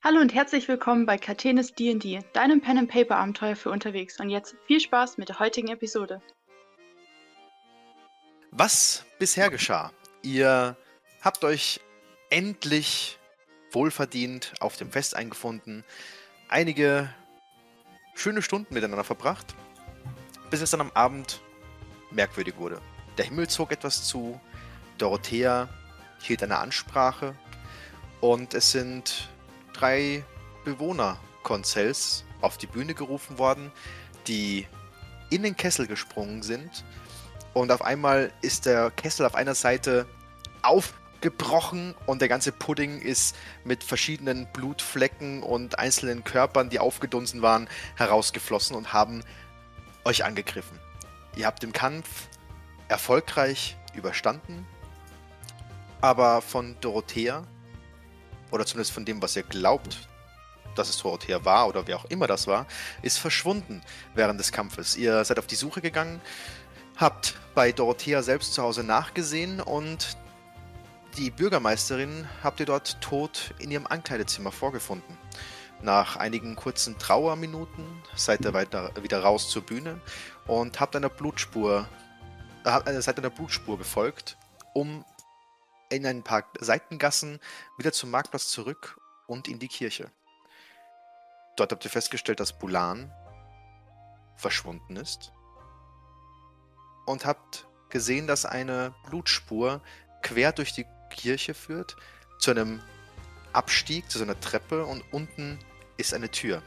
Hallo und herzlich willkommen bei Katenes D&D, deinem Pen-and-Paper-Abenteuer für unterwegs. Und jetzt viel Spaß mit der heutigen Episode. Was bisher geschah? Ihr habt euch endlich wohlverdient auf dem Fest eingefunden, einige schöne Stunden miteinander verbracht, bis es dann am Abend merkwürdig wurde. Der Himmel zog etwas zu, Dorothea hielt eine Ansprache und es sind 3 Bewohner Konzells auf die Bühne gerufen worden, die in den Kessel gesprungen sind. Und auf einmal ist der Kessel auf einer Seite aufgebrochen und der ganze Pudding ist mit verschiedenen Blutflecken und einzelnen Körpern, die aufgedunsen waren, herausgeflossen und haben euch angegriffen. Ihr habt den Kampf erfolgreich überstanden, aber von Dorothea, oder zumindest von dem, was ihr glaubt, dass es Dorothea war oder wer auch immer das war, ist verschwunden während des Kampfes. Ihr seid auf die Suche gegangen, habt bei Dorothea selbst zu Hause nachgesehen und die Bürgermeisterin habt ihr dort tot in ihrem Ankleidezimmer vorgefunden. Nach einigen kurzen Trauerminuten seid ihr wieder raus zur Bühne und seid einer Blutspur gefolgt, um in ein paar Seitengassen wieder zum Marktplatz zurück und in die Kirche. Dort habt ihr festgestellt, dass Bulan verschwunden ist und habt gesehen, dass eine Blutspur quer durch die Kirche führt, zu einem Abstieg, zu so einer Treppe und unten ist eine Tür.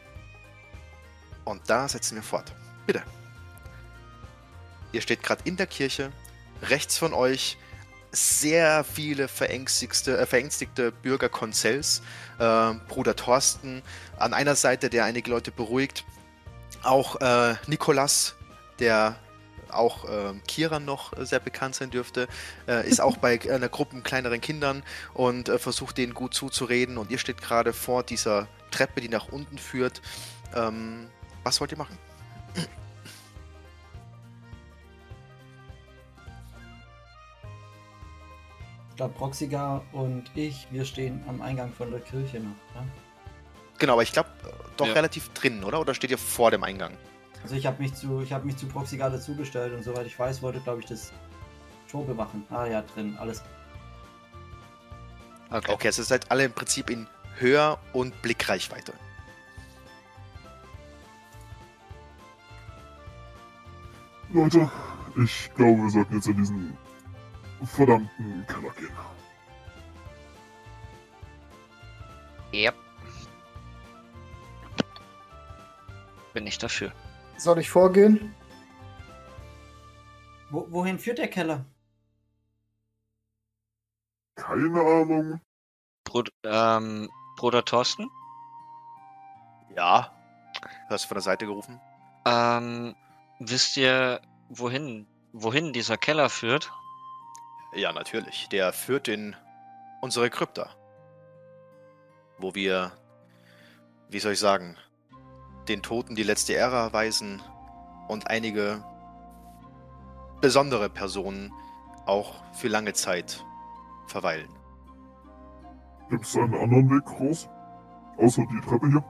Und da setzen wir fort. Bitte. Ihr steht gerade in der Kirche, rechts von euch sehr viele verängstigte Bürger Konzells, Bruder Thorsten an einer Seite, der einige Leute beruhigt, auch Nikolas, der auch Kieran noch sehr bekannt sein dürfte, ist auch bei einer Gruppe kleineren Kindern und versucht denen gut zuzureden und ihr steht gerade vor dieser Treppe, die nach unten führt. Was wollt ihr machen? Ich glaube, Proxiga und ich, wir stehen am Eingang von der Kirche noch. Ne? Genau, aber ich glaube doch Ja. relativ drinnen, oder? Oder steht ihr vor dem Eingang? Also ich habe mich zu Proxiga dazugestellt und soweit ich weiß, wollte, glaube ich, das Tor bewachen. Ah ja, drin, alles. Okay, also ihr seid alle im Prinzip in Hör- und Blickreichweite. Leute, ich glaube, wir sollten jetzt in diesen verdammten Keller gehen. Yep. Bin ich dafür. Soll ich vorgehen? Wohin führt der Keller? Keine Ahnung. Bruder Thorsten? Ja. Hast du von der Seite gerufen? Wisst ihr, wohin dieser Keller führt? Ja, natürlich. Der führt in unsere Krypta. Wo wir, wie soll ich sagen, den Toten die letzte Ehre erweisen und einige besondere Personen auch für lange Zeit verweilen. Gibt es einen anderen Weg raus? Außer die Treppe hier?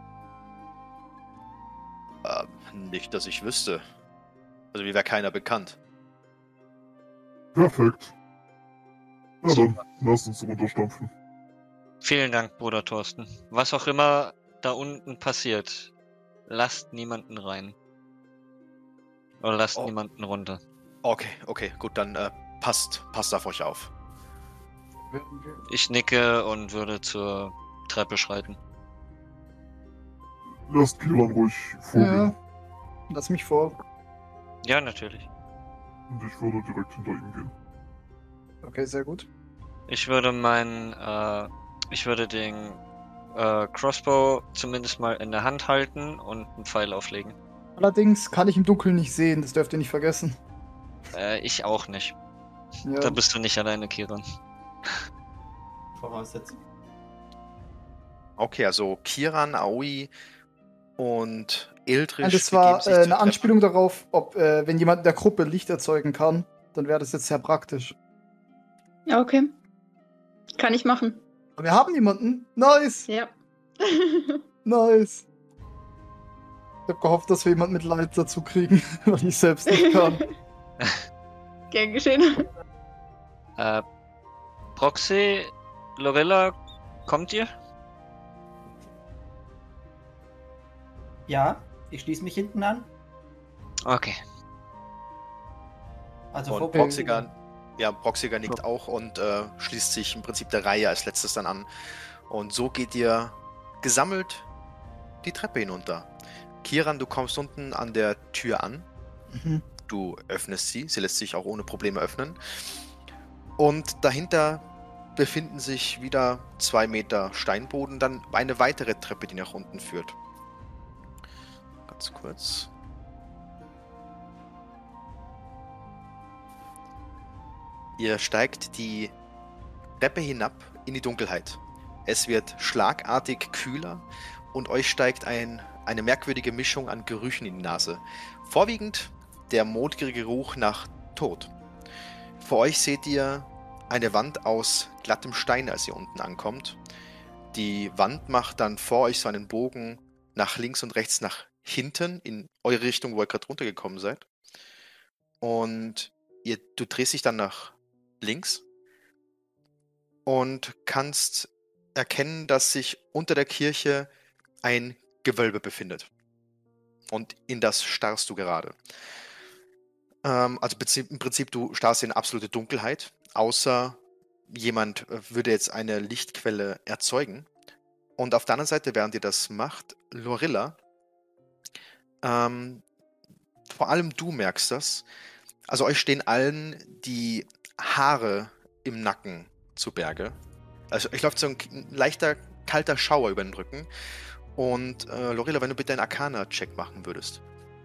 Nicht, dass ich wüsste. Also mir wäre keiner bekannt. Perfekt. Na Super. dann, lasst uns runterstampfen. Vielen Dank, Bruder Thorsten. Was auch immer da unten passiert, lasst niemanden rein. Oder lasst Oh. niemanden runter. Okay, gut, dann passt auf euch auf. Ich nicke und würde zur Treppe schreiten. Lasst Kiran ruhig vorgehen. Ja. Lass mich vor. Ja, natürlich. Und ich würde direkt hinter ihm gehen. Okay, sehr gut. Ich würde den Crossbow zumindest mal in der Hand halten und einen Pfeil auflegen. Allerdings kann ich im Dunkeln nicht sehen, das dürft ihr nicht vergessen. Ich auch nicht. Ja. Da bist du nicht alleine, Kiran. Voraussetzung. Okay, also Kiran, Aoi und Eldritch. Nein, das war begeben sich zur eine Treppe. Anspielung darauf, ob wenn jemand in der Gruppe Licht erzeugen kann, dann wäre das jetzt sehr praktisch. Ja, okay. Kann ich machen. Wir haben jemanden. Nice. Ja. Nice. Ich habe gehofft, dass wir jemanden mit Leid dazu kriegen, weil ich selbst nicht kann. Gern geschehen. Proxy, Lorilla, kommt ihr? Ja, ich schließe mich hinten an. Okay. Also Und vor Proxiger nickt auch und schließt sich im Prinzip der Reihe als letztes dann an. Und so geht ihr gesammelt die Treppe hinunter. Kiran, du kommst unten an der Tür an. Mhm. Du öffnest sie. Sie lässt sich auch ohne Probleme öffnen. Und dahinter befinden sich wieder 2 Meter Steinboden, dann eine weitere Treppe, die nach unten führt. Ganz kurz. Ihr steigt die Treppe hinab in die Dunkelheit. Es wird schlagartig kühler und euch steigt eine merkwürdige Mischung an Gerüchen in die Nase. Vorwiegend der modrige Geruch nach Tod. Vor euch seht ihr eine Wand aus glattem Stein, als ihr unten ankommt. Die Wand macht dann vor euch so einen Bogen nach links und rechts nach hinten, in eure Richtung, wo ihr gerade runtergekommen seid. Und du drehst dich dann nach links und kannst erkennen, dass sich unter der Kirche ein Gewölbe befindet. Und in das starrst du gerade. Also im Prinzip, du starrst in absolute Dunkelheit, außer jemand würde jetzt eine Lichtquelle erzeugen. Und auf der anderen Seite, während ihr das macht, Lorilla, vor allem du merkst das. Also euch stehen allen die Haare im Nacken zu Berge. Also euch läuft so ein leichter, kalter Schauer über den Rücken. Und Lorilla, wenn du bitte einen Arcana-Check machen würdest.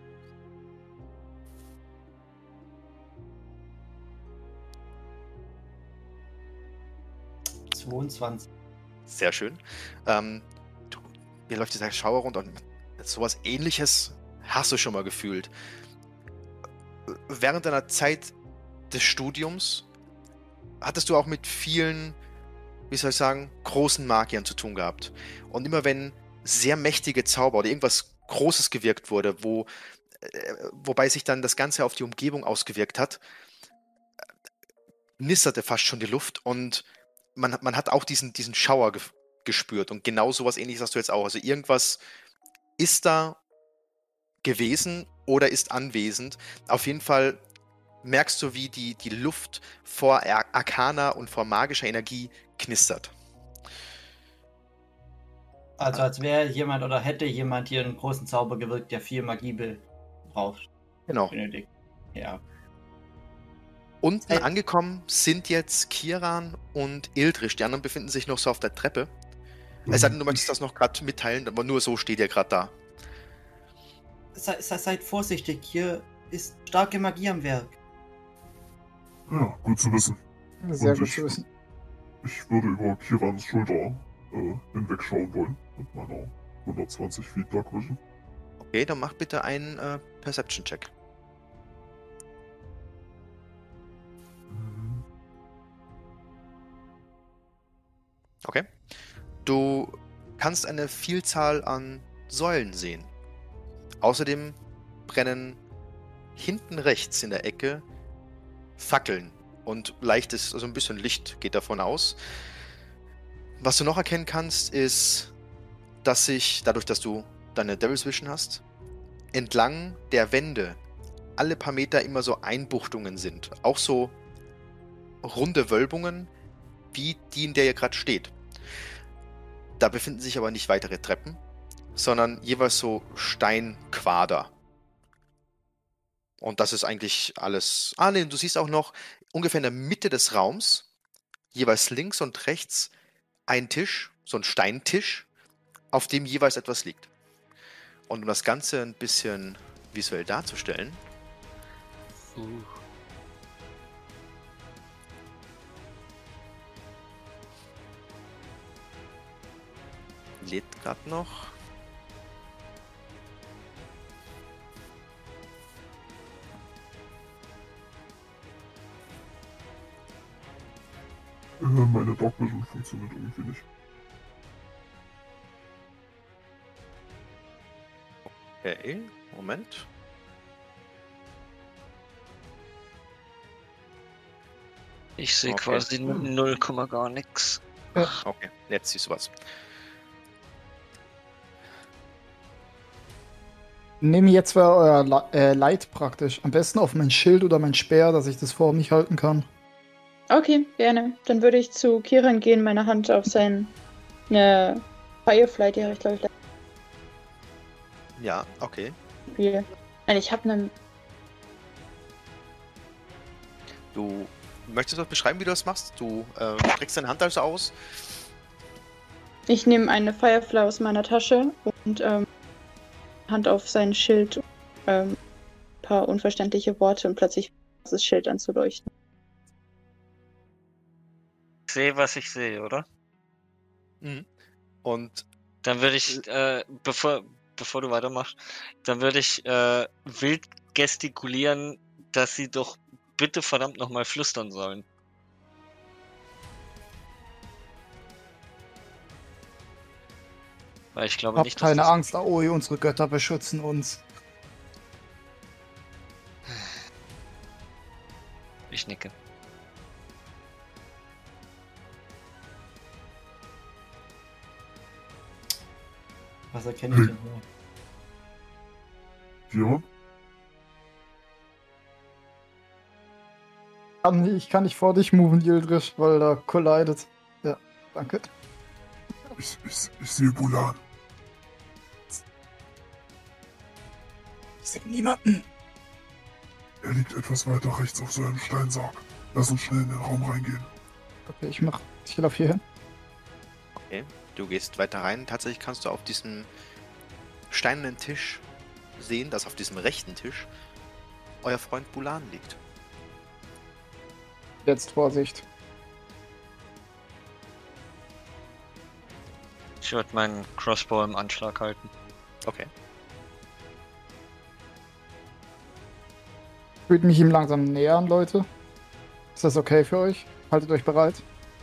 vor 22. Sehr schön. Mir läuft dieser Schauer runter und sowas Ähnliches hast du schon mal gefühlt. Während deiner Zeit des Studiums hattest du auch mit vielen, wie soll ich sagen, großen Magiern zu tun gehabt. Und immer wenn sehr mächtige Zauber oder irgendwas Großes gewirkt wurde, wobei sich dann das Ganze auf die Umgebung ausgewirkt hat, nisterte fast schon die Luft und man hat auch diesen Schauer gespürt. Und genau sowas Ähnliches hast du jetzt auch. Also irgendwas ist da gewesen oder ist anwesend. Auf jeden Fall merkst du, wie die Luft vor Arcana und vor magischer Energie knistert. Also als wäre jemand oder hätte jemand hier einen großen Zauber gewirkt, der viel Magie braucht. Genau. Benötigt. Ja. Unten angekommen sind jetzt Kiran und Ildrisch. Die anderen befinden sich noch so auf der Treppe. Es sei denn, du möchtest das noch gerade mitteilen, aber nur so steht ihr gerade da. Seid vorsichtig, hier ist starke Magie am Werk. Ja, gut zu wissen. Sehr Und gut zu wissen. Ich würde über Kirans Schulter hinwegschauen wollen mit meiner 120 Feet Dark Vision. Okay, dann mach bitte einen Perception-Check. Okay. Du kannst eine Vielzahl an Säulen sehen. Außerdem brennen hinten rechts in der Ecke Fackeln und leichtes, also ein bisschen Licht geht davon aus. Was du noch erkennen kannst, ist, dass sich, dadurch, dass du deine Devil's Vision hast, entlang der Wände alle paar Meter immer so Einbuchtungen sind. Auch so runde Wölbungen, wie die, in der ihr gerade steht. Da befinden sich aber nicht weitere Treppen, sondern jeweils so Steinquader. Und das ist eigentlich alles. Ah, ne, du siehst auch noch ungefähr in der Mitte des Raums, jeweils links und rechts, ein Tisch, so ein Steintisch, auf dem jeweils etwas liegt. Und um das Ganze ein bisschen visuell darzustellen, lädt gerade noch. Meine Dark Vision funktioniert irgendwie nicht. Okay, Moment. Ich sehe Okay. quasi 0, gar nix. Okay, jetzt siehst du was. Nehme jetzt euer Light praktisch. Am besten auf mein Schild oder mein Speer, dass ich das vor mich halten kann. Okay, gerne. Dann würde ich zu Kiran gehen, meine Hand auf seine Firefly, die habe ich glaube ich Ja, okay. Spiel. Nein, ich habe einen. Du möchtest was beschreiben, wie du das machst? Du streckst deine Hand also aus. Ich nehme eine Firefly aus meiner Tasche und Hand auf sein Schild. Ein paar unverständliche Worte und plötzlich fängt das Schild an zu leuchten. Ich sehe, was ich sehe, oder? Mhm. Und Dann würde ich, bevor du weitermachst, dann würde ich wild gestikulieren, dass sie doch bitte verdammt nochmal flüstern sollen. Weil ich glaube Habt nicht, dass keine das... Angst, Aoi, unsere Götter beschützen uns. Ich nicke. Was erkenne ich denn hier? Ja, Ich kann nicht vor dich moven, Yildrish, weil da collidet. Ja, danke. ich sehe Bulan. Ich sehe niemanden. Er liegt etwas weiter rechts auf seinem Steinsarg. Lass uns schnell in den Raum reingehen. Okay, ich laufe hier hin. du gehst weiter rein. Tatsächlich kannst du auf diesem steinernen Tisch sehen, dass auf diesem rechten Tisch euer Freund Bulan liegt. Jetzt Vorsicht. Ich würde meinen Crossbow im Anschlag halten. Okay. Ich würde mich ihm langsam nähern, Leute. Ist das okay für euch? Haltet euch bereit.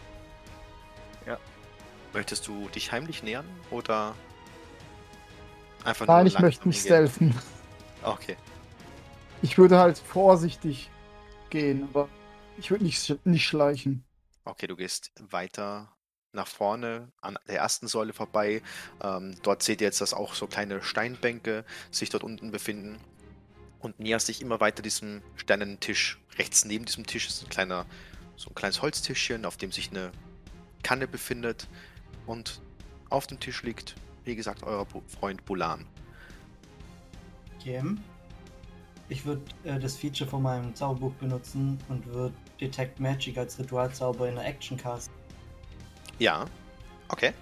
Möchtest du dich heimlich nähern oder einfach nur Nein, ich langsam möchte nicht hingehen? stealthen. Okay. Ich würde halt vorsichtig gehen, aber ich würde nicht schleichen. Okay, du gehst weiter nach vorne an der ersten Säule vorbei. Dort seht ihr jetzt, dass auch so kleine Steinbänke sich dort unten befinden. Und näherst dich immer weiter diesem steinernen Tisch. Rechts neben diesem Tisch ist so ein kleines Holztischchen, auf dem sich eine Kanne befindet. Und auf dem Tisch liegt, wie gesagt, euer Freund Bulan. Okay. Ich würde das Feature von meinem Zauberbuch benutzen und würde Detect Magic als Ritualzauber in der Action casten. Ja, okay.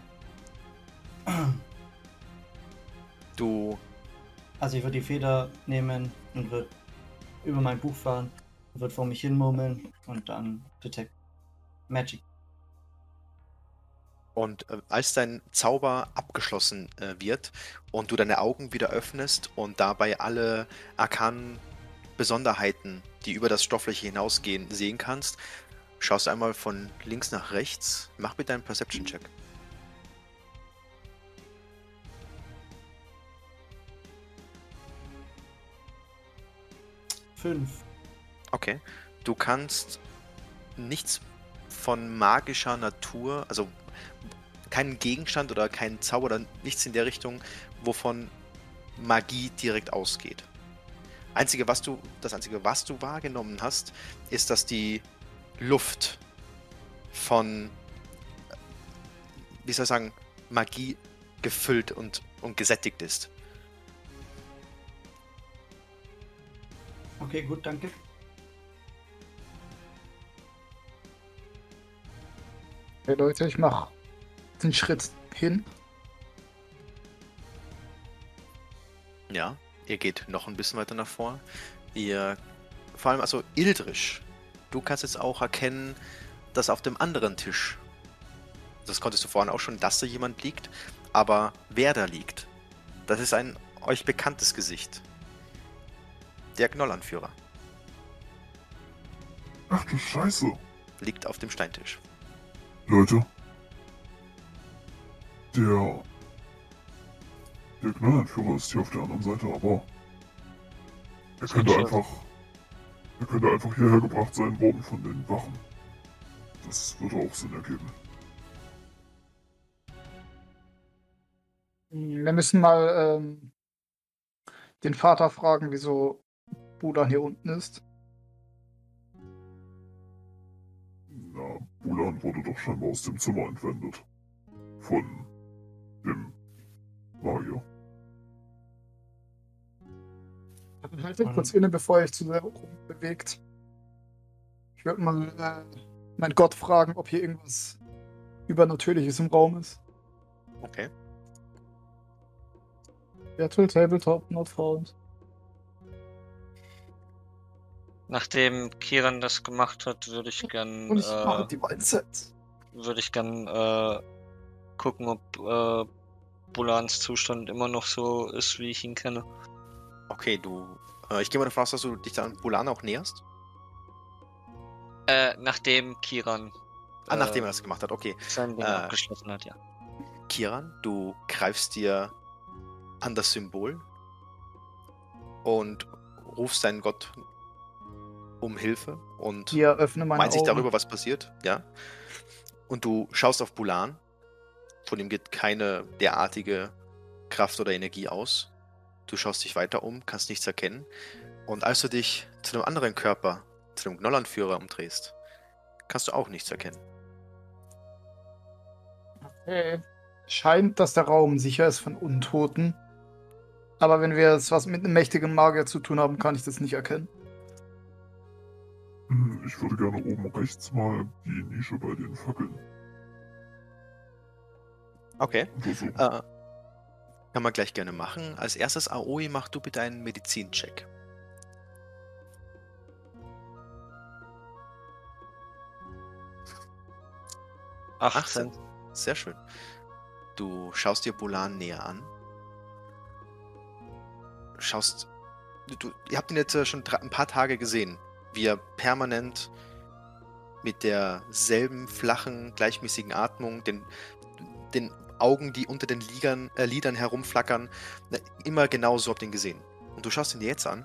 Du, Also ich würde die Feder nehmen und würde über mein Buch fahren, würde vor mich hin murmeln und dann Detect Magic. und als dein Zauber abgeschlossen wird und du deine Augen wieder öffnest und dabei alle arkanen Besonderheiten, die über das Stoffliche hinausgehen, sehen kannst, schaust du einmal von links nach rechts. Mach bitte einen Perception-Check. Fünf. Okay. Du kannst nichts von magischer Natur, also keinen Gegenstand oder keinen Zauber oder nichts in der Richtung, wovon Magie direkt ausgeht. Das Einzige, was du wahrgenommen hast, ist, dass die Luft von, wie soll ich sagen, Magie gefüllt und gesättigt ist. Okay, gut, danke. Okay, Leute, ich mache den Schritt hin. Ja, ihr geht noch ein bisschen weiter nach vor. Vor allem also Ildrish, du kannst jetzt auch erkennen, dass auf dem anderen Tisch, das konntest du vorhin auch schon, dass da jemand liegt, aber wer da liegt, das ist ein euch bekanntes Gesicht. Der Ach du Scheiße. liegt auf dem Steintisch. Leute, der Knallanführer ist hier auf der anderen Seite, aber er könnte einfach hierher gebracht sein worden von den Wachen. Das würde auch Sinn ergeben. Wir müssen mal den Vater fragen, wieso Bulan hier unten ist. Na, Bulan wurde doch scheinbar aus dem Zimmer entwendet. Von dem Magier. Haltet kurz inne, bevor ihr euch zu sehr bewegt. Ich würde mal meinen Gott fragen, ob hier irgendwas Übernatürliches im Raum ist. Okay. Virtual Tabletop not found. Nachdem Kiran das gemacht hat, würde ich gern Und ich mache die Mindset. Gucken, ob Bulans Zustand immer noch so ist, wie ich ihn kenne. Okay, ich gehe mal davon aus, dass du dich dann Bulan auch näherst. Nachdem Kiran Nachdem er das gemacht hat, okay. sein Ding abgeschlossen hat, ja. Kiran, du greifst dir an das Symbol und rufst deinen Gott um Hilfe und Hier, öffne meine meinst dich Augen. darüber, was passiert, ja. Und du schaust auf Bulan, von ihm geht keine derartige Kraft oder Energie aus. Du schaust dich weiter um, kannst nichts erkennen. Und als du dich zu einem anderen Körper, zu dem Gnollanführer umdrehst, kannst du auch nichts erkennen. Okay. Scheint, dass der Raum sicher ist von Untoten. Aber wenn wir jetzt was mit einem mächtigen Magier zu tun haben, kann ich das nicht erkennen. Ich würde gerne oben rechts mal die Nische bei den Fackeln Okay. untersuchen. Kann man gleich gerne machen. Als erstes, Aoi, mach du bitte einen Medizin-Check. Ach, 18. Sehr schön. Du schaust dir Bulan näher an. Ihr habt ihn jetzt schon ein paar Tage gesehen, wie er permanent mit derselben flachen, gleichmäßigen Atmung, den Augen, die unter den Lidern herumflackern, immer genau so habt ihr ihn gesehen. Und du schaust ihn dir jetzt an.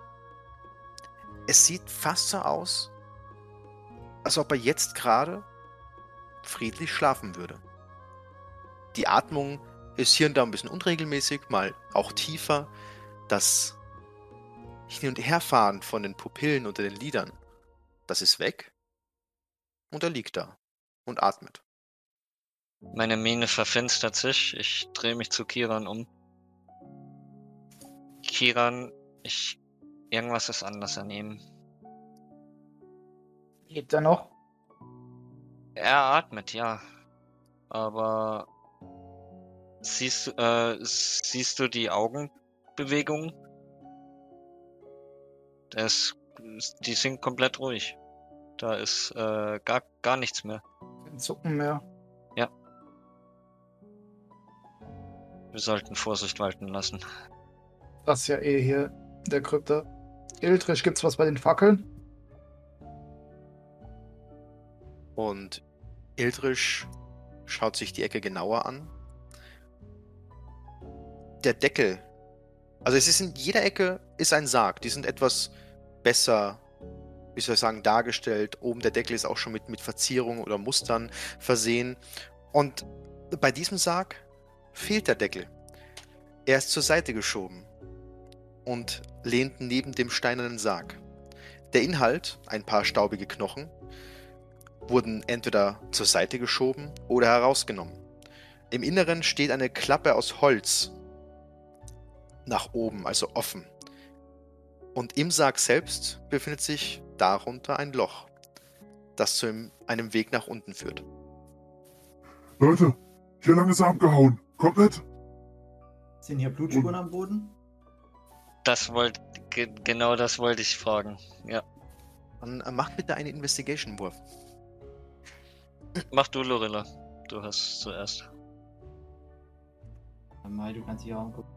Es sieht fast so aus, als ob er jetzt gerade friedlich schlafen würde. Die Atmung ist hier und da ein bisschen unregelmäßig, mal auch tiefer. Das Hin- und Herfahren von den Pupillen unter den Lidern, das ist weg. Und er liegt da und atmet. meine Miene verfinstert sich. Ich drehe mich zu Kiran um. Kiran, irgendwas ist anders an ihm. Lebt er noch? Er atmet, ja. Aber siehst du die Augenbewegungen? Die sind komplett ruhig. Da ist gar nichts mehr. Kein Zucken mehr. Ja. Wir sollten Vorsicht walten lassen. Das ist ja eh hier der Krypta. Ildrisch, gibt's was bei den Fackeln? Und Ildrisch schaut sich die Ecke genauer an. Der Deckel, also es ist in jeder Ecke ist ein Sarg. Die sind etwas besser, wie soll ich sagen, dargestellt. Oben der Deckel ist auch schon mit Verzierungen oder Mustern versehen. Und bei diesem Sarg fehlt der Deckel. Er ist zur Seite geschoben und lehnt neben dem steinernen Sarg. Der Inhalt, ein paar staubige Knochen, wurden entweder zur Seite geschoben oder herausgenommen. Im Inneren steht eine Klappe aus Holz nach oben, also offen. Und im Sarg selbst befindet sich darunter ein Loch, das zu einem Weg nach unten führt. Leute, hier lang ist er abgehauen. Kommt mit! Sind hier Blutspuren am Boden? Genau das wollte ich fragen. Ja. Dann macht bitte einen Investigation-Wurf. Mach du, Lorilla. Du hast zuerst. Mai, du kannst dich auch angucken.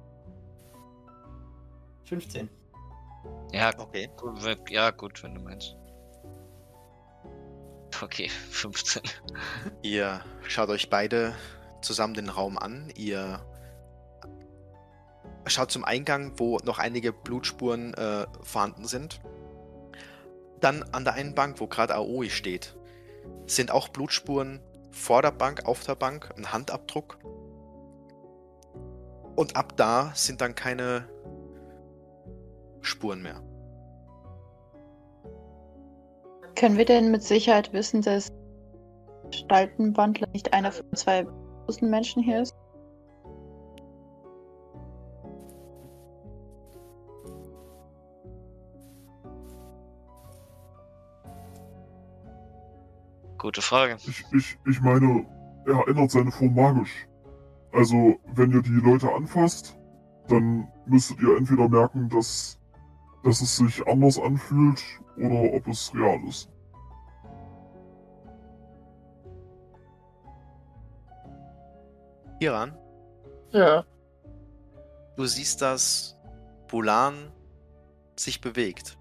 15. Ja, Okay. ja, gut, wenn du meinst. Okay, 15. Ihr schaut euch beide zusammen den Raum an. Ihr schaut zum Eingang, wo noch einige Blutspuren vorhanden sind. Dann an der einen Bank, wo gerade Aoi steht, sind auch Blutspuren vor der Bank, auf der Bank, ein Handabdruck. Und ab da sind dann keine Spuren mehr. Können wir denn mit Sicherheit wissen, dass Gestaltenwandler nicht einer von 2 großen Menschen hier ist? Gute Frage. Ich meine, er ändert seine Form magisch. Also, wenn ihr die Leute anfasst, dann müsstet ihr entweder merken, dass es sich anders anfühlt oder ob es real ist. Kiran, Ja. du siehst, dass Bulan sich bewegt.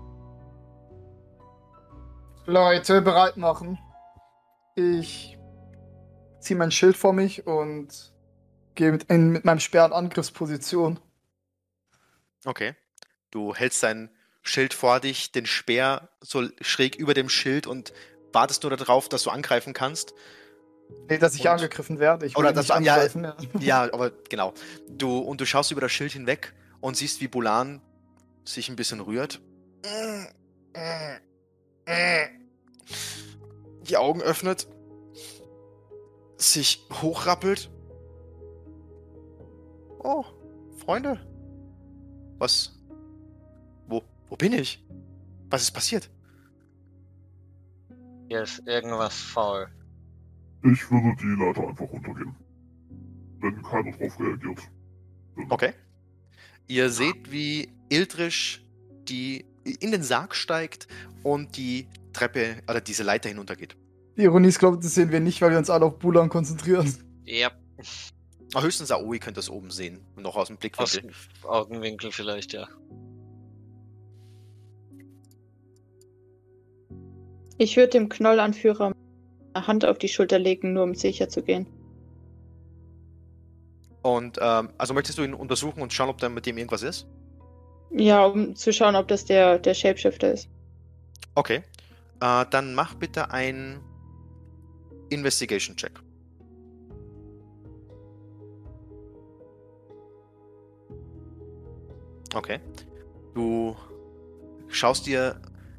Leute, bereit machen. Ich ziehe mein Schild vor mich und gehe mit meinem Speer in Angriffsposition. Okay. Du hältst dein Schild vor dich, den Speer so schräg über dem Schild und wartest nur darauf, dass du angreifen kannst. Nee, dass ich Und- angegriffen werde. Ich will Oder nicht das- ja, angreifen. Ja. Ja, aber genau. Du schaust über das Schild hinweg und siehst, wie Bulan sich ein bisschen rührt. Die Augen öffnet, sich hochrappelt. Oh, Freunde. Was? Wo bin ich? Was ist passiert? Hier ist irgendwas faul. Ich würde die Leiter einfach runtergehen. Wenn keiner drauf reagiert. Okay. Ihr seht, wie Ildrisch in den Sarg steigt und die Treppe oder diese Leiter hinuntergeht. Die Ironie ist, glaube ich, das sehen wir nicht, weil wir uns alle auf Bulan konzentrieren. Ja, Höchstens Aoi könnt das oben sehen. Noch aus dem aus Blickwinkel. dem Augenwinkel vielleicht, ja. Ich würde dem Knollanführer eine Hand auf die Schulter legen, nur um sicher zu gehen. Und also möchtest du ihn untersuchen und schauen, ob da mit dem irgendwas ist? Ja, um zu schauen, ob das der Shapeshifter ist. Okay. Dann mach bitte einen Investigation-Check. Okay. Du schaust dir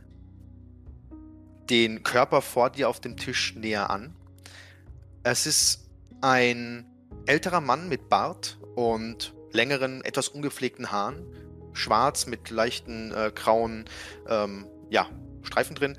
den Körper vor dir auf dem Tisch näher an. Es ist ein älterer Mann mit Bart und längeren, etwas ungepflegten Haaren. Schwarz mit leichten grauen Streifen drin.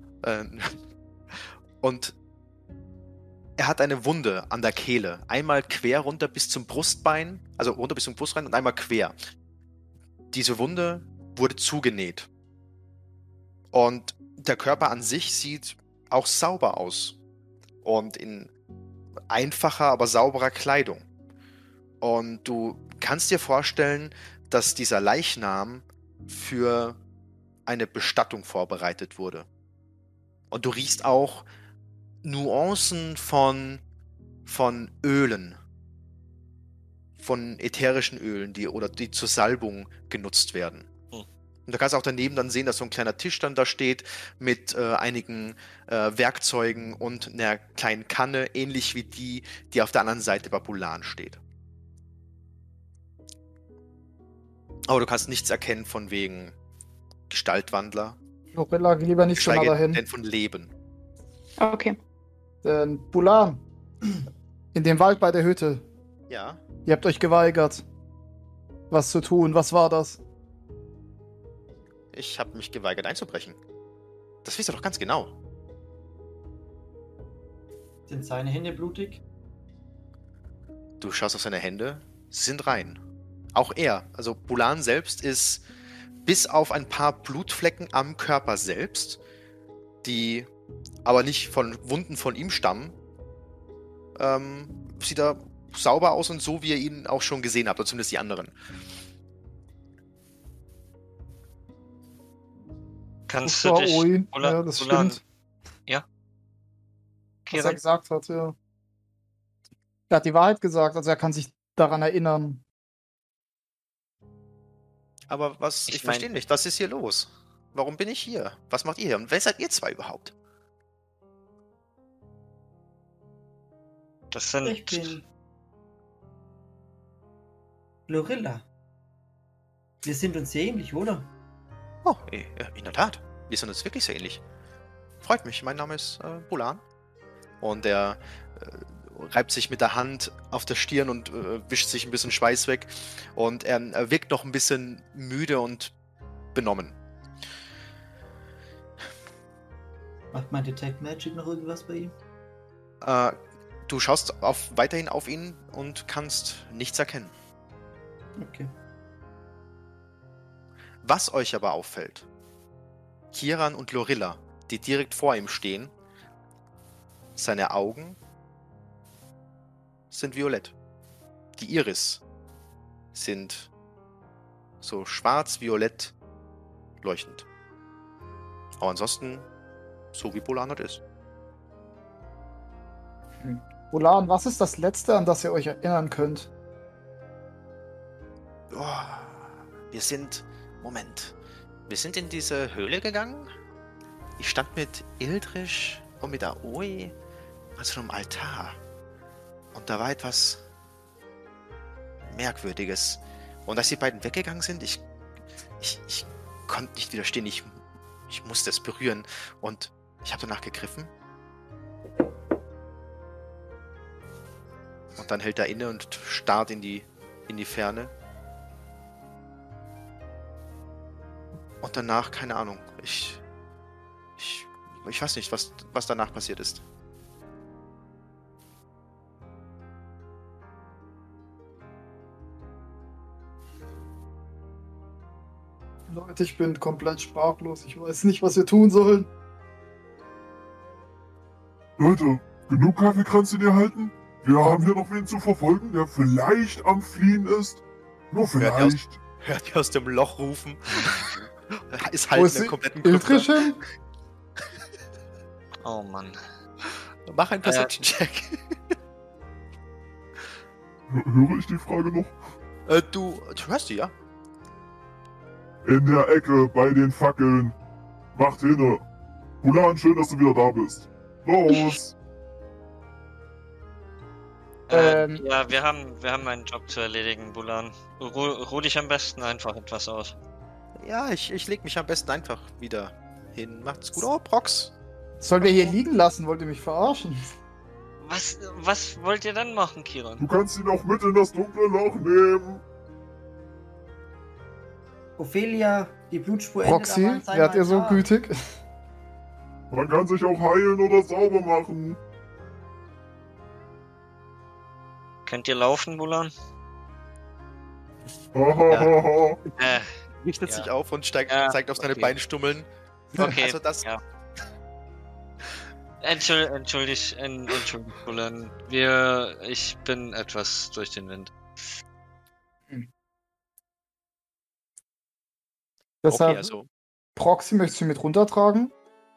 Und er hat eine Wunde an der Kehle. Einmal quer runter bis zum Brustbein, also runter bis zum Brustbein und einmal quer. Diese Wunde wurde zugenäht. Und der Körper an sich sieht auch sauber aus. Und in einfacher, aber sauberer Kleidung. Und du kannst dir vorstellen, dass dieser Leichnam für eine Bestattung vorbereitet wurde. Und du riechst auch Nuancen von Ölen. Von ätherischen Ölen, die zur Salbung genutzt werden. Und da kannst du auch daneben dann sehen, dass so ein kleiner Tisch dann da steht mit einigen Werkzeugen und einer kleinen Kanne, ähnlich wie die auf der anderen Seite bei Bulan steht. Aber du kannst nichts erkennen von wegen Gestaltwandler, Lorella, lieber nicht so nah geschweige dahin. denn von Leben. Okay. Denn Bulan, in dem Wald bei der Hütte, Ja, ihr habt euch geweigert, was zu tun. Was war das? ich habe mich geweigert einzubrechen. Das wisst ihr doch ganz genau. Sind seine Hände blutig? Du schaust auf seine Hände, sie sind rein. Auch er, also Bulan selbst ist bis auf ein paar Blutflecken am Körper selbst, die aber nicht von Wunden von ihm stammen, sieht er sauber aus und so, wie ihr ihn auch schon gesehen habt, oder zumindest die anderen. Kannst Das du war dich, Oi. Bulan, Ja, das Bulan, stimmt. ja? er Kiran? gesagt hat, ja. Er hat die Wahrheit gesagt, also er kann sich daran erinnern. Aber Ich ich verstehe nicht, was ist hier los? Warum bin ich hier? Was macht ihr hier? Und wer seid ihr zwei überhaupt? Das sind. Ich bin Lorilla. Wir sind uns sehr ähnlich, oder? Oh, in der Tat. Wir sind uns wirklich sehr ähnlich. Freut mich. Mein Name ist Bulan. Und er reibt sich mit der Hand auf der Stirn und wischt sich ein bisschen Schweiß weg. Und er wirkt noch ein bisschen müde und benommen. Macht mein Detect Magic noch irgendwas bei ihm? Du schaust weiterhin auf ihn und kannst nichts erkennen. Okay. Was euch aber auffällt, Kiran und Lorilla, die direkt vor ihm stehen, seine Augen sind violett. Die Iris sind so schwarz-violett leuchtend. Aber ansonsten so wie Bulan halt ist. Bulan, was ist das Letzte, an das ihr euch erinnern könnt? Oh, wir sind in diese Höhle gegangen. Ich stand mit Ildrish und mit Aoi an so einem Altar. Und da war etwas Merkwürdiges. Und als die beiden weggegangen sind, ich konnte nicht widerstehen. Ich musste es berühren. Und ich habe danach gegriffen. Und dann hält er inne und starrt in die Ferne. Und danach, keine Ahnung. Ich weiß nicht, was danach passiert ist. Leute, ich bin komplett sprachlos. Ich weiß nicht, was wir tun sollen. Leute, genug Kaffeekranz in ihr halten? Wir haben hier noch wen zu verfolgen, der vielleicht am Fliehen ist. Nur vielleicht. Hört ihr aus dem Loch rufen? Ist Wo halt ist in der sie? kompletten Ildrish Krypta. hin? Oh Mann. Mach einen Perception-Check. Höre ich die Frage noch? Du hörst die, ja? In der Ecke bei den Fackeln. Macht hinne. Bulan, schön, dass du wieder da bist. Los! Ja, wir haben einen Job zu erledigen, Bulan. Ruh dich am besten einfach etwas aus. Ja, ich leg mich am besten einfach wieder hin. Macht's gut. Oh, Prox. Sollen wir hier liegen lassen? Wollt ihr mich verarschen? Was wollt ihr dann machen, Kiran? Du kannst ihn auch mit in das dunkle Loch nehmen. Ophelia, die Blutspur endet Proxy, aber an seinem wärt ihr so Altar. gütig? Man kann sich auch heilen oder sauber machen. Könnt ihr laufen, Bulan? Hahaha. Richtet Ja. sich auf und zeigt auf seine okay. Beinstummeln. Okay, Also das. ja. Entschuldigt, Bulan. Ich bin etwas durch den Wind. Deshalb, Okay, also. Proxy, möchtest du mit runtertragen?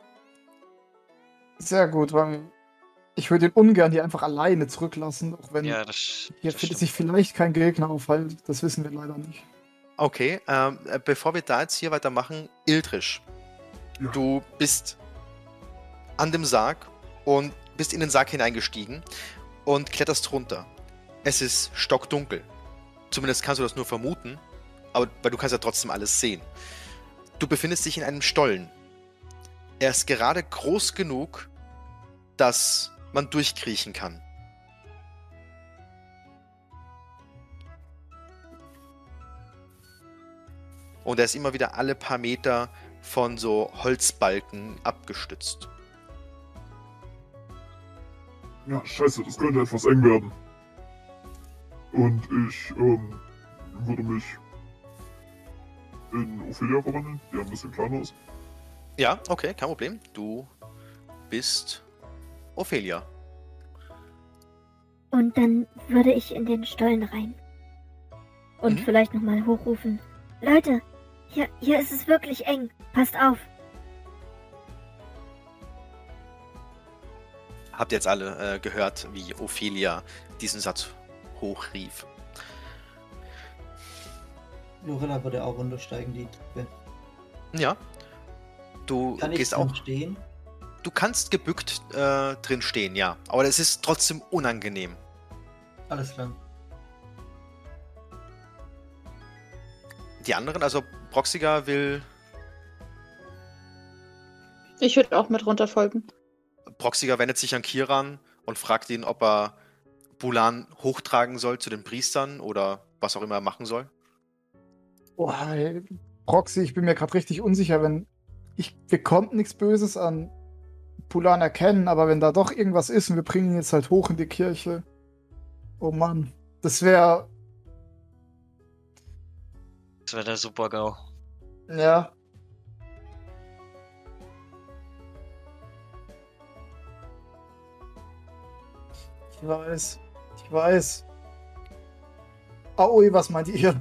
Sehr gut, weil ich würde ihn ungern hier einfach alleine zurücklassen, auch wenn Ja, das hier stimmt. sich vielleicht kein Gegner aufhält. Das wissen wir leider nicht. Okay, bevor wir da jetzt hier weitermachen, Ildrish. Ja. Du bist an dem Sarg und bist in den Sarg hineingestiegen und kletterst runter. Es ist stockdunkel. Zumindest kannst du das nur vermuten, aber weil du kannst ja trotzdem alles sehen. Du befindest dich in einem Stollen. Er ist gerade groß genug, dass man durchkriechen kann. Und er ist immer wieder alle paar Meter von so Holzbalken abgestützt. Ja, scheiße, das könnte etwas eng werden. Und ich würde mich in Ophelia verwandeln, die ein bisschen kleiner ist. Ja, okay, kein Problem. Du bist Ophelia. Und dann würde ich in den Stollen rein. Und vielleicht nochmal hochrufen. Leute, hier ist es wirklich eng. Passt auf. habt ihr jetzt alle gehört, wie Ophelia diesen Satz hochrief. Lorilla würde auch runtersteigen, die Treppe. Ja. Du Kann ich gehst drin auch. stehen? Du kannst gebückt drin stehen, ja. Aber es ist trotzdem unangenehm. Alles klar. Die anderen, also Proxiga will. Ich würde auch mit runterfolgen. Proxiga wendet sich an Kiran und fragt ihn, ob er Bulan hochtragen soll zu den Priestern oder was auch immer er machen soll. Oh, hey, Proxy, ich bin mir gerade richtig unsicher, wir konnten nichts Böses an Bulan erkennen, aber wenn da doch irgendwas ist und wir bringen ihn jetzt halt hoch in die Kirche. Oh Mann, das wäre. Das wäre der Super-GAU. Ja. Ich weiß. Aoi, was meint ihr?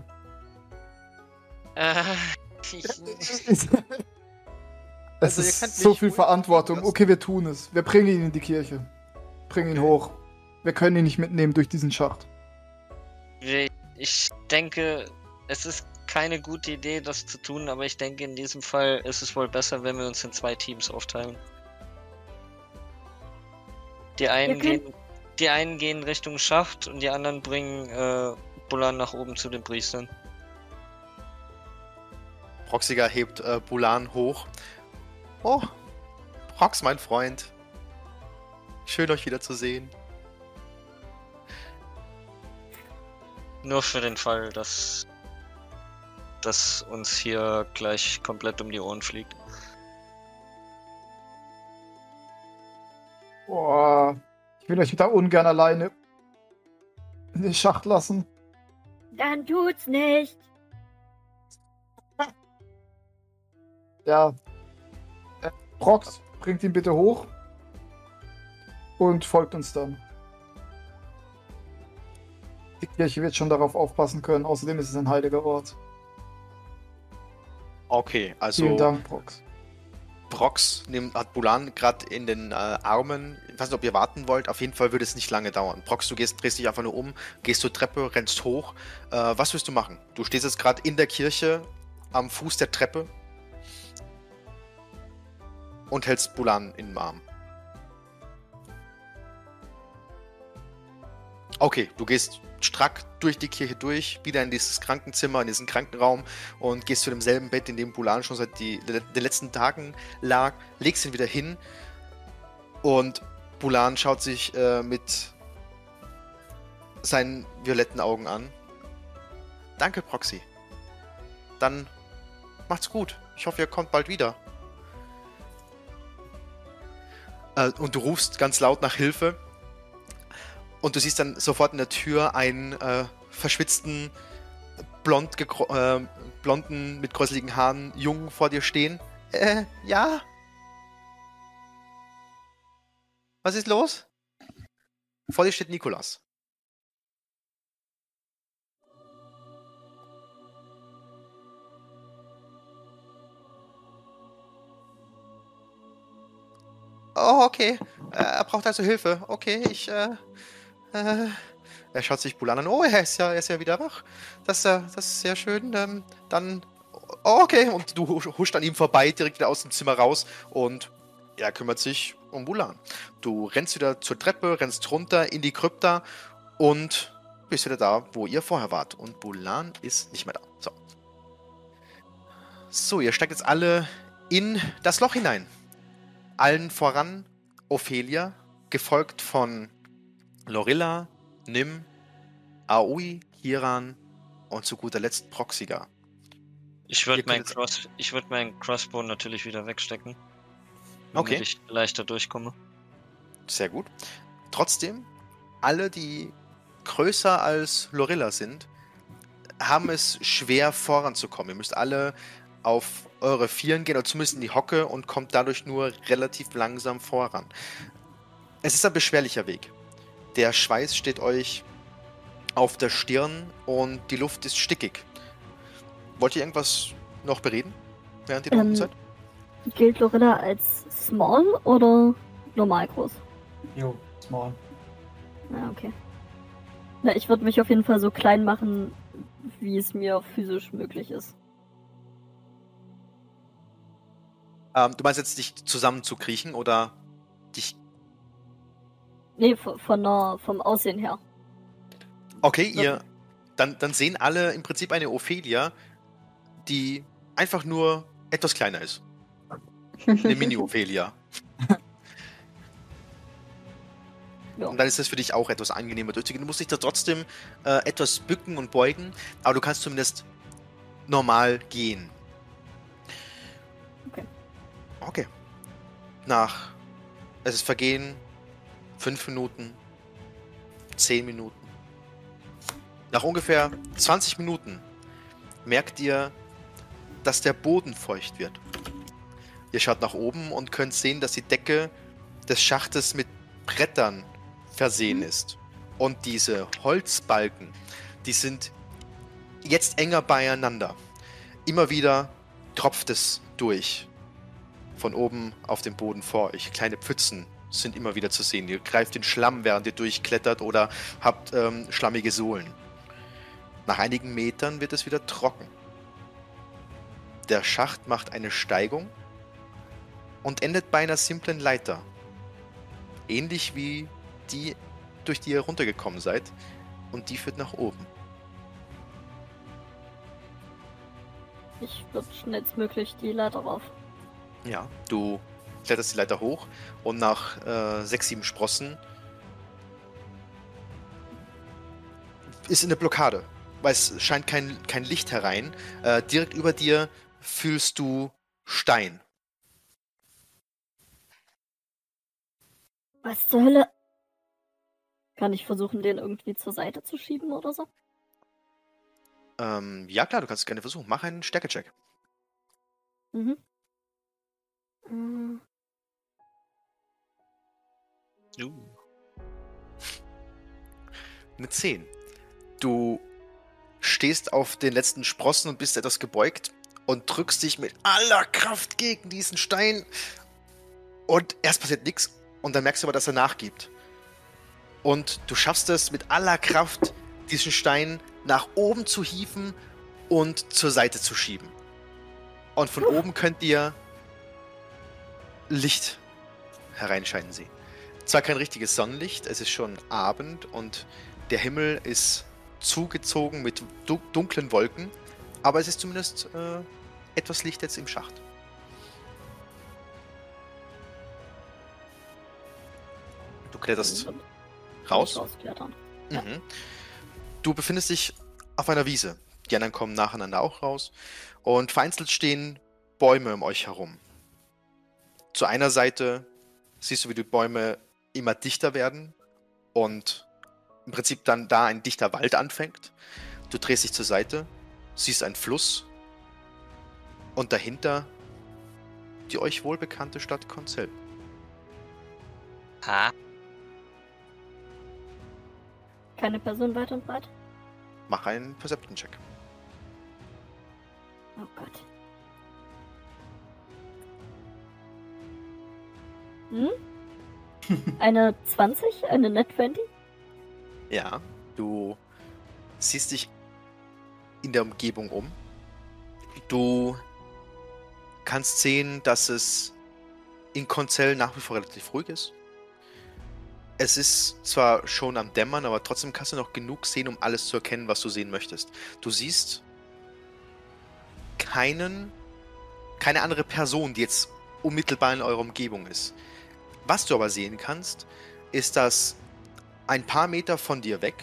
Es Also, ihr ist könnt so mich viel ruhig Verantwortung. lassen. Okay, wir tun es. Wir bringen ihn in die Kirche. Bringen ihn hoch. Wir können ihn nicht mitnehmen durch diesen Schacht. Ich denke, es ist keine gute Idee, das zu tun, aber ich denke, in diesem Fall ist es wohl besser, wenn wir uns in 2 Teams aufteilen. Die einen gehen Richtung Schacht und die anderen bringen Bulan nach oben zu den Priestern. Proxiga hebt Bulan hoch. Oh, Prox, mein Freund. Schön, euch wiederzusehen. Nur für den Fall, dass uns hier gleich komplett um die Ohren fliegt. Boah, ich will euch da ungern alleine in den Schacht lassen. Dann tut's nicht. Ja. Prox, bringt ihn bitte hoch. Und folgt uns dann. Die Kirche wird schon darauf aufpassen können. Außerdem ist es ein heiliger Ort. Okay, also Vielen Dank, Prox. Prox hat Bulan gerade in den Armen. Ich weiß nicht, ob ihr warten wollt. Auf jeden Fall würde es nicht lange dauern. Prox, du drehst dich einfach nur um, gehst zur Treppe, rennst hoch. Was willst du machen? Du stehst jetzt gerade in der Kirche am Fuß der Treppe und hältst Bulan in den Arm. Okay, du gehst strack durch die Kirche durch, wieder in dieses Krankenzimmer, in diesen Krankenraum und gehst zu demselben Bett, in dem Bulan schon seit den letzten Tagen lag, legst ihn wieder hin und Bulan schaut sich mit seinen violetten Augen an. Danke, Proxy. Dann macht's gut. Ich hoffe, ihr kommt bald wieder. Und du rufst ganz laut nach Hilfe. Und du siehst dann sofort in der Tür einen verschwitzten, blonden, mit kräuseligen Haaren Jungen vor dir stehen. Ja? Was ist los? Vor dir steht Nikolas. Oh, okay. Er braucht also Hilfe. Okay, er schaut sich Bulan an. Oh, er ist ja wieder wach. Das ist sehr schön. Dann. Oh, okay. Und du huscht an ihm vorbei, direkt wieder aus dem Zimmer raus. Und er kümmert sich um Bulan. Du rennst wieder zur Treppe, rennst runter in die Krypta und bist wieder da, wo ihr vorher wart. Und Bulan ist nicht mehr da. So, ihr steigt jetzt alle in das Loch hinein. Allen voran Ophelia, gefolgt von Lorilla, Nim, Aoi, Kiran und zu guter Letzt Proxiga. Ich würde meinen Crossbow natürlich wieder wegstecken, damit Okay. ich leichter durchkomme. Sehr gut. Trotzdem, alle, die größer als Lorilla sind, haben es schwer voranzukommen. Ihr müsst alle auf eure Vieren gehen, oder zumindest in die Hocke, und kommt dadurch nur relativ langsam voran. Es ist ein beschwerlicher Weg. Der Schweiß steht euch auf der Stirn und die Luft ist stickig. Wollt ihr irgendwas noch bereden, während ihr da unten seid? Gilt Lorilla als small oder normal groß? Jo, small. Ja, okay. Na, ich würde mich auf jeden Fall so klein machen, wie es mir physisch möglich ist. Du meinst jetzt, dich zusammen zu kriechen oder dich... Nee, vom Aussehen her. Okay, dann sehen alle im Prinzip eine Ophelia, die einfach nur etwas kleiner ist. Eine Mini-Ophelia. Ja. Und dann ist es für dich auch etwas angenehmer durchzugehen. Du musst dich da trotzdem etwas bücken und beugen, aber du kannst zumindest normal gehen. Okay. Es ist vergehen 5 Minuten, 10 Minuten. Nach ungefähr 20 Minuten merkt ihr, dass der Boden feucht wird. Ihr schaut nach oben und könnt sehen, dass die Decke des Schachtes mit Brettern versehen ist. Und diese Holzbalken, die sind jetzt enger beieinander. Immer wieder tropft es durch. Von oben auf den Boden vor euch. Kleine Pfützen sind immer wieder zu sehen. Ihr greift den Schlamm, während ihr durchklettert, oder habt schlammige Sohlen. Nach einigen Metern wird es wieder trocken. Der Schacht macht eine Steigung und endet bei einer simplen Leiter. Ähnlich wie die, durch die ihr runtergekommen seid. Und die führt nach oben. Ich würde schnellstmöglich die Leiter rauf. Ja, du kletterst die Leiter hoch und nach 6, 7 Sprossen ist in der Blockade, weil es scheint kein Licht herein. Direkt über dir fühlst du Stein. Was zur Hölle? Kann ich versuchen, den irgendwie zur Seite zu schieben oder so? Ja klar, du kannst es gerne versuchen. Mach einen Stärke-Check. Mhm. Eine 10. Du stehst auf den letzten Sprossen und bist etwas gebeugt und drückst dich mit aller Kraft gegen diesen Stein. Und erst passiert nichts und dann merkst du aber, dass er nachgibt. Und du schaffst es mit aller Kraft, diesen Stein nach oben zu hieven und zur Seite zu schieben. Und von oben könnt ihr Licht hereinscheinen sehen. Zwar kein richtiges Sonnenlicht, es ist schon Abend und der Himmel ist zugezogen mit dunklen Wolken, aber es ist zumindest etwas Licht jetzt im Schacht. Du kletterst raus. Ja. Mhm. Du befindest dich auf einer Wiese. Die anderen kommen nacheinander auch raus. Und vereinzelt stehen Bäume um euch herum. Zu einer Seite siehst du, wie die Bäume immer dichter werden und im Prinzip dann da ein dichter Wald anfängt. Du drehst dich zur Seite, siehst einen Fluss und dahinter die euch wohlbekannte Stadt Konzell. Ha? Keine Person weit und breit? Mach einen Perception-Check. Oh Gott. Eine 20? Eine Net 20? Ja, du siehst dich in der Umgebung um. Du kannst sehen, dass es in Konzell nach wie vor relativ ruhig ist. Es ist zwar schon am Dämmern, aber trotzdem kannst du noch genug sehen, um alles zu erkennen, was du sehen möchtest. Du siehst keine andere Person, die jetzt unmittelbar in eurer Umgebung ist. Was du aber sehen kannst, ist, dass ein paar Meter von dir weg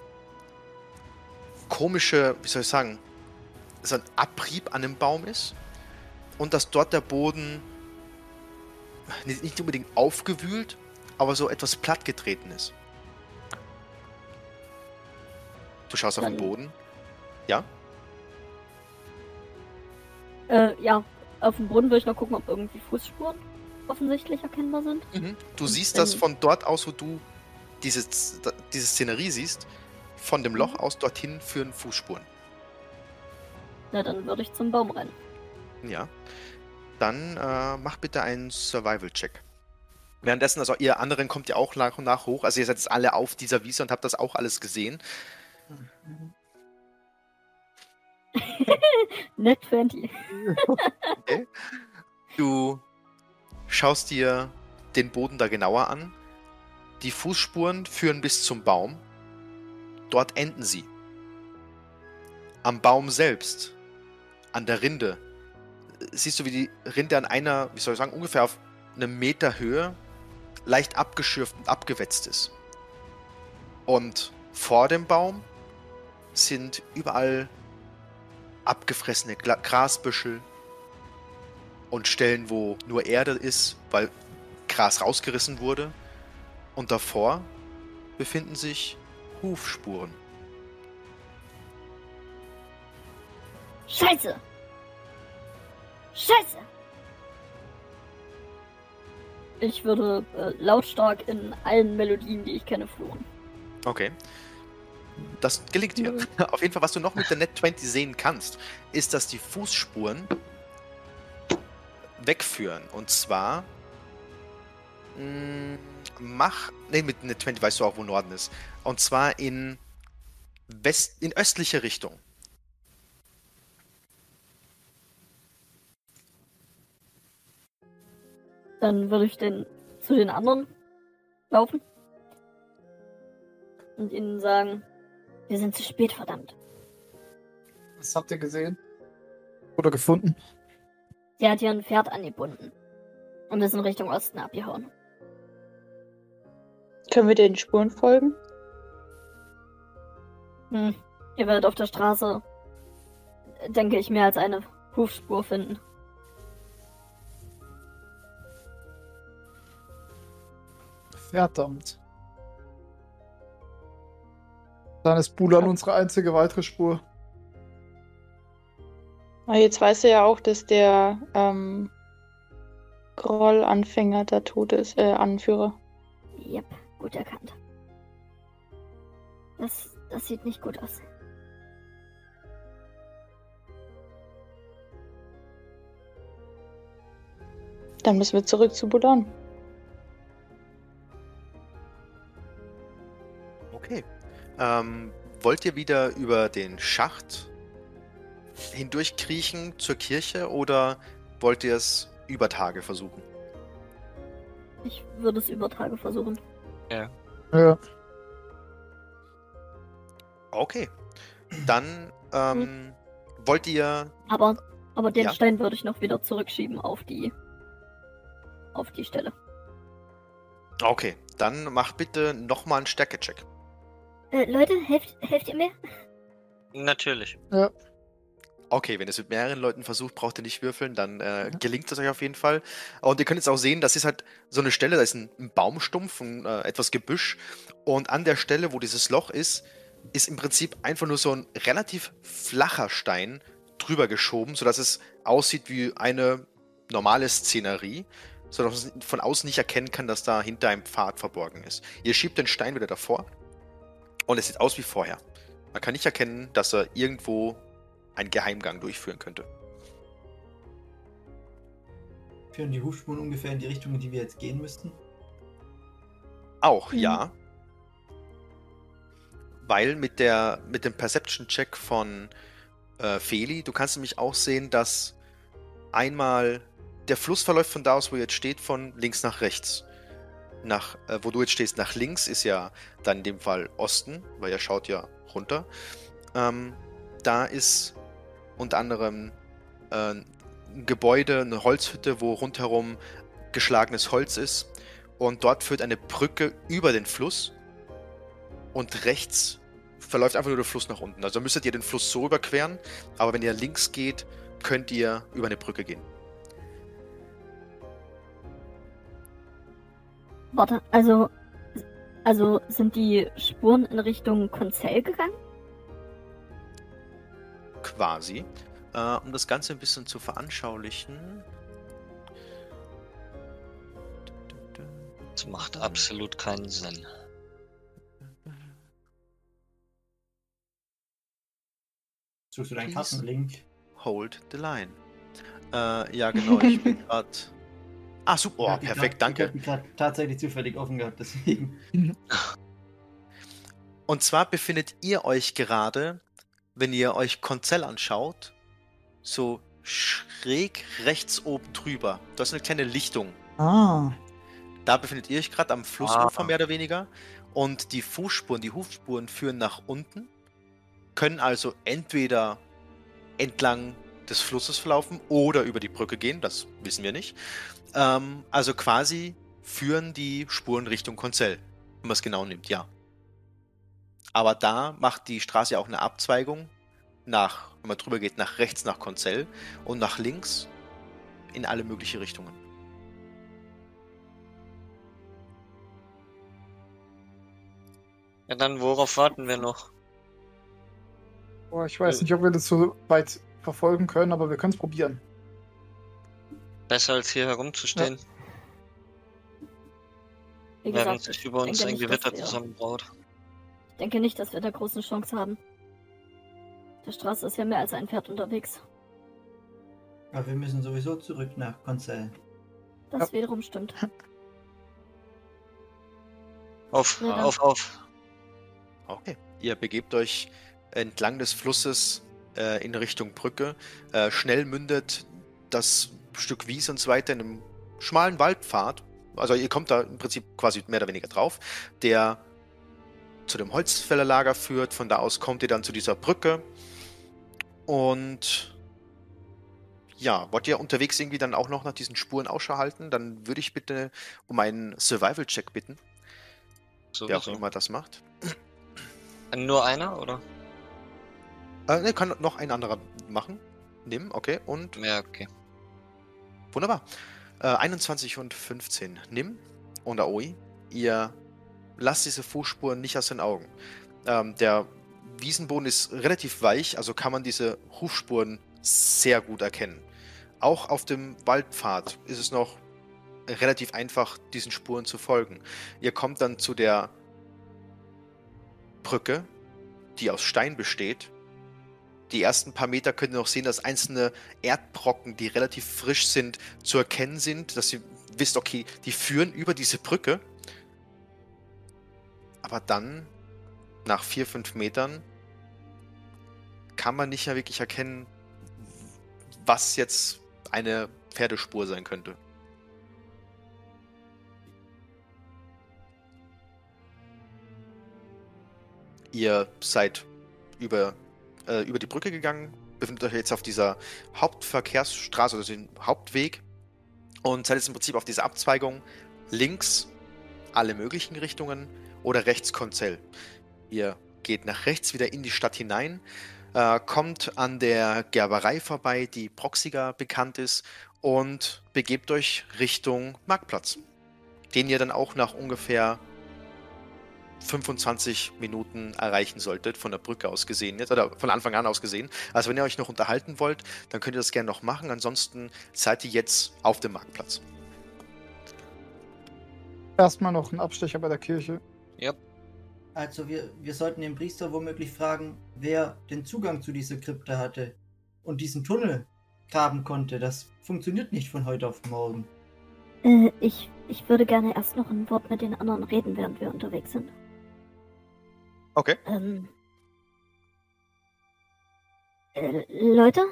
komische, wie soll ich sagen, so ein Abrieb an einem Baum ist und dass dort der Boden nicht unbedingt aufgewühlt, aber so etwas plattgetreten ist. Du schaust auf den Boden. Ja? Ja, auf dem Boden würde ich noch gucken, ob irgendwie Fußspuren offensichtlich erkennbar sind. Mhm. Du siehst das von dort aus, wo du diese Szenerie siehst, von dem Loch aus dorthin führen Fußspuren. Na, dann würde ich zum Baum rennen. Ja. Dann mach bitte einen Survival-Check. Währenddessen, also ihr anderen kommt ja auch nach und nach hoch. Also ihr seid jetzt alle auf dieser Wiese und habt das auch alles gesehen. Net 20. Okay. Du schaust dir den Boden da genauer an. Die Fußspuren führen bis zum Baum. Dort enden sie. Am Baum selbst, an der Rinde, siehst du, wie die Rinde an einer, wie soll ich sagen, ungefähr auf einem Meter Höhe leicht abgeschürft und abgewetzt ist. Und vor dem Baum sind überall abgefressene Grasbüschel und Stellen, wo nur Erde ist, weil Gras rausgerissen wurde. Und davor befinden sich Hufspuren. Scheiße! Scheiße! Ich würde lautstark in allen Melodien, die ich kenne, fluchen. Okay. Das gelingt dir. Auf jeden Fall, was du noch mit der Net 20 sehen kannst, ist, dass die Fußspuren wegführen. Und zwar mit Net 20 weißt du auch, wo Norden ist. Und zwar in östliche Richtung. Dann würde ich zu den anderen laufen und ihnen sagen, Wir sind zu spät, verdammt. Was habt ihr gesehen? Oder gefunden? Sie hat ihr ein Pferd angebunden und ist in Richtung Osten abgehauen. Können wir den Spuren folgen? Ihr werdet auf der Straße, denke ich, mehr als eine Hufspur finden. Verdammt. Dann ist Bulan unsere einzige weitere Spur. Aber jetzt weiß er ja auch, dass der Groll-Anfänger da tot ist, Anführer. Yep, gut erkannt. Das sieht nicht gut aus. Dann müssen wir zurück zu Bulan. Okay. Wollt ihr wieder über den Schacht hindurchkriechen zur Kirche oder wollt ihr es über Tage versuchen? Ich würde es über Tage versuchen. Ja. Okay. Dann wollt ihr... Aber den Ja. Stein würde ich noch wieder zurückschieben auf die Stelle. Okay, dann macht bitte nochmal einen Stärke-Check. Leute, helft ihr mir? Natürlich. Okay, wenn ihr es mit mehreren Leuten versucht, braucht ihr nicht würfeln, dann gelingt es euch auf jeden Fall. Und ihr könnt jetzt auch sehen, das ist halt so eine Stelle, da ist ein Baumstumpf, etwas Gebüsch. Und an der Stelle, wo dieses Loch ist im Prinzip einfach nur so ein relativ flacher Stein drüber geschoben, sodass es aussieht wie eine normale Szenerie, sodass man von außen nicht erkennen kann, dass da hinter einem Pfad verborgen ist. Ihr schiebt den Stein wieder davor und es sieht aus wie vorher. Man kann nicht erkennen, dass er irgendwo einen Geheimgang durchführen könnte. Führen die Hufspuren ungefähr in die Richtung, in die wir jetzt gehen müssten? Auch, ja. Weil mit dem Perception-Check von Feli, du kannst nämlich auch sehen, dass einmal der Fluss verläuft von da aus, wo ihr jetzt steht, von links nach rechts. Wo du jetzt stehst, nach links ist ja dann in dem Fall Osten, weil ihr schaut ja runter. Da ist unter anderem ein Gebäude, eine Holzhütte, wo rundherum geschlagenes Holz ist. Und dort führt eine Brücke über den Fluss. Und rechts verläuft einfach nur der Fluss nach unten. Also müsstet ihr den Fluss so überqueren. Aber wenn ihr links geht, könnt ihr über eine Brücke gehen. Warte, also sind die Spuren in Richtung Konzell gegangen? Quasi. Um das Ganze ein bisschen zu veranschaulichen. Das macht absolut keinen Sinn. Suchst du deinen Please. Kartenlink? Hold the line. Ja, genau. Ich bin gerade Ah, super. Oh, perfekt, Ich danke. habe die gerade tatsächlich zufällig offen gehabt, deswegen. Und zwar befindet ihr euch gerade, wenn ihr euch Konzell anschaut, so schräg rechts oben drüber. Da ist eine kleine Lichtung. Ah. Da befindet ihr euch gerade am Flussufer mehr oder weniger. Und die Fußspuren, die Hufspuren führen nach unten, können also entweder entlang des Flusses verlaufen oder über die Brücke gehen, das wissen wir nicht. Also quasi führen die Spuren Richtung Konzell, wenn man es genau nimmt, ja. Aber da macht die Straße auch eine Abzweigung nach, wenn man drüber geht, nach rechts nach Konzell und nach links in alle möglichen Richtungen. Ja, dann worauf warten wir noch? Boah, ich weiß nicht, ob wir das so weit verfolgen können, aber wir können es probieren. Besser als hier herumzustehen, Wie während gesagt, sich über uns denke ein nicht, Gewitter dass wir- zusammenbraut. Ich denke nicht, dass wir da große Chance haben. Der Straße ist ja mehr als ein Pferd unterwegs. Aber wir müssen sowieso zurück nach Konzell. Das wiederum stimmt. Auf, Ja, dann. auf. Okay. Ihr begebt euch entlang des Flusses in Richtung Brücke. Schnell mündet das Stück Wies und so weiter in einem schmalen Waldpfad. Also ihr kommt da im Prinzip quasi mehr oder weniger drauf, der zu dem Holzfällerlager führt. Von da aus kommt ihr dann zu dieser Brücke. Und ja, wollt ihr unterwegs irgendwie dann auch noch nach diesen Spuren Ausschau halten? Dann würde ich bitte um einen Survival-Check bitten. Wer auch Sowieso. immer das macht. Nur einer, oder? Ne, kann noch ein anderer machen. Nimm, okay. Und Ja, okay. wunderbar. 21 und 15. Nimm und Aoi. Ihr lasst diese Fußspuren nicht aus den Augen. Der Wiesenboden ist relativ weich, also kann man diese Hufspuren sehr gut erkennen. Auch auf dem Waldpfad ist es noch relativ einfach, diesen Spuren zu folgen. Ihr kommt dann zu der Brücke, die aus Stein besteht. Die ersten paar Meter könnt ihr noch sehen, dass einzelne Erdbrocken, die relativ frisch sind, zu erkennen sind, dass ihr wisst, okay, die führen über diese Brücke. Aber dann, nach 4-5 Metern, kann man nicht mehr wirklich erkennen, was jetzt eine Pferdespur sein könnte. Ihr seid über die Brücke gegangen, befindet euch jetzt auf dieser Hauptverkehrsstraße, also den Hauptweg, und seid jetzt im Prinzip auf dieser Abzweigung links alle möglichen Richtungen oder rechts Konzell. Ihr geht nach rechts wieder in die Stadt hinein, kommt an der Gerberei vorbei, die Proxiger bekannt ist, und begebt euch Richtung Marktplatz, den ihr dann auch nach ungefähr 25 Minuten erreichen solltet, von der Brücke aus gesehen, jetzt, oder von Anfang an aus gesehen. Also wenn ihr euch noch unterhalten wollt, dann könnt ihr das gerne noch machen. Ansonsten seid ihr jetzt auf dem Marktplatz. Erstmal noch ein Abstecher bei der Kirche. Ja. Also wir sollten den Priester womöglich fragen, wer den Zugang zu dieser Krypta hatte und diesen Tunnel graben konnte. Das funktioniert nicht von heute auf morgen. Ich würde gerne erst noch ein Wort mit den anderen reden, während wir unterwegs sind. Okay. Leute?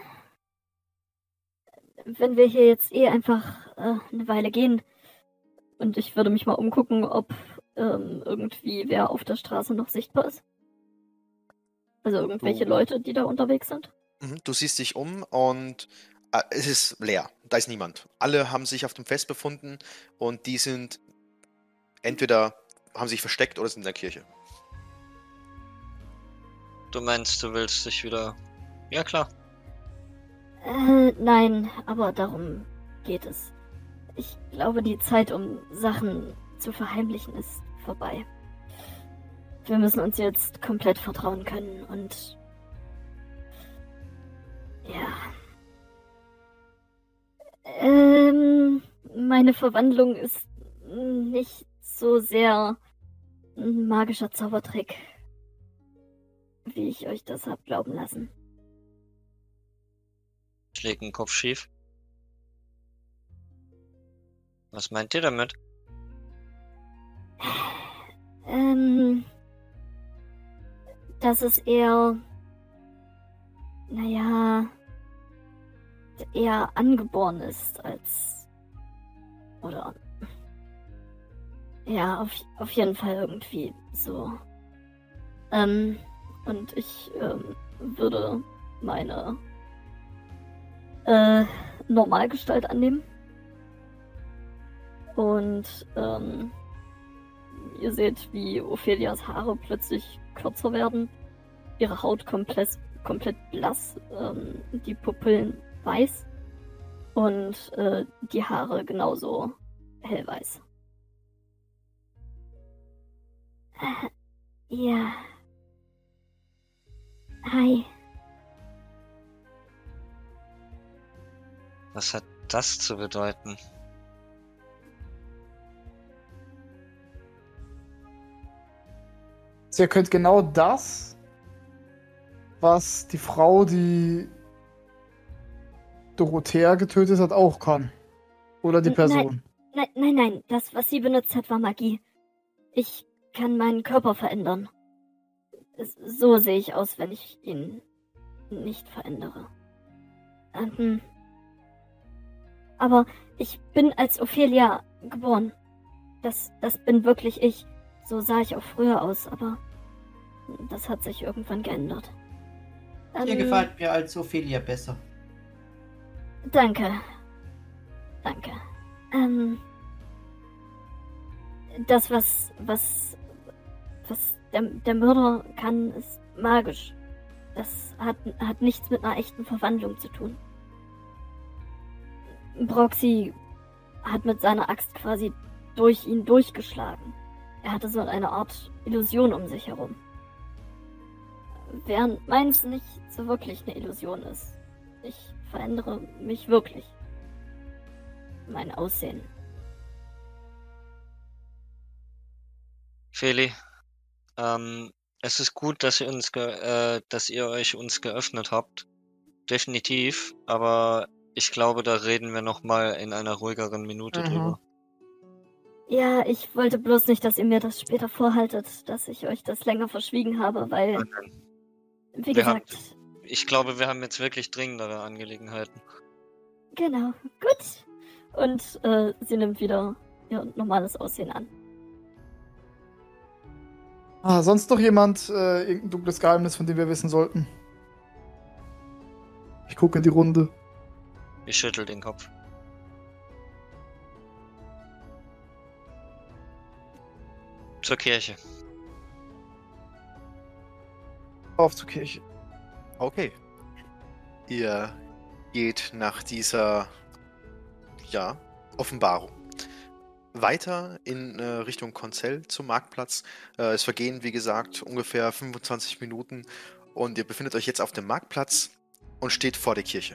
Wenn wir hier jetzt einfach eine Weile gehen und ich würde mich mal umgucken, ob irgendwie wer auf der Straße noch sichtbar ist. Also irgendwelche Leute, die da unterwegs sind. Du siehst dich um und es ist leer. Da ist niemand. Alle haben sich auf dem Fest befunden und die sind entweder haben sich versteckt oder sind in der Kirche. Du meinst, du willst dich wieder... Ja, klar. Nein, aber darum geht es. Ich glaube, die Zeit, um Sachen zu verheimlichen, ist vorbei. Wir müssen uns jetzt komplett vertrauen können und... Ja. Meine Verwandlung ist nicht so sehr ein magischer Zaubertrick, wie ich euch das hab glauben lassen. Schlägt den Kopf schief. Was meint ihr damit? Dass es eher, naja, eher angeboren ist als, oder, ja, auf jeden Fall irgendwie so. Und ich würde meine Normalgestalt annehmen. Und ihr seht, wie Ophelias Haare plötzlich kürzer werden, ihre Haut komplett blass, die Pupillen weiß und die Haare genauso hellweiß. Ja. Hi. Was hat das zu bedeuten? Ihr könnt genau das, was die Frau, die Dorothea getötet hat, auch kann. Oder die Person. Nein. Das, was sie benutzt hat, war Magie. Ich kann meinen Körper verändern. So sehe ich aus, wenn ich ihn nicht verändere. Aber ich bin als Ophelia geboren. Das bin wirklich ich. So sah ich auch früher aus, aber das hat sich irgendwann geändert. Dir gefällt mir als Ophelia besser. Danke. Das, was der Mörder kann, ist magisch. Das hat nichts mit einer echten Verwandlung zu tun. Broxy hat mit seiner Axt quasi durch ihn durchgeschlagen. Er hatte so eine Art Illusion um sich herum. Während meins nicht so wirklich eine Illusion ist. Ich verändere mich wirklich. Mein Aussehen. Feli, es ist gut, dass ihr euch uns geöffnet habt. Definitiv, aber ich glaube, da reden wir nochmal in einer ruhigeren Minute drüber. Ja, ich wollte bloß nicht, dass ihr mir das später vorhaltet, dass ich euch das länger verschwiegen habe, weil, wie gesagt... Ich glaube, wir haben jetzt wirklich dringendere Angelegenheiten. Genau, gut. Und sie nimmt wieder ihr normales Aussehen an. Sonst noch jemand, irgendein dunkles Geheimnis, von dem wir wissen sollten? Ich gucke in die Runde. Ich schüttel den Kopf. Zur Kirche. Auf zur Kirche. Okay. Ihr geht nach dieser, Offenbarung weiter in Richtung Konzell zum Marktplatz. Es vergehen, wie gesagt, ungefähr 25 Minuten und ihr befindet euch jetzt auf dem Marktplatz und steht vor der Kirche.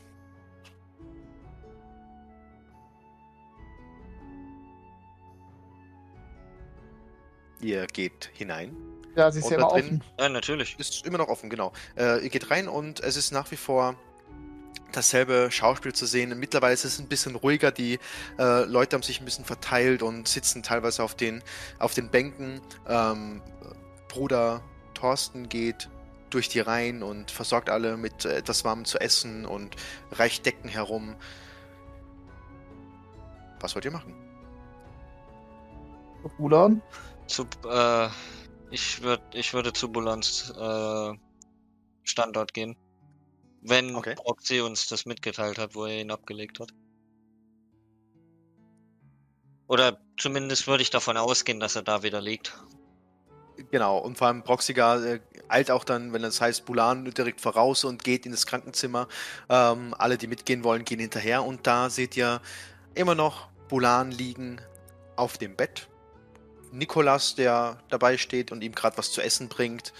Ihr geht hinein. Ja, sie ist ja immer offen. Ja, natürlich. Ist immer noch offen, genau. Ihr geht rein und es ist nach wie vor dasselbe Schauspiel zu sehen. Mittlerweile ist es ein bisschen ruhiger. Die Leute haben sich ein bisschen verteilt und sitzen teilweise auf den Bänken. Bruder Thorsten geht durch die Reihen und versorgt alle mit etwas Warmem zu essen und reicht Decken herum. Was wollt ihr machen? Bulan? Ich würde zu Bulans Standort gehen. Wenn Broxy uns das mitgeteilt hat, wo er ihn abgelegt hat. Oder zumindest würde ich davon ausgehen, dass er da wieder liegt. Genau, und vor allem Proxiga eilt auch dann, wenn das heißt, Bulan direkt voraus und geht in das Krankenzimmer. Alle, die mitgehen wollen, gehen hinterher und da seht ihr immer noch Bulan liegen auf dem Bett. Nikolas, der dabei steht und ihm gerade was zu essen bringt.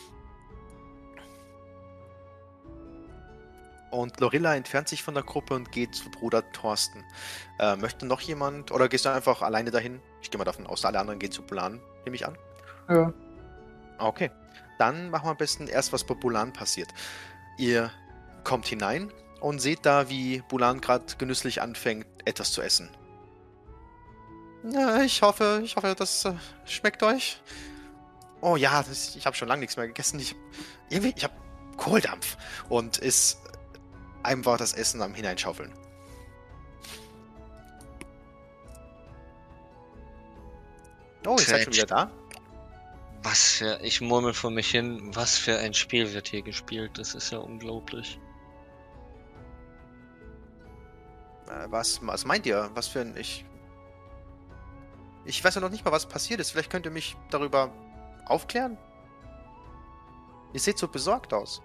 Und Lorilla entfernt sich von der Gruppe und geht zu Bruder Thorsten. Möchte noch jemand, oder gehst du einfach alleine dahin? Ich gehe mal davon aus, alle anderen gehen zu Bulan, nehme ich an. Ja. Okay, dann machen wir am besten erst, was bei Bulan passiert. Ihr kommt hinein und seht da, wie Bulan gerade genüsslich anfängt, etwas zu essen. Ja, ich hoffe, das schmeckt euch. Oh ja, ich habe schon lange nichts mehr gegessen. Ich habe Kohldampf und ist einfach das Essen am Hineinschaufeln. Oh, ihr seid schon wieder da? Ich murmel vor mich hin, was für ein Spiel wird hier gespielt. Das ist ja unglaublich. Was meint ihr? Was für ein... Ich weiß ja noch nicht mal, was passiert ist. Vielleicht könnt ihr mich darüber aufklären? Ihr seht so besorgt aus.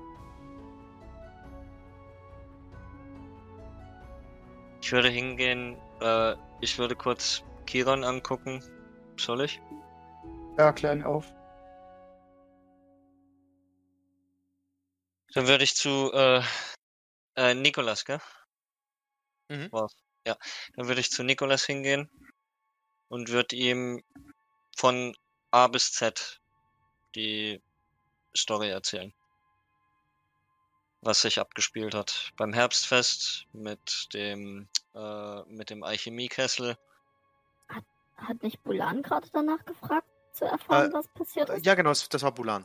Ich würde hingehen, ich würde kurz Kiron angucken. Soll ich? Ja, klär ihn auf. Dann würde ich zu Nikolas, gell? Mhm. Wow. Ja, dann würde ich zu Nikolas hingehen und würde ihm von A bis Z die Story erzählen. Was sich abgespielt hat beim Herbstfest mit dem Alchemiekessel. Hat nicht Bulan gerade danach gefragt, zu erfahren, was passiert ist? Ja, genau, das war Bulan.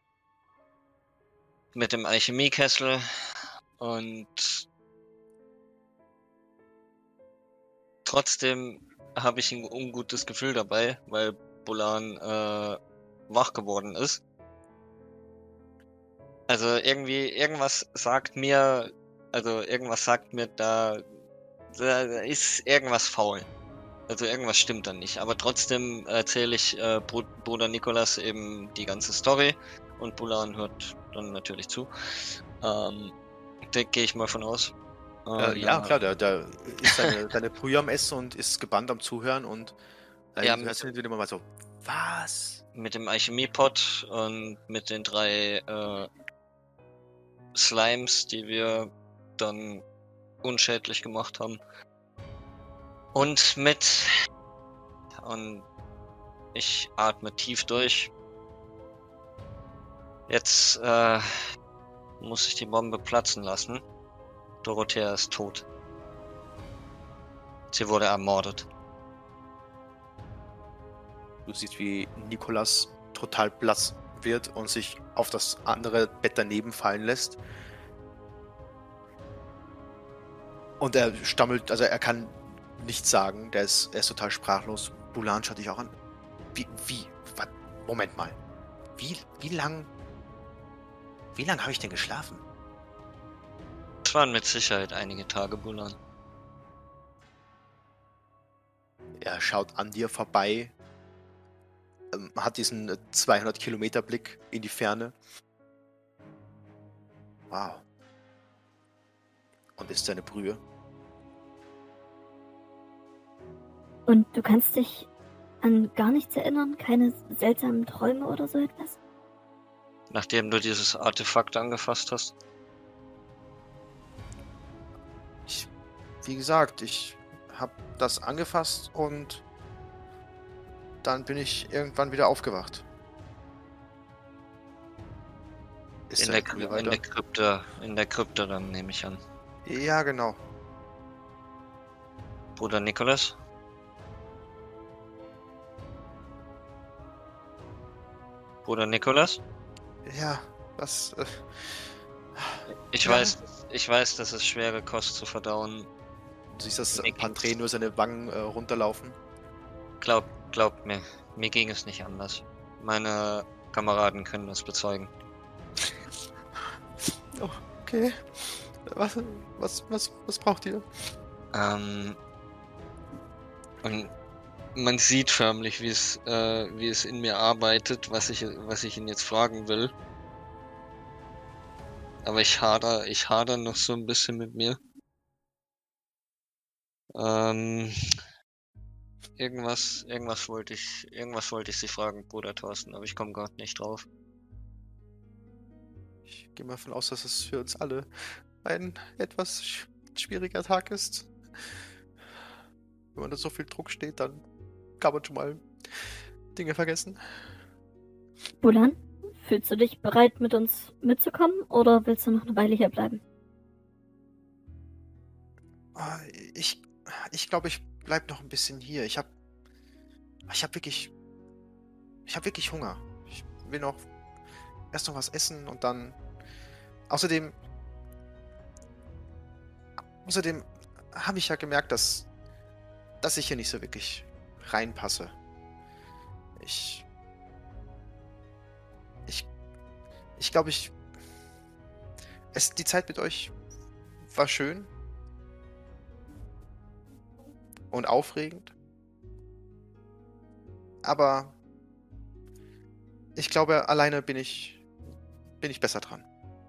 Mit dem Alchemiekessel und trotzdem habe ich ein ungutes Gefühl dabei, weil Bulan wach geworden ist. Also irgendwas sagt mir, da ist irgendwas faul. Also irgendwas stimmt dann nicht. Aber trotzdem erzähle ich Bruder Nikolas eben die ganze Story und Bulan hört dann natürlich zu. Da gehe ich mal von aus. Ja, klar, der ist seine Brühe am Essen und ist gebannt am Zuhören und Ja, du hörst wieder mal so, was? Mit dem Alchemiepot und mit den 3 Slimes, die wir dann unschädlich gemacht haben. Und ich atme tief durch. Jetzt muss ich die Bombe platzen lassen. Dorothea ist tot. Sie wurde ermordet. Du siehst, wie Nikolas total blass wird und sich auf das andere Bett daneben fallen lässt. Und er stammelt, also er kann nichts sagen, er ist total sprachlos. Bulan schaut dich auch an. Moment mal. Wie lang habe ich denn geschlafen? Es waren mit Sicherheit einige Tage, Bulan. Er schaut an dir vorbei, hat diesen 200-Kilometer-Blick in die Ferne. Wow. Und ist seine Brühe. Und du kannst dich an gar nichts erinnern? Keine seltsamen Träume oder so etwas? Nachdem du dieses Artefakt angefasst hast? Wie gesagt, ich habe das angefasst und dann bin ich irgendwann wieder aufgewacht. Ist In der Krypta dann, nehme ich an. Ja, genau. Bruder Nikolas? Bruder Nikolas? Ja, das... Ich weiß, das ist schwere Kost zu verdauen. Du siehst, dass ein paar Tränen nur seine Wangen runterlaufen. Glaubt mir ging es nicht anders. Meine Kameraden können das bezeugen. Oh, okay. Was braucht ihr? Und man sieht förmlich, wie es in mir arbeitet, was ich ihn jetzt fragen will. Aber ich hader noch so ein bisschen mit mir. Irgendwas wollte ich Sie fragen, Bruder Thorsten, aber ich komme gerade nicht drauf. Ich gehe mal davon aus, dass es für uns alle ein etwas schwieriger Tag ist. Wenn man da so viel Druck steht, dann kann man schon mal Dinge vergessen. Bulan, fühlst du dich bereit, mit uns mitzukommen oder willst du noch eine Weile hier bleiben? Ich glaube, ich bleib noch ein bisschen hier. Ich habe Ich habe wirklich Hunger. Ich will erst noch was essen und dann... Außerdem habe ich ja gemerkt, dass ich hier nicht so wirklich reinpasse. Ich glaube, die Zeit mit euch war schön und aufregend. Aber ich glaube, alleine bin ich besser dran.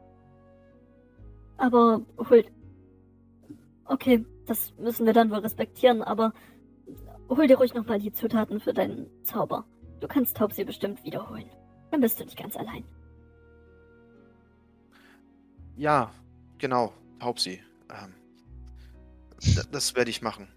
Aber Huld. Okay, das müssen wir dann wohl respektieren, aber hol dir ruhig nochmal die Zutaten für deinen Zauber. Du kannst Taubsi bestimmt wiederholen. Dann bist du nicht ganz allein. Ja, genau, Taubsi. Das werde ich machen.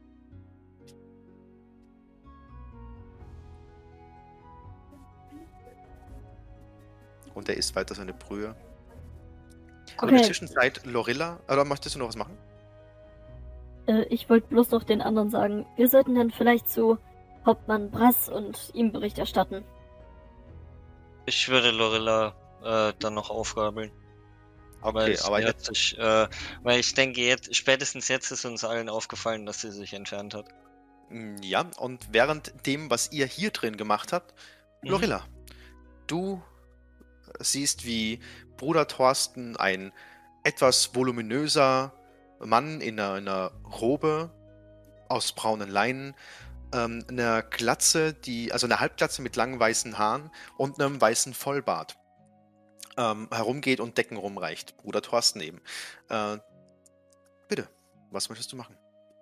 Und er isst weiter seine Brühe. Und in der Zwischenzeit Lorilla, oder möchtest du noch was machen? Ich wollte bloß noch den anderen sagen, wir sollten dann vielleicht zu Hauptmann Brass und ihm Bericht erstatten. Ich würde Lorilla dann noch aufgabeln. Okay, aber weil ich denke, spätestens jetzt ist uns allen aufgefallen, dass sie sich entfernt hat. Ja, und während dem, was ihr hier drin gemacht habt, Lorilla, du siehst, wie Bruder Thorsten, ein etwas voluminöser Mann in einer Robe aus braunen Leinen, einer Glatze, also eine Halbglatze mit langen weißen Haaren und einem weißen Vollbart, herumgeht und Decken rumreicht. Bruder Thorsten eben. Bitte, was möchtest du machen?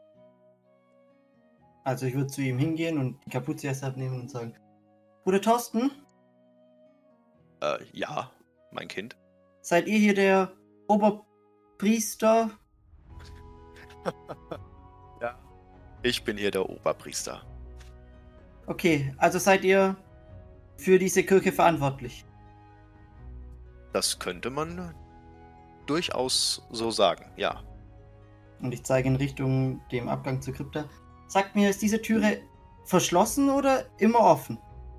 Also ich würde zu ihm hingehen und die Kapuze erst abnehmen und sagen, Bruder Thorsten? Ja, mein Kind. Seid ihr hier der Oberpriester? Ja. Ich bin hier der Oberpriester. Okay, also seid ihr für diese Kirche verantwortlich? Das könnte man durchaus so sagen, ja. Und ich zeige in Richtung dem Abgang zur Krypta. Sagt mir, ist diese Türe verschlossen oder immer offen?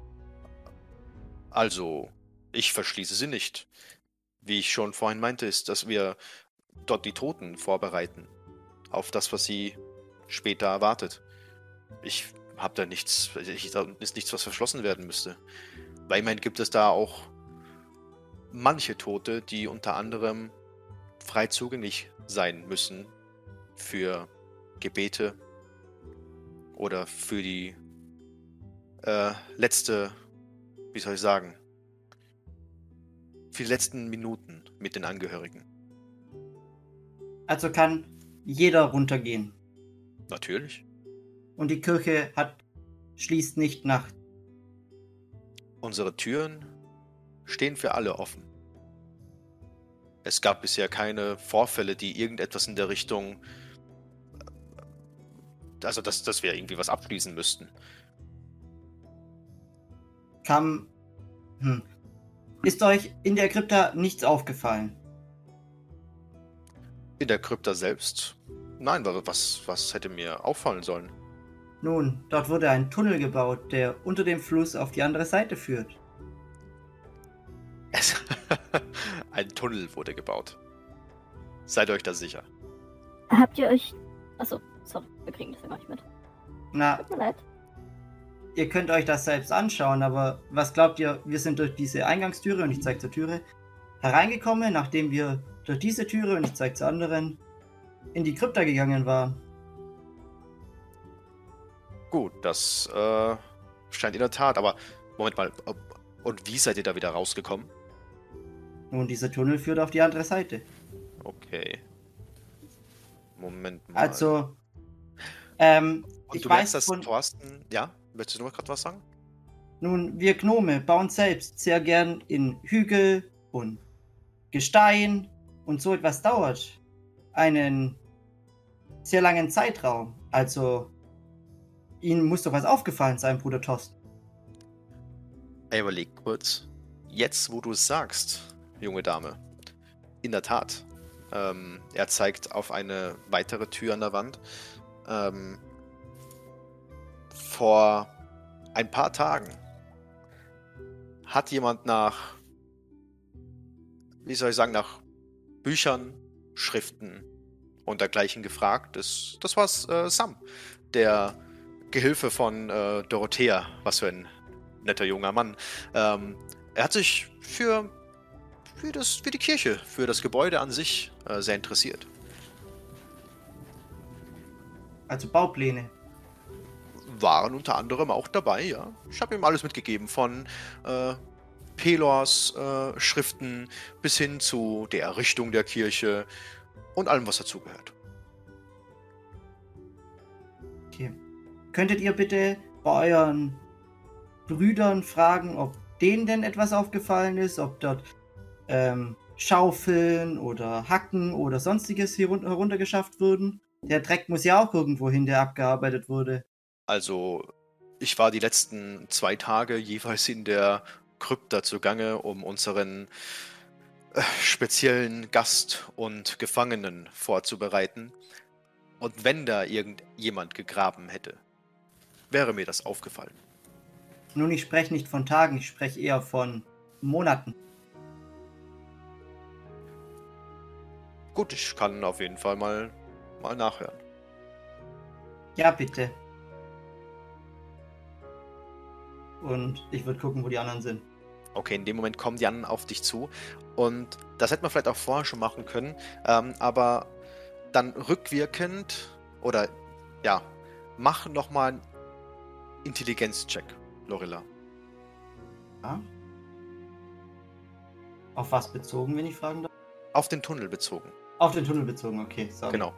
Also, ich verschließe sie nicht. Wie ich schon vorhin meinte, ist, dass wir dort die Toten vorbereiten. Auf das, was sie später erwartet. Ich habe da nichts, da ist nichts, was verschlossen werden müsste. Weil ich meine, gibt es da auch manche Tote, die unter anderem frei zugänglich sein müssen für Gebete oder für die letzte, wie soll ich sagen, für die letzten Minuten mit den Angehörigen. Also kann jeder runtergehen. Natürlich. Und die Kirche schließt nicht Nacht. Unsere Türen stehen für alle offen. Es gab bisher keine Vorfälle, die irgendetwas in der Richtung, also dass wir irgendwie was abschließen müssten. Ist euch in der Krypta nichts aufgefallen? In der Krypta selbst? Nein, was hätte mir auffallen sollen? Nun, dort wurde ein Tunnel gebaut, der unter dem Fluss auf die andere Seite führt. Ein Tunnel wurde gebaut. Seid euch da sicher. Habt ihr euch... Achso, sorry, wir kriegen das ja gar nicht mit. Na, Tut mir leid. ihr könnt euch das selbst anschauen, aber was glaubt ihr, wir sind durch diese Eingangstüre, und ich zeige zur Türe, hereingekommen, nachdem wir durch diese Türe, und ich zeige zur anderen, in die Krypta gegangen waren. Gut, das scheint in der Tat, aber Moment mal, und wie seid ihr da wieder rausgekommen? Nun, dieser Tunnel führt auf die andere Seite. Okay. Moment mal. Also, und ich du weiß merkst, dass von... Thorsten... Ja? Möchtest du noch gerade was sagen? Nun, wir Gnome bauen selbst sehr gern in Hügel und Gestein, und so etwas dauert einen sehr langen Zeitraum. Also, Ihnen muss doch was aufgefallen sein, Bruder Thorsten. Er überlegt kurz. Jetzt, wo du es sagst, junge Dame. In der Tat. Er zeigt auf eine weitere Tür an der Wand. Vor ein paar Tagen hat jemand nach, wie soll ich sagen, nach Büchern, Schriften und dergleichen gefragt. Das war Sam, der Gehilfe von Dorothea. Was für ein netter junger Mann. Er hat sich für die Kirche, für das Gebäude an sich sehr interessiert. Also Baupläne. Waren unter anderem auch dabei, ja. Ich habe ihm alles mitgegeben, von Pelors Schriften bis hin zu der Errichtung der Kirche und allem, was dazugehört. Okay. Könntet ihr bitte bei euren Brüdern fragen, ob denen denn etwas aufgefallen ist, ob dort Schaufeln oder Hacken oder sonstiges hier heruntergeschafft wurden? Der Dreck muss ja auch irgendwo hin, der abgearbeitet wurde. Also, ich war die letzten 2 Tage jeweils in der Krypta zugange, um unseren speziellen Gast und Gefangenen vorzubereiten. Und wenn da irgendjemand gegraben hätte, wäre mir das aufgefallen. Nun, ich spreche nicht von Tagen, ich spreche eher von Monaten. Gut, ich kann auf jeden Fall mal nachhören. Ja, bitte. Und ich würde gucken, wo die anderen sind. Okay, in dem Moment kommen die anderen auf dich zu. Und das hätte man vielleicht auch vorher schon machen können. Aber dann rückwirkend, oder ja, mach nochmal einen Intelligenzcheck, Lorilla. Ja? Auf was bezogen, wenn ich fragen darf? Auf den Tunnel bezogen. Auf den Tunnel bezogen, okay, sorry. Genau.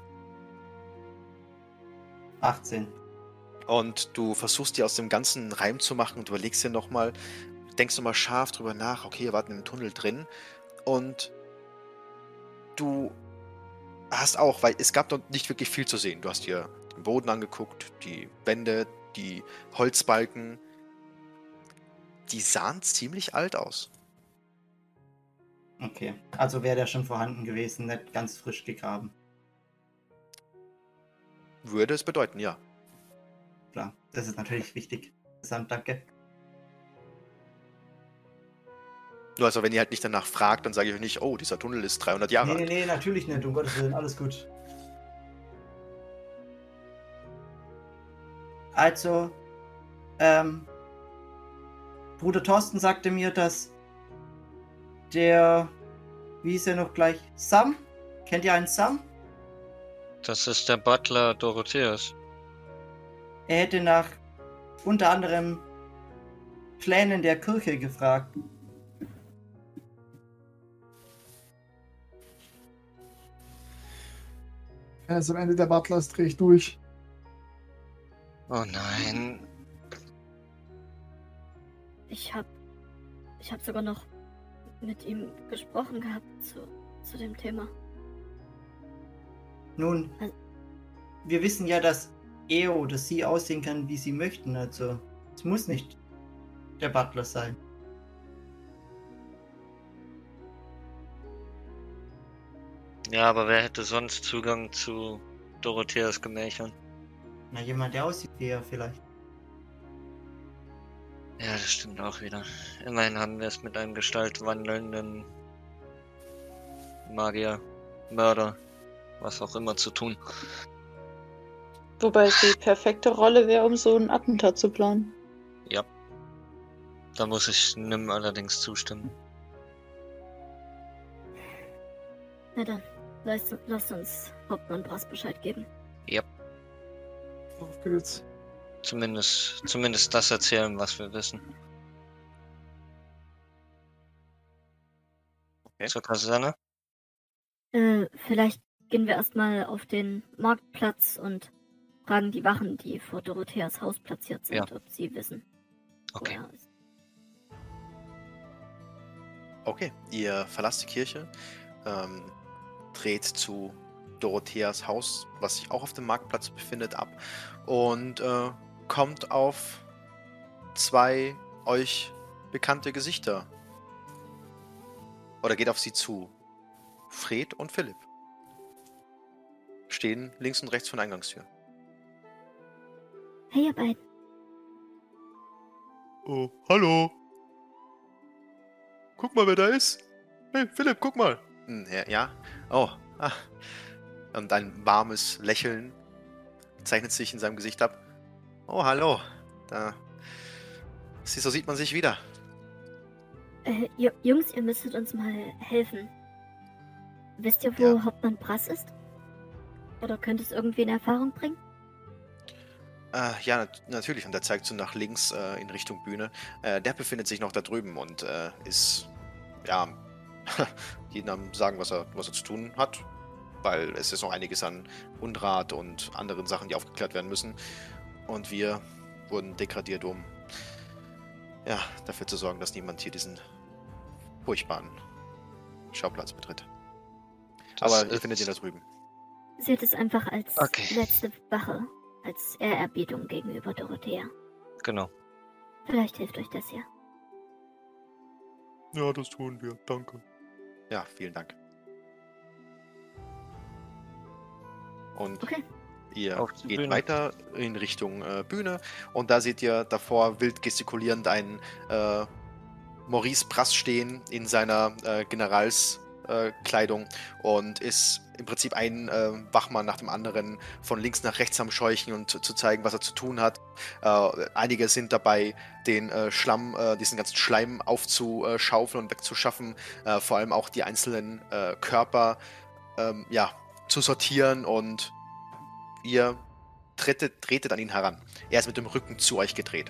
18. Und du versuchst dir aus dem ganzen Reim zu machen und überlegst dir nochmal, denkst nochmal scharf drüber nach, okay, wir warten im Tunnel drin. Und du hast auch, weil es gab dort nicht wirklich viel zu sehen. Du hast dir den Boden angeguckt, die Wände, die Holzbalken. Die sahen ziemlich alt aus. Okay, also wäre der schon vorhanden gewesen, nicht ganz frisch gegraben. Würde es bedeuten, ja. Klar, das ist natürlich wichtig. Interessant, danke. Nur also, wenn ihr halt nicht danach fragt, dann sage ich euch nicht, oh, dieser Tunnel ist 300 Jahre alt. Nee, natürlich nicht, um Gottes Willen, alles gut. Also, Bruder Thorsten sagte mir, dass der, wie ist er noch gleich, Sam? Kennt ihr einen Sam? Das ist der Butler Dorotheas. Er hätte nach unter anderem Plänen der Kirche gefragt. Also am Ende der Butler ist, drehe ich durch. Oh nein. Ich hab sogar noch mit ihm gesprochen gehabt zu dem Thema. Nun, wir wissen ja, dass er oder sie aussehen kann, wie sie möchten. Also, es muss nicht der Butler sein. Ja, aber wer hätte sonst Zugang zu Dorotheas Gemächern? Na, jemand, der aussieht wie er vielleicht. Ja, das stimmt auch wieder. Immerhin haben wir es mit einem gestaltwandelnden Magier, Mörder, was auch immer zu tun. Wobei es die perfekte Rolle wäre, um so ein Attentat zu planen. Ja. Da muss ich Nim allerdings zustimmen. Na dann, lasst uns Hauptmann Brass Bescheid geben. Ja. Auf geht's. Zumindest das erzählen, was wir wissen. Okay. Zur Kaserne? Vielleicht gehen wir erstmal auf den Marktplatz und fragen die Wachen, die vor Dorotheas Haus platziert sind, Ja. ob sie wissen, Okay. wo er ist. Okay, ihr verlasst die Kirche, dreht zu Dorotheas Haus, was sich auch auf dem Marktplatz befindet, ab und kommt auf 2 euch bekannte Gesichter. Oder geht auf sie zu. Fred und Philipp stehen links und rechts von der Eingangstür. Hey, ihr beiden. Oh, hallo. Guck mal, wer da ist. Hey, Philipp, guck mal. Ja, ja. Oh, ah. Und ein warmes Lächeln zeichnet sich in seinem Gesicht ab. Oh, hallo. Da. So sieht man sich wieder. Jungs, ihr müsstet uns mal helfen. Wisst ihr, wo Hauptmann Brass ist? Oder könnt es irgendwie in Erfahrung bringen? Ja, natürlich. Und er zeigt so nach links in Richtung Bühne. Der befindet sich noch da drüben und ist, ja, jedem sagen, was er zu tun hat. Weil es ist noch einiges an Unrat und anderen Sachen, die aufgeklärt werden müssen. Und wir wurden degradiert, um dafür zu sorgen, dass niemand hier diesen furchtbaren Schauplatz betritt. Aber ihr findet ihn da drüben. Seht es einfach als letzte Wache, als Ehrerbietung gegenüber Dorothea. Genau. Vielleicht hilft euch das ja. Ja, das tun wir. Danke. Ja, vielen Dank. Und ihr geht weiter in Richtung Bühne und da seht ihr davor wild gestikulierend einen Maurice Brass stehen in seiner Generalskleidung und ist im Prinzip ein Wachmann nach dem anderen von links nach rechts am Scheuchen und zu zeigen, was er zu tun hat. Einige sind dabei, den Schlamm, diesen ganzen Schleim aufzuschaufeln und wegzuschaffen, vor allem auch die einzelnen Körper zu sortieren und ihr tretet an ihn heran. Er ist mit dem Rücken zu euch gedreht.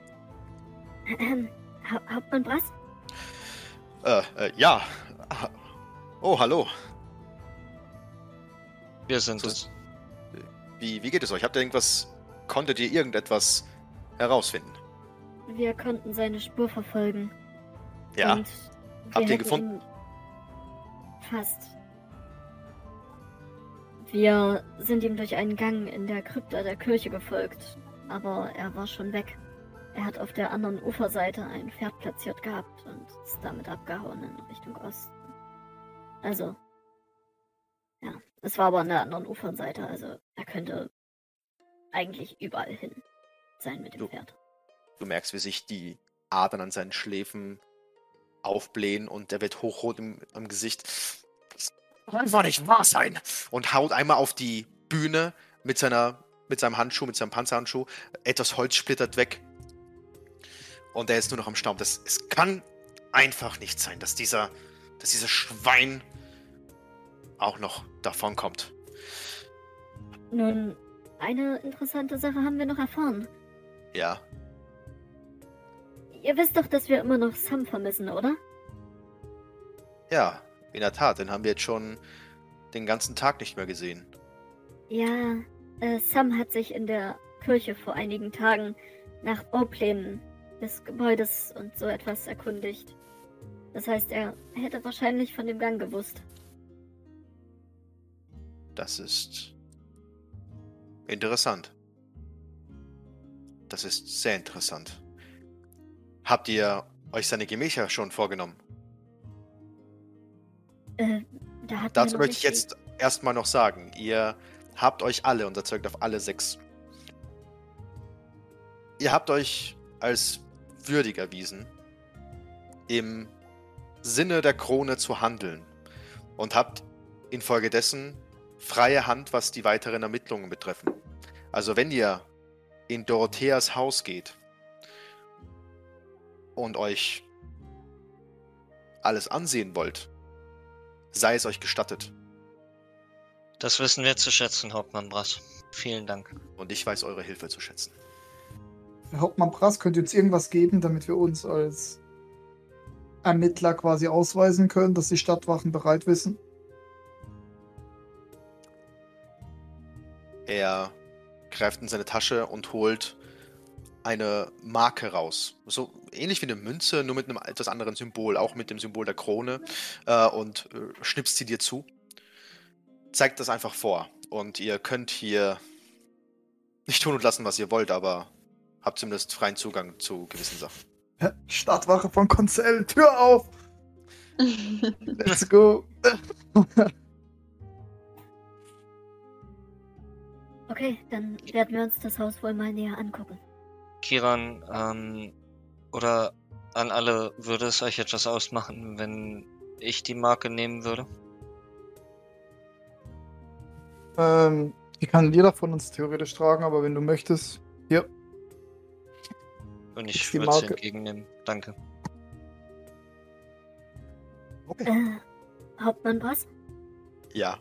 Hauptmann Brass? Ja. Oh, hallo. Wir sind es. Wie geht es euch? Konntet ihr irgendetwas herausfinden? Wir konnten seine Spur verfolgen. Ja. Und habt ihr ihn gefunden? Fast. Wir sind ihm durch einen Gang in der Krypta der Kirche gefolgt, aber er war schon weg. Er hat auf der anderen Uferseite ein Pferd platziert gehabt und ist damit abgehauen in Richtung Osten. Also, ja, es war aber an der anderen Uferseite, also er könnte eigentlich überall hin sein mit dem Pferd. Du merkst, wie sich die Adern an seinen Schläfen aufblähen und er wird hochrot im Gesicht. Das kann einfach nicht wahr sein! Und haut einmal auf die Bühne mit seinem Handschuh, mit seinem Panzerhandschuh. Etwas Holz splittert weg. Und er ist nur noch am Staunen. Es kann einfach nicht sein, dass dieses Schwein auch noch davon kommt. Nun, eine interessante Sache haben wir noch erfahren. Ja. Ihr wisst doch, dass wir immer noch Sam vermissen, oder? Ja, in der Tat. Den haben wir jetzt schon den ganzen Tag nicht mehr gesehen. Ja, Sam hat sich in der Kirche vor einigen Tagen nach Bauplänen des Gebäudes und so etwas erkundigt. Das heißt, er hätte wahrscheinlich von dem Gang gewusst. Das ist interessant. Das ist sehr interessant. Habt ihr euch seine Gemächer schon vorgenommen? Dazu möchte ich jetzt erstmal noch sagen, ihr habt euch alle, und das zeugt auf alle 6, ihr habt euch als würdig erwiesen, im Sinne der Krone zu handeln und habt infolgedessen freie Hand, was die weiteren Ermittlungen betreffen. Also wenn ihr in Dorotheas Haus geht und euch alles ansehen wollt, sei es euch gestattet. Das wissen wir zu schätzen, Hauptmann Brass. Vielen Dank. Und ich weiß eure Hilfe zu schätzen. Herr Hauptmann Brass, könnt ihr uns irgendwas geben, damit wir uns als Ermittler quasi ausweisen können, dass die Stadtwachen bereit wissen? Er greift in seine Tasche und holt eine Marke raus. So ähnlich wie eine Münze, nur mit einem etwas anderen Symbol, auch mit dem Symbol der Krone, und schnipst sie dir zu. Zeigt das einfach vor. Und ihr könnt hier nicht tun und lassen, was ihr wollt, aber habt zumindest freien Zugang zu gewissen Sachen. Stadtwache von Konzell, Tür auf! Let's go! Okay, dann werden wir uns das Haus wohl mal näher angucken. Kiran, Oder an alle, würde es euch etwas ausmachen, wenn ich die Marke nehmen würde? Die kann jeder von uns theoretisch tragen, aber wenn du möchtest, hier. Und Ist ich die würde sie Marke. entgegennehmen. Danke. Okay. Hauptmann Brass, Ja.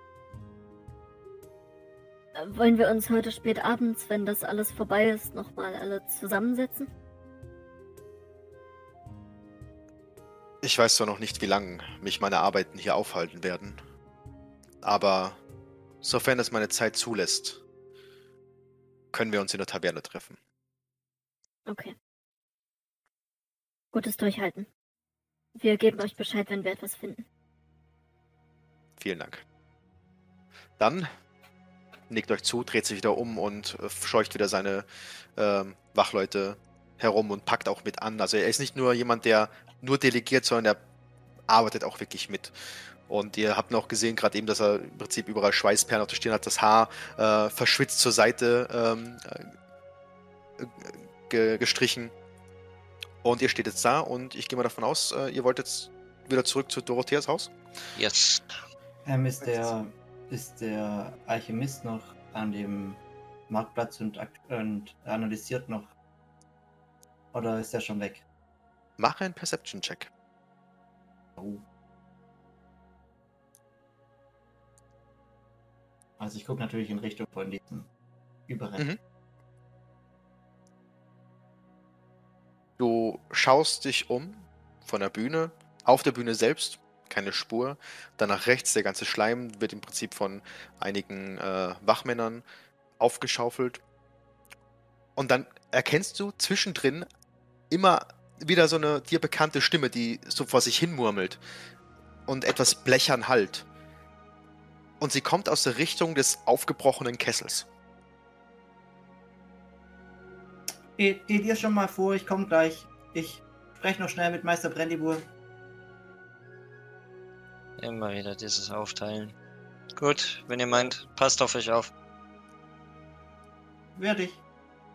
wollen wir uns heute spät abends, wenn das alles vorbei ist, nochmal alle zusammensetzen? Ich weiß zwar noch nicht, wie lange mich meine Arbeiten hier aufhalten werden, aber sofern es meine Zeit zulässt, können wir uns in der Taverne treffen. Okay. Gutes Durchhalten. Wir geben euch Bescheid, wenn wir etwas finden. Vielen Dank. Dann nickt euch zu, dreht sich wieder um und scheucht wieder seine Wachleute herum und packt auch mit an. Also er ist nicht nur jemand, der nur delegiert, sondern er arbeitet auch wirklich mit. Und ihr habt noch gesehen, gerade eben, dass er im Prinzip überall Schweißperlen auf der Stirn hat, das Haar verschwitzt zur Seite gestrichen. Und ihr steht jetzt da und ich gehe mal davon aus, ihr wollt jetzt wieder zurück zu Dorotheas Haus? Yes. Ist der Alchemist noch an dem Marktplatz und analysiert noch? Oder ist er schon weg? Mache einen Perception-Check. Oh. Also ich gucke natürlich in Richtung von diesem Überrennen. Mhm. Du schaust dich um von der Bühne, auf der Bühne selbst, keine Spur. Dann nach rechts, der ganze Schleim wird im Prinzip von einigen Wachmännern aufgeschaufelt. Und dann erkennst du zwischendrin immer wieder so eine dir bekannte Stimme, die so vor sich hin murmelt und etwas blechern hallt. Und sie kommt aus der Richtung des aufgebrochenen Kessels. Geht ihr schon mal vor, ich komme gleich. Ich spreche noch schnell mit Meister Brandibur. Immer wieder dieses Aufteilen. Gut, wenn ihr meint, passt auf euch auf. Werde ich.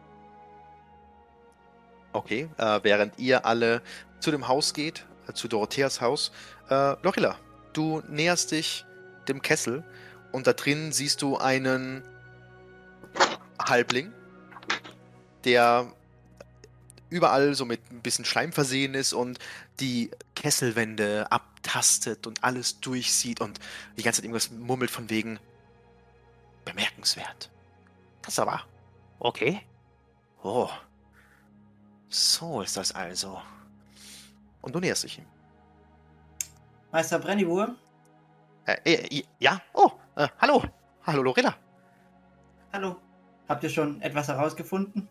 Okay, während ihr alle zu dem Haus geht, zu Dorotheas Haus, Lorilla, du näherst dich dem Kessel und da drin siehst du einen Halbling, der überall so mit ein bisschen Schleim versehen ist und die Kesselwände abtastet und alles durchsieht und die ganze Zeit irgendwas murmelt von wegen bemerkenswert. Das ist aber okay. Oh. So ist das also. Und du näherst dich ihm. Meister Brandibur? Ja? Oh, hallo. Hallo, Lorilla. Hallo. Habt ihr schon etwas herausgefunden?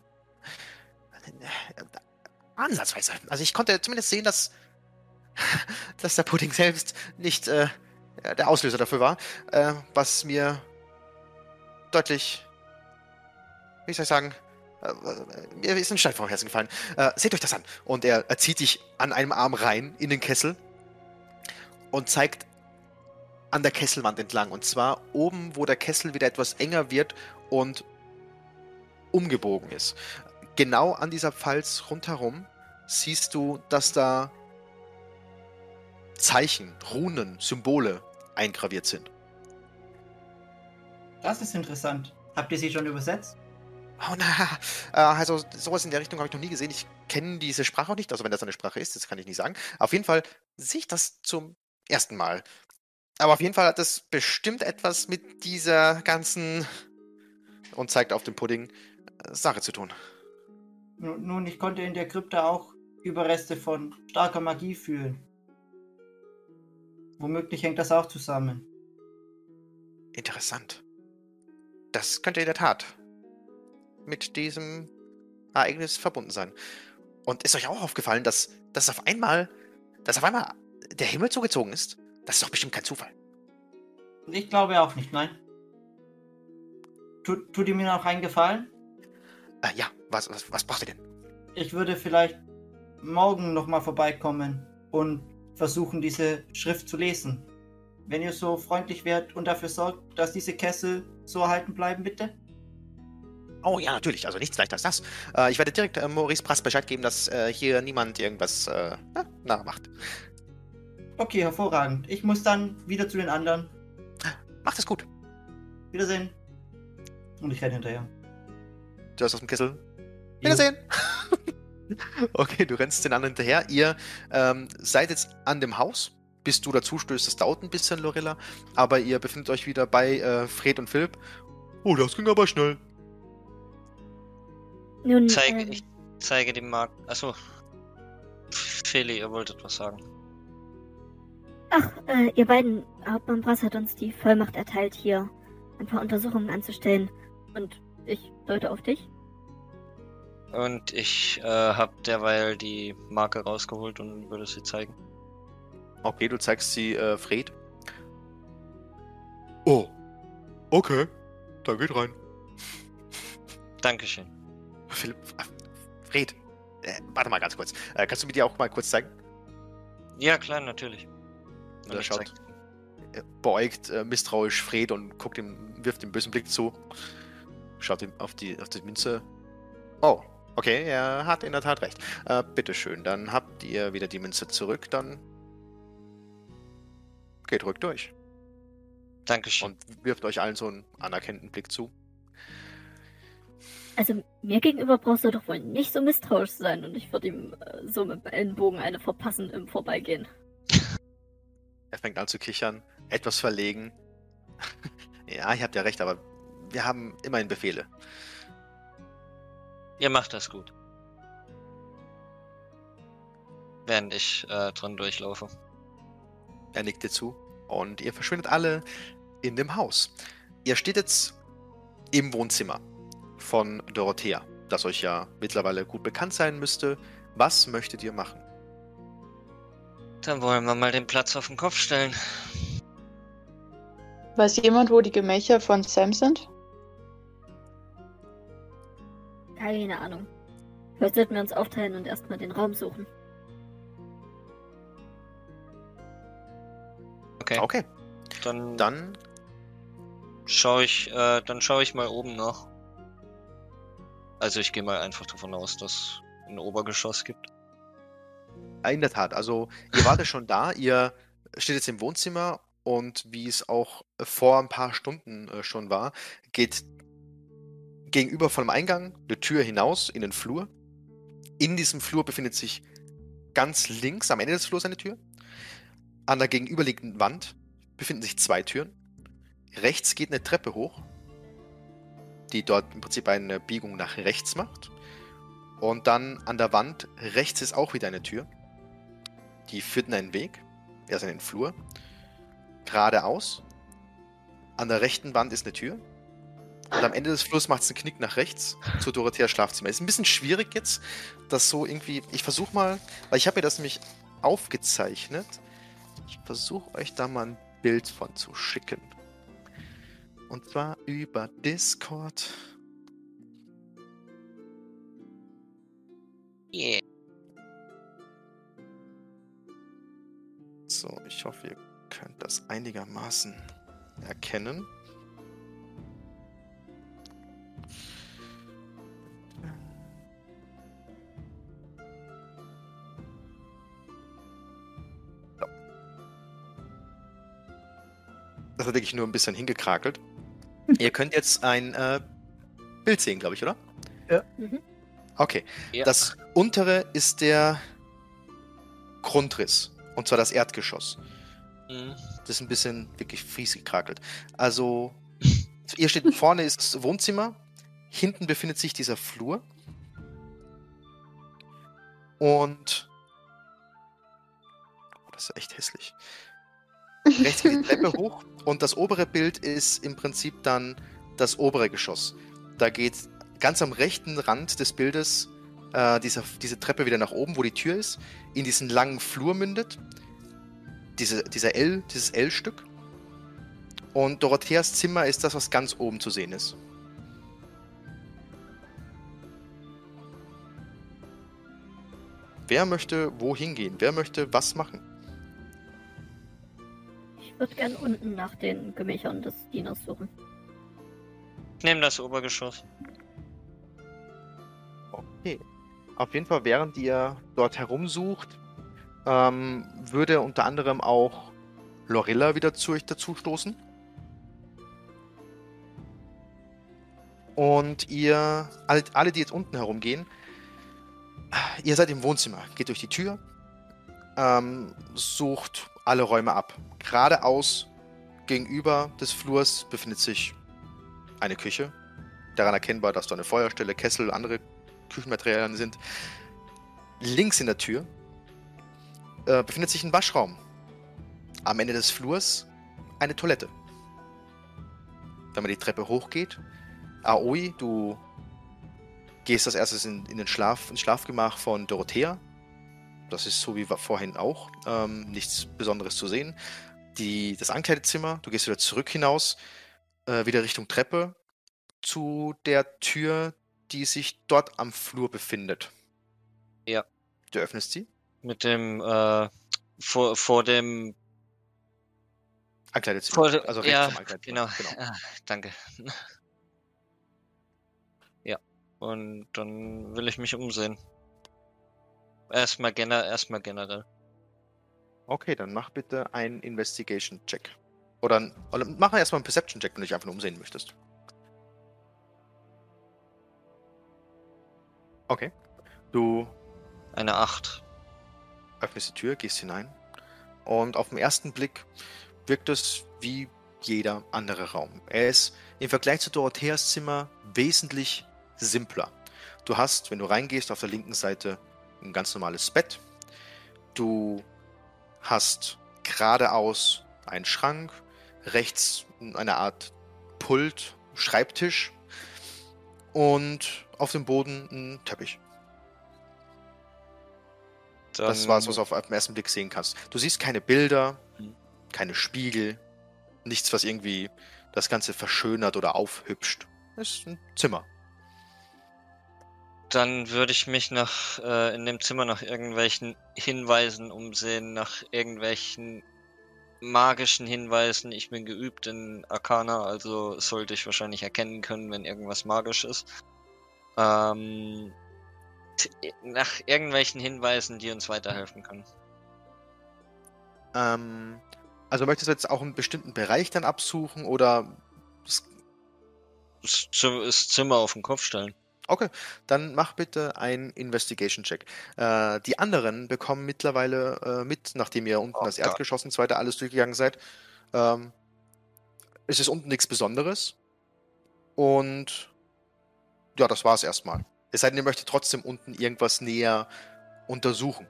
Ansatzweise. Also ich konnte zumindest sehen, dass der Pudding selbst nicht der Auslöser dafür war, was mir deutlich, wie soll ich sagen, mir ist ein Stein vom Herzen gefallen. Seht euch das an. Und er zieht dich an einem Arm rein in den Kessel und zeigt an der Kesselwand entlang. Und zwar oben, wo der Kessel wieder etwas enger wird und umgebogen ist. Genau an dieser Pfalz rundherum siehst du, dass da Zeichen, Runen, Symbole eingraviert sind. Das ist interessant. Habt ihr sie schon übersetzt? Oh na, also sowas in der Richtung habe ich noch nie gesehen. Ich kenne diese Sprache auch nicht, also wenn das eine Sprache ist, das kann ich nicht sagen. Auf jeden Fall sehe ich das zum ersten Mal. Aber auf jeden Fall hat das bestimmt etwas mit dieser ganzen, und zeigt auf den Pudding, Sache zu tun. Nun, ich konnte in der Krypta auch Überreste von starker Magie fühlen. Womöglich hängt das auch zusammen. Interessant. Das könnte in der Tat mit diesem Ereignis verbunden sein. Und ist euch auch aufgefallen, dass auf einmal der Himmel zugezogen ist? Das ist doch bestimmt kein Zufall. Ich glaube auch nicht, nein. Tut ihr mir noch einen Gefallen? Ja, was braucht ihr denn? Ich würde vielleicht morgen nochmal vorbeikommen und versuchen, diese Schrift zu lesen. Wenn ihr so freundlich wärt und dafür sorgt, dass diese Kessel so erhalten bleiben, bitte? Oh ja, natürlich, also nichts leichter als das. Ich werde direkt Maurice Prass Bescheid geben, dass hier niemand irgendwas nachmacht. Okay, hervorragend. Ich muss dann wieder zu den anderen. Macht es gut. Wiedersehen. Und ich renne hinterher. Du hast aus dem Kessel. Wiedersehen. Okay, du rennst den anderen hinterher. Ihr seid jetzt an dem Haus. Bis du dazu stößt, das dauert ein bisschen, Lorilla. Aber ihr befindet euch wieder bei Fred und Philipp. Oh, das ging aber schnell. Nun, Ich zeige dem Mark. Achso. Feli, ihr wolltet was sagen. Ihr beiden, Hauptmann Brass hat uns die Vollmacht erteilt, hier ein paar Untersuchungen anzustellen. Und ich deute auf dich. Und ich habe derweil die Marke rausgeholt und würde sie zeigen. Okay, du zeigst sie Fred. Oh, okay. Dann geht rein. Dankeschön. Philipp, Fred, warte mal ganz kurz. Kannst du mir die auch mal kurz zeigen? Ja, klar, natürlich. Er schaut, beugt misstrauisch Fred und wirft ihm einen bösen Blick zu. Schaut ihm auf die Münze. Oh, okay, er hat in der Tat recht. Bitteschön, dann habt ihr wieder die Münze zurück, dann geht ruhig durch. Dankeschön. Und wirft euch allen so einen anerkennenden Blick zu. Also mir gegenüber brauchst du doch wohl nicht so misstrauisch sein und ich würde ihm so mit dem Ellenbogen eine verpassen im Vorbeigehen. Er fängt an zu kichern, etwas verlegen. Ja, ihr habt ja recht, aber wir haben immerhin Befehle. Ihr macht das gut. Während ich dran durchlaufe. Er nickt dir zu und ihr verschwindet alle in dem Haus. Ihr steht jetzt im Wohnzimmer von Dorothea, das euch ja mittlerweile gut bekannt sein müsste. Was möchtet ihr machen? Dann wollen wir mal den Platz auf den Kopf stellen. Weiß jemand, wo die Gemächer von Sam sind? Keine Ahnung. Vielleicht sollten wir uns aufteilen und erstmal den Raum suchen. Okay. Dann schaue ich mal oben nach. Also ich gehe mal einfach davon aus, dass es ein Obergeschoss gibt. In der Tat, also ihr wart ja schon da, ihr steht jetzt im Wohnzimmer und wie es auch vor ein paar Stunden schon war, geht gegenüber vom Eingang eine Tür hinaus in den Flur. In diesem Flur befindet sich ganz links am Ende des Flurs eine Tür. An der gegenüberliegenden Wand befinden sich 2 Türen. Rechts geht eine Treppe hoch, die dort im Prinzip eine Biegung nach rechts macht. Und dann an der Wand rechts ist auch wieder eine Tür. Die führt in einen Weg, erst in den Flur. Geradeaus. An der rechten Wand ist eine Tür. Und am Ende des Flurs macht es einen Knick nach rechts zu Dorotheas Schlafzimmer. Ist ein bisschen schwierig jetzt, das so irgendwie... Ich versuche mal, weil ich habe mir das nämlich aufgezeichnet. Ich versuche euch da mal ein Bild von zu schicken. Und zwar über Discord. Yeah. So, ich hoffe, ihr könnt das einigermaßen erkennen. Das hat wirklich nur ein bisschen hingekrakelt. Ihr könnt jetzt ein Bild sehen, glaube ich, oder? Ja. Mhm. Okay. Ja. Das untere ist der Grundriss. Und zwar das Erdgeschoss. Mhm. Das ist ein bisschen wirklich fies gekrakelt. Also, ihr steht vorne ist das Wohnzimmer. Hinten befindet sich dieser Flur. Und... Oh, das ist echt hässlich. Rechts geht die Treppe hoch und das obere Bild ist im Prinzip dann das obere Geschoss. Da geht ganz am rechten Rand des Bildes diese Treppe wieder nach oben, wo die Tür ist, in diesen langen Flur mündet. Dieses L-Stück. Und Dorotheas Zimmer ist das, was ganz oben zu sehen ist. Wer möchte wohin gehen? Wer möchte was machen? Ich würde gern unten nach den Gemächern des Dieners suchen. Ich nehme das Obergeschoss. Okay. Auf jeden Fall, während ihr dort herumsucht, würde unter anderem auch Lorilla wieder zu euch dazustoßen. Und ihr, alle, die jetzt unten herumgehen, ihr seid im Wohnzimmer, geht durch die Tür, sucht alle Räume ab. Geradeaus gegenüber des Flurs befindet sich eine Küche. Daran erkennbar, dass da eine Feuerstelle, Kessel, andere Küchenmaterialien sind. Links in der Tür befindet sich ein Waschraum. Am Ende des Flurs eine Toilette. Wenn man die Treppe hochgeht, Aoi, du gehst als erstes ins Schlafgemach von Dorothea. Das ist so wie vorhin auch. Nichts Besonderes zu sehen. Das Ankleidezimmer, du gehst wieder zurück hinaus, wieder Richtung Treppe zu der Tür, die sich dort am Flur befindet. Ja. Du öffnest sie. Mit dem, vor dem... Ankleidezimmer. Also rechts ja, vom Ankleidezimmer. genau. Ah, danke. Ja, und dann will ich mich umsehen. Erstmal generell. Okay, dann mach bitte einen Investigation-Check. Oder mach erstmal einen Perception-Check, wenn du dich einfach nur umsehen möchtest. Okay. Du Eine 8. öffnest die Tür, gehst hinein. Und auf den ersten Blick wirkt es wie jeder andere Raum. Er ist im Vergleich zu Dorotheas Zimmer wesentlich simpler. Du hast, wenn du reingehst, auf der linken Seite ein ganz normales Bett. Du hast geradeaus einen Schrank, rechts eine Art Pult, Schreibtisch und auf dem Boden ein Teppich. Das war es, was du auf den ersten Blick sehen kannst. Du siehst keine Bilder, keine Spiegel, nichts, was irgendwie das Ganze verschönert oder aufhübscht. Es ist ein Zimmer. Dann würde ich mich in dem Zimmer nach irgendwelchen Hinweisen umsehen, nach irgendwelchen magischen Hinweisen. Ich bin geübt in Arcana, also sollte ich wahrscheinlich erkennen können, wenn irgendwas magisch ist. Nach irgendwelchen Hinweisen, die uns weiterhelfen können. Also möchtest du jetzt auch einen bestimmten Bereich dann absuchen oder... Das Zimmer auf den Kopf stellen. Okay, dann mach bitte einen Investigation-Check. Die anderen bekommen mittlerweile mit, nachdem ihr unten das Erdgeschoss und so weiter alles durchgegangen seid. Es ist unten nichts Besonderes. Und ja, das war's erstmal. Es sei denn, ihr möchtet trotzdem unten irgendwas näher untersuchen.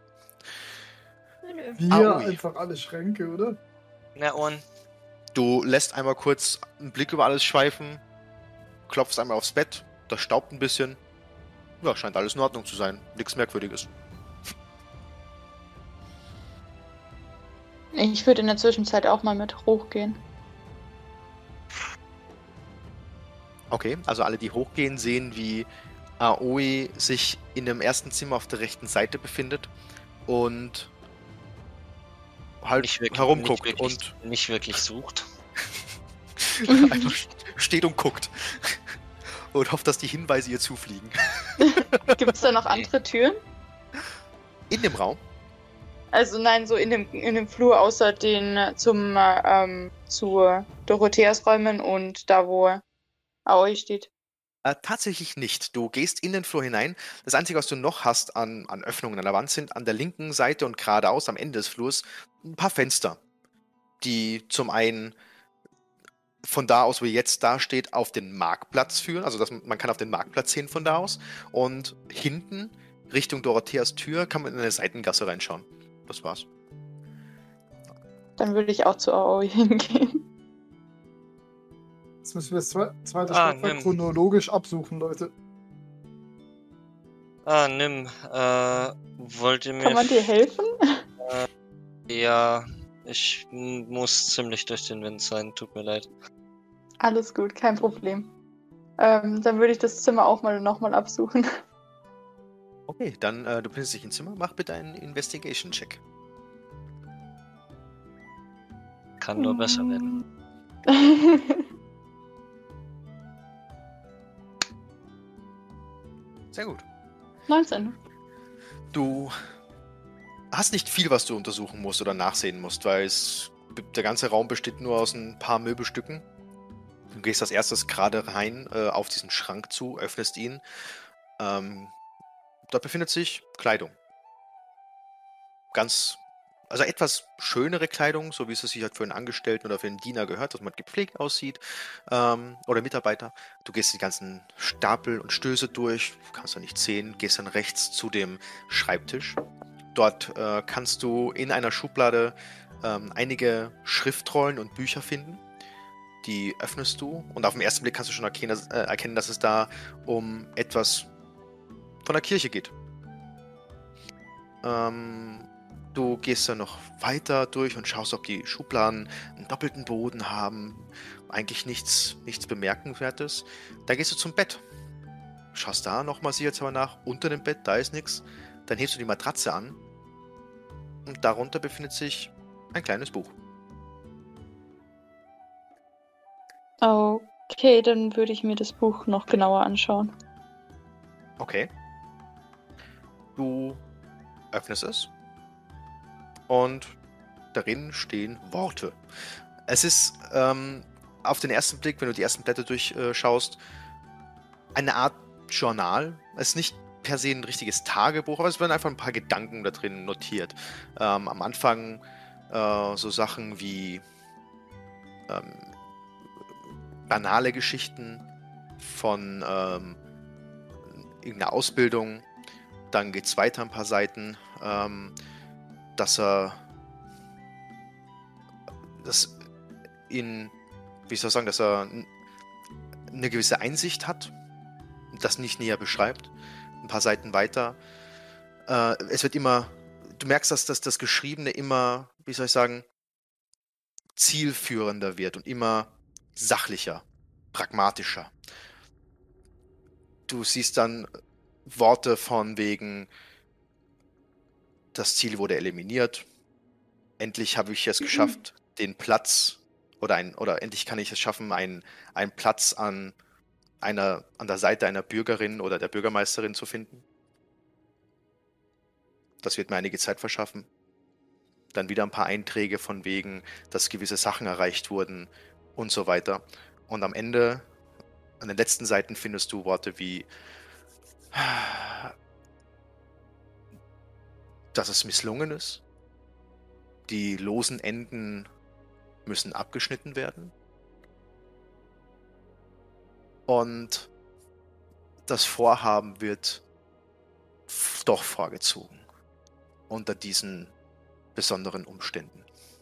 Wir einfach alle Schränke, oder? Na und? Du lässt einmal kurz einen Blick über alles schweifen, klopfst einmal aufs Bett, das staubt ein bisschen. Ja, scheint alles in Ordnung zu sein. Nichts Merkwürdiges. Ich würde in der Zwischenzeit auch mal mit hochgehen. Okay, also alle, die hochgehen, sehen, wie Aoi sich in dem ersten Zimmer auf der rechten Seite befindet und halt herumguckt und nicht wirklich sucht. einfach steht und guckt und hofft, dass die Hinweise ihr zufliegen. Gibt es da noch andere Türen? In dem Raum? Also nein, so in dem Flur, außer den zu Dorotheas Räumen und da, wo Aoi steht. Tatsächlich nicht. Du gehst in den Flur hinein. Das Einzige, was du noch hast an Öffnungen an der Wand, sind an der linken Seite und geradeaus am Ende des Flurs ein paar Fenster, die zum einen von da aus, wo ihr jetzt da steht, auf den Marktplatz führen. Also man kann auf den Marktplatz sehen von da aus. Und hinten, Richtung Dorotheas Tür, kann man in eine Seitengasse reinschauen. Das war's. Dann würde ich auch zu Aoi hingehen. Jetzt müssen wir das zweite Stockwerk chronologisch absuchen, Leute. Nimm. Wollt ihr mir... Kann man dir helfen? Ja, ich muss ziemlich durch den Wind sein, tut mir leid. Alles gut, kein Problem. Dann würde ich das Zimmer auch nochmal absuchen. Okay, dann du befindest dich im Zimmer. Mach bitte einen Investigation-Check. Kann nur besser werden. Sehr gut. 19. Du hast nicht viel, was du untersuchen musst oder nachsehen musst, weil der ganze Raum besteht nur aus ein paar Möbelstücken. Du gehst als erstes gerade rein auf diesen Schrank zu, öffnest ihn. Dort befindet sich Kleidung. Also etwas schönere Kleidung, so wie es sich halt für einen Angestellten oder für einen Diener gehört, dass man gepflegt aussieht, oder Mitarbeiter. Du gehst die ganzen Stapel und Stöße durch, kannst du nicht sehen, gehst dann rechts zu dem Schreibtisch. Dort kannst du in einer Schublade einige Schriftrollen und Bücher finden. Die öffnest du und auf den ersten Blick kannst du schon erkennen, dass es da um etwas von der Kirche geht. Du gehst dann noch weiter durch und schaust, ob die Schubladen einen doppelten Boden haben. Eigentlich nichts Bemerkenswertes. Dann gehst du zum Bett. Schaust da nochmal sicherheitshalber nach. Unter dem Bett, da ist nichts. Dann hebst du die Matratze an. Und darunter befindet sich ein kleines Buch. Okay, dann würde ich mir das Buch noch genauer anschauen. Okay. Du öffnest es. Und darin stehen Worte. Es ist auf den ersten Blick, wenn du die ersten Blätter durchschaust, eine Art Journal. Es ist nicht per se ein richtiges Tagebuch, aber es werden einfach ein paar Gedanken da drin notiert. Am Anfang so Sachen wie banale Geschichten von irgendeiner Ausbildung. Dann geht es weiter ein paar Seiten, dass er eine gewisse Einsicht hat, das nicht näher beschreibt. Ein paar Seiten weiter. Es wird immer, du merkst, dass das Geschriebene immer, wie soll ich sagen, zielführender wird und immer sachlicher, pragmatischer. Du siehst dann Worte von wegen, das Ziel wurde eliminiert. Endlich habe ich es geschafft, den Platz oder endlich kann ich es schaffen, einen Platz an der Seite einer Bürgerin oder der Bürgermeisterin zu finden. Das wird mir einige Zeit verschaffen. Dann wieder ein paar Einträge von wegen, dass gewisse Sachen erreicht wurden und so weiter. Und am Ende, an den letzten Seiten findest du Worte wie, dass es misslungen ist. Die losen Enden müssen abgeschnitten werden. Und das Vorhaben wird doch vorgezogen. Unter diesen besonderen Umständen.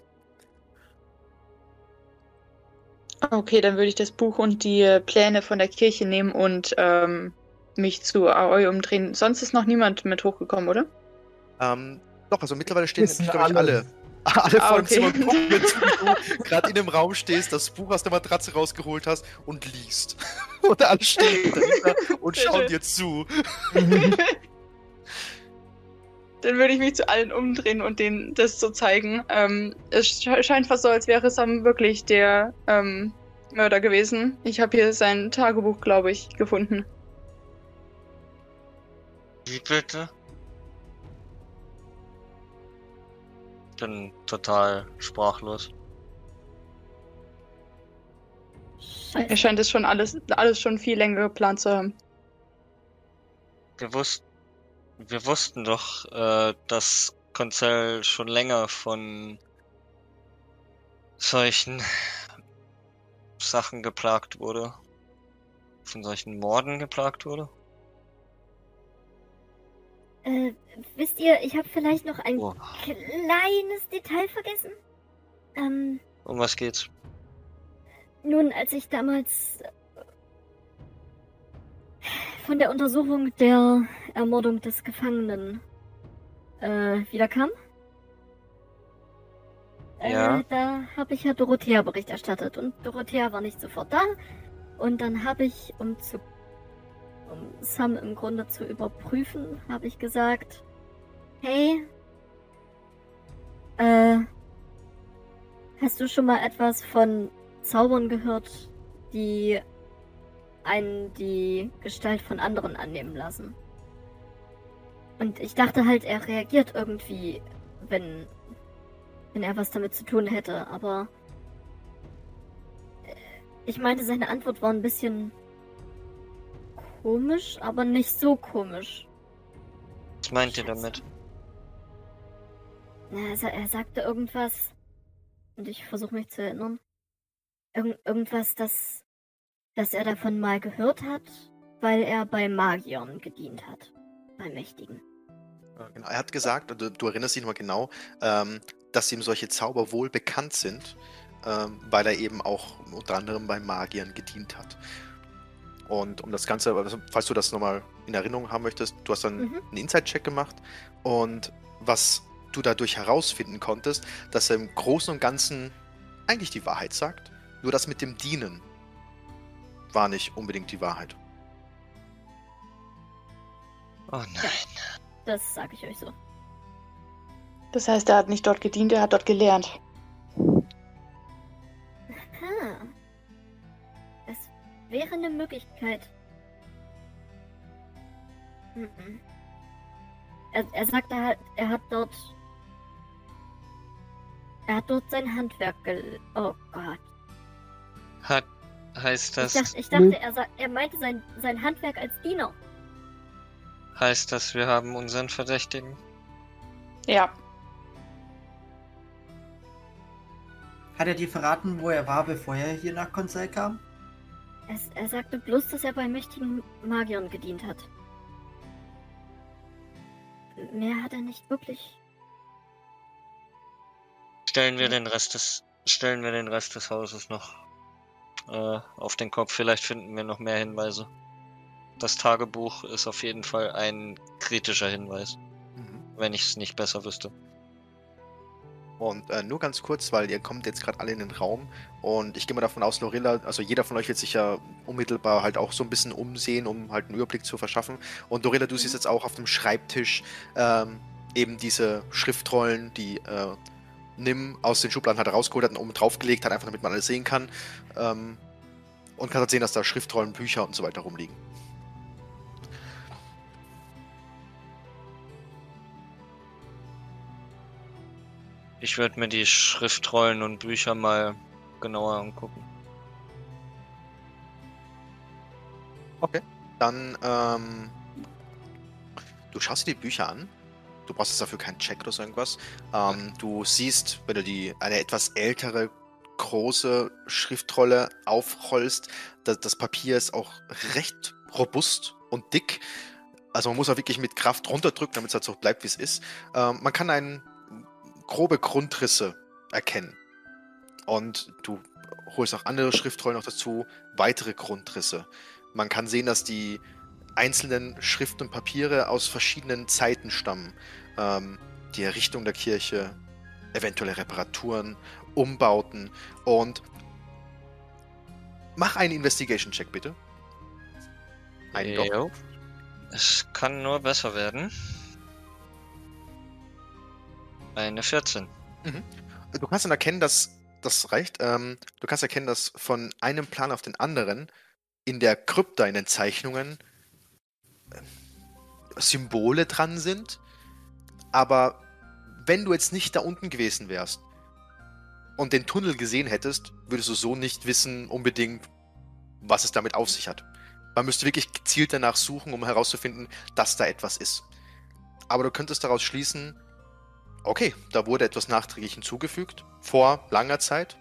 Okay, dann würde ich das Buch und die Pläne von der Kirche nehmen und mich zu Aoi umdrehen. Sonst ist noch niemand mit hochgekommen, oder? Doch, also mittlerweile stehen Wissen glaube ich, alle vor dem okay. Zimmer und gucken mir zu, wie du gerade in dem Raum stehst, das Buch aus der Matratze rausgeholt hast und liest. Und alle stehen dahinter und Sehr schauen schön. dir zu. Dann würde ich mich zu allen umdrehen und denen das so zeigen. Es scheint fast so, als wäre Sam wirklich der Mörder gewesen. Ich habe hier sein Tagebuch, glaube ich, gefunden. Wie bitte? Bin total sprachlos. Er Scheiße. scheint es schon alles schon viel länger geplant zu haben. Wir wussten doch, dass Konzell schon länger von solchen Sachen geplagt wurde. Von solchen Morden geplagt wurde. Wisst ihr, ich habe vielleicht noch ein Oh. kleines Detail vergessen. Um was geht's? Nun, als ich damals von der Untersuchung der Ermordung des Gefangenen wiederkam, Ja. da habe ich ja Dorothea Bericht erstattet und Dorothea war nicht sofort da und dann habe ich, um Sam im Grunde zu überprüfen, habe ich gesagt, hey, hast du schon mal etwas von Zaubern gehört, die einen die Gestalt von anderen annehmen lassen? Und ich dachte halt, er reagiert irgendwie, wenn er was damit zu tun hätte, aber ich meinte, seine Antwort war ein bisschen komisch, aber nicht so komisch. Was meint ihr damit? Na, er sagte irgendwas, und ich versuche mich zu erinnern. Irgendwas, dass er davon mal gehört hat, weil er bei Magiern gedient hat. Bei Mächtigen. Ja, genau. Er hat gesagt, du erinnerst dich noch mal genau, dass ihm solche Zauber wohl bekannt sind, weil er eben auch unter anderem bei Magiern gedient hat. Und um das Ganze, also, falls du das nochmal in Erinnerung haben möchtest, du hast dann einen Inside-Check gemacht und was du dadurch herausfinden konntest, dass er im Großen und Ganzen eigentlich die Wahrheit sagt, nur das mit dem Dienen war nicht unbedingt die Wahrheit. Oh nein. Das sage ich euch so. Das heißt, er hat nicht dort gedient, er hat dort gelernt. Aha. Das wäre eine Möglichkeit. Mhm. Er sagte halt, er hat dort sein Handwerk Oh Gott. Heißt das, Ich dachte, er meinte sein Handwerk als Diener. heißt das, wir haben unseren Verdächtigen? Ja. Hat er dir verraten, wo er war, bevor er hier nach Conseil kam? Er sagte bloß, dass er bei mächtigen Magiern gedient hat. Mehr hat er nicht wirklich. Stellen wir den Rest des Hauses noch auf den Kopf. Vielleicht finden wir noch mehr Hinweise. Das Tagebuch ist auf jeden Fall ein kritischer Hinweis, wenn ich es nicht besser wüsste. Und nur ganz kurz, weil ihr kommt jetzt gerade alle in den Raum und ich gehe mal davon aus, Lorilla, also jeder von euch wird sich ja unmittelbar halt auch so ein bisschen umsehen, um halt einen Überblick zu verschaffen. Und Lorilla, du siehst jetzt auch auf dem Schreibtisch eben diese Schriftrollen, die Nim aus den Schubladen hat rausgeholt hat und oben draufgelegt hat, einfach damit man alles sehen kann. Und kannst halt sehen, dass da Schriftrollen, Bücher und so weiter rumliegen. Ich würde mir die Schriftrollen und Bücher mal genauer angucken. Okay. Dann, du schaust dir die Bücher an. Du brauchst jetzt dafür keinen Check oder so irgendwas. Du siehst, wenn du eine etwas ältere, große Schriftrolle aufrollst, das Papier ist auch recht robust und dick. Also man muss auch wirklich mit Kraft runterdrücken, damit es halt so bleibt, wie es ist. Man kann grobe Grundrisse erkennen. Und du holst auch andere Schriftrollen noch dazu, weitere Grundrisse. Man kann sehen, dass die einzelnen Schriften und Papiere aus verschiedenen Zeiten stammen. Die Errichtung der Kirche, eventuelle Reparaturen, Umbauten und mach einen Investigation-Check, bitte. Einen doch. Jo. Es kann nur besser werden. Eine 14. Du kannst dann erkennen, dass das reicht. Du kannst erkennen, dass von einem Plan auf den anderen in der Krypta, in den Zeichnungen, Symbole dran sind. Aber wenn du jetzt nicht da unten gewesen wärst und den Tunnel gesehen hättest, würdest du so nicht wissen unbedingt, was es damit auf sich hat. Man müsste wirklich gezielt danach suchen, um herauszufinden, dass da etwas ist. Aber du könntest daraus schließen, okay, da wurde etwas nachträglich hinzugefügt, vor langer Zeit,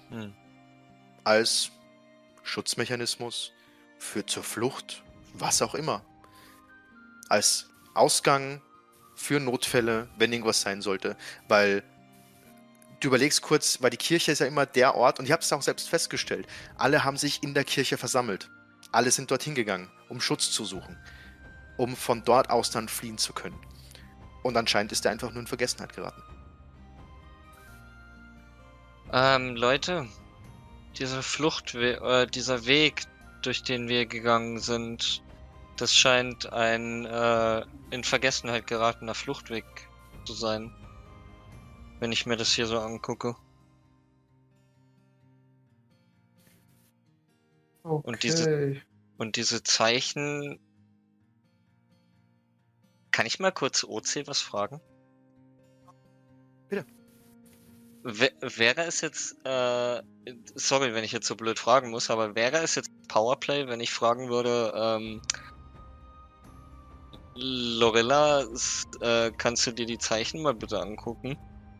als Schutzmechanismus, zur Flucht, was auch immer. Als Ausgang für Notfälle, wenn irgendwas sein sollte. Weil du überlegst kurz, weil die Kirche ist ja immer der Ort, und ich habe es auch selbst festgestellt, alle haben sich in der Kirche versammelt. Alle sind dorthin gegangen, um Schutz zu suchen, um von dort aus dann fliehen zu können. Und anscheinend ist er einfach nur in Vergessenheit geraten. Leute, diese dieser Weg, durch den wir gegangen sind, das scheint ein in Vergessenheit geratener Fluchtweg zu sein. Wenn ich mir das hier so angucke. Okay. Und diese Zeichen Kann ich mal kurz OC was fragen? Bitte. Wäre es jetzt, sorry, wenn ich jetzt so blöd fragen muss, aber wäre es jetzt Powerplay, wenn ich fragen würde, Lorilla, kannst du dir die Zeichen mal bitte angucken?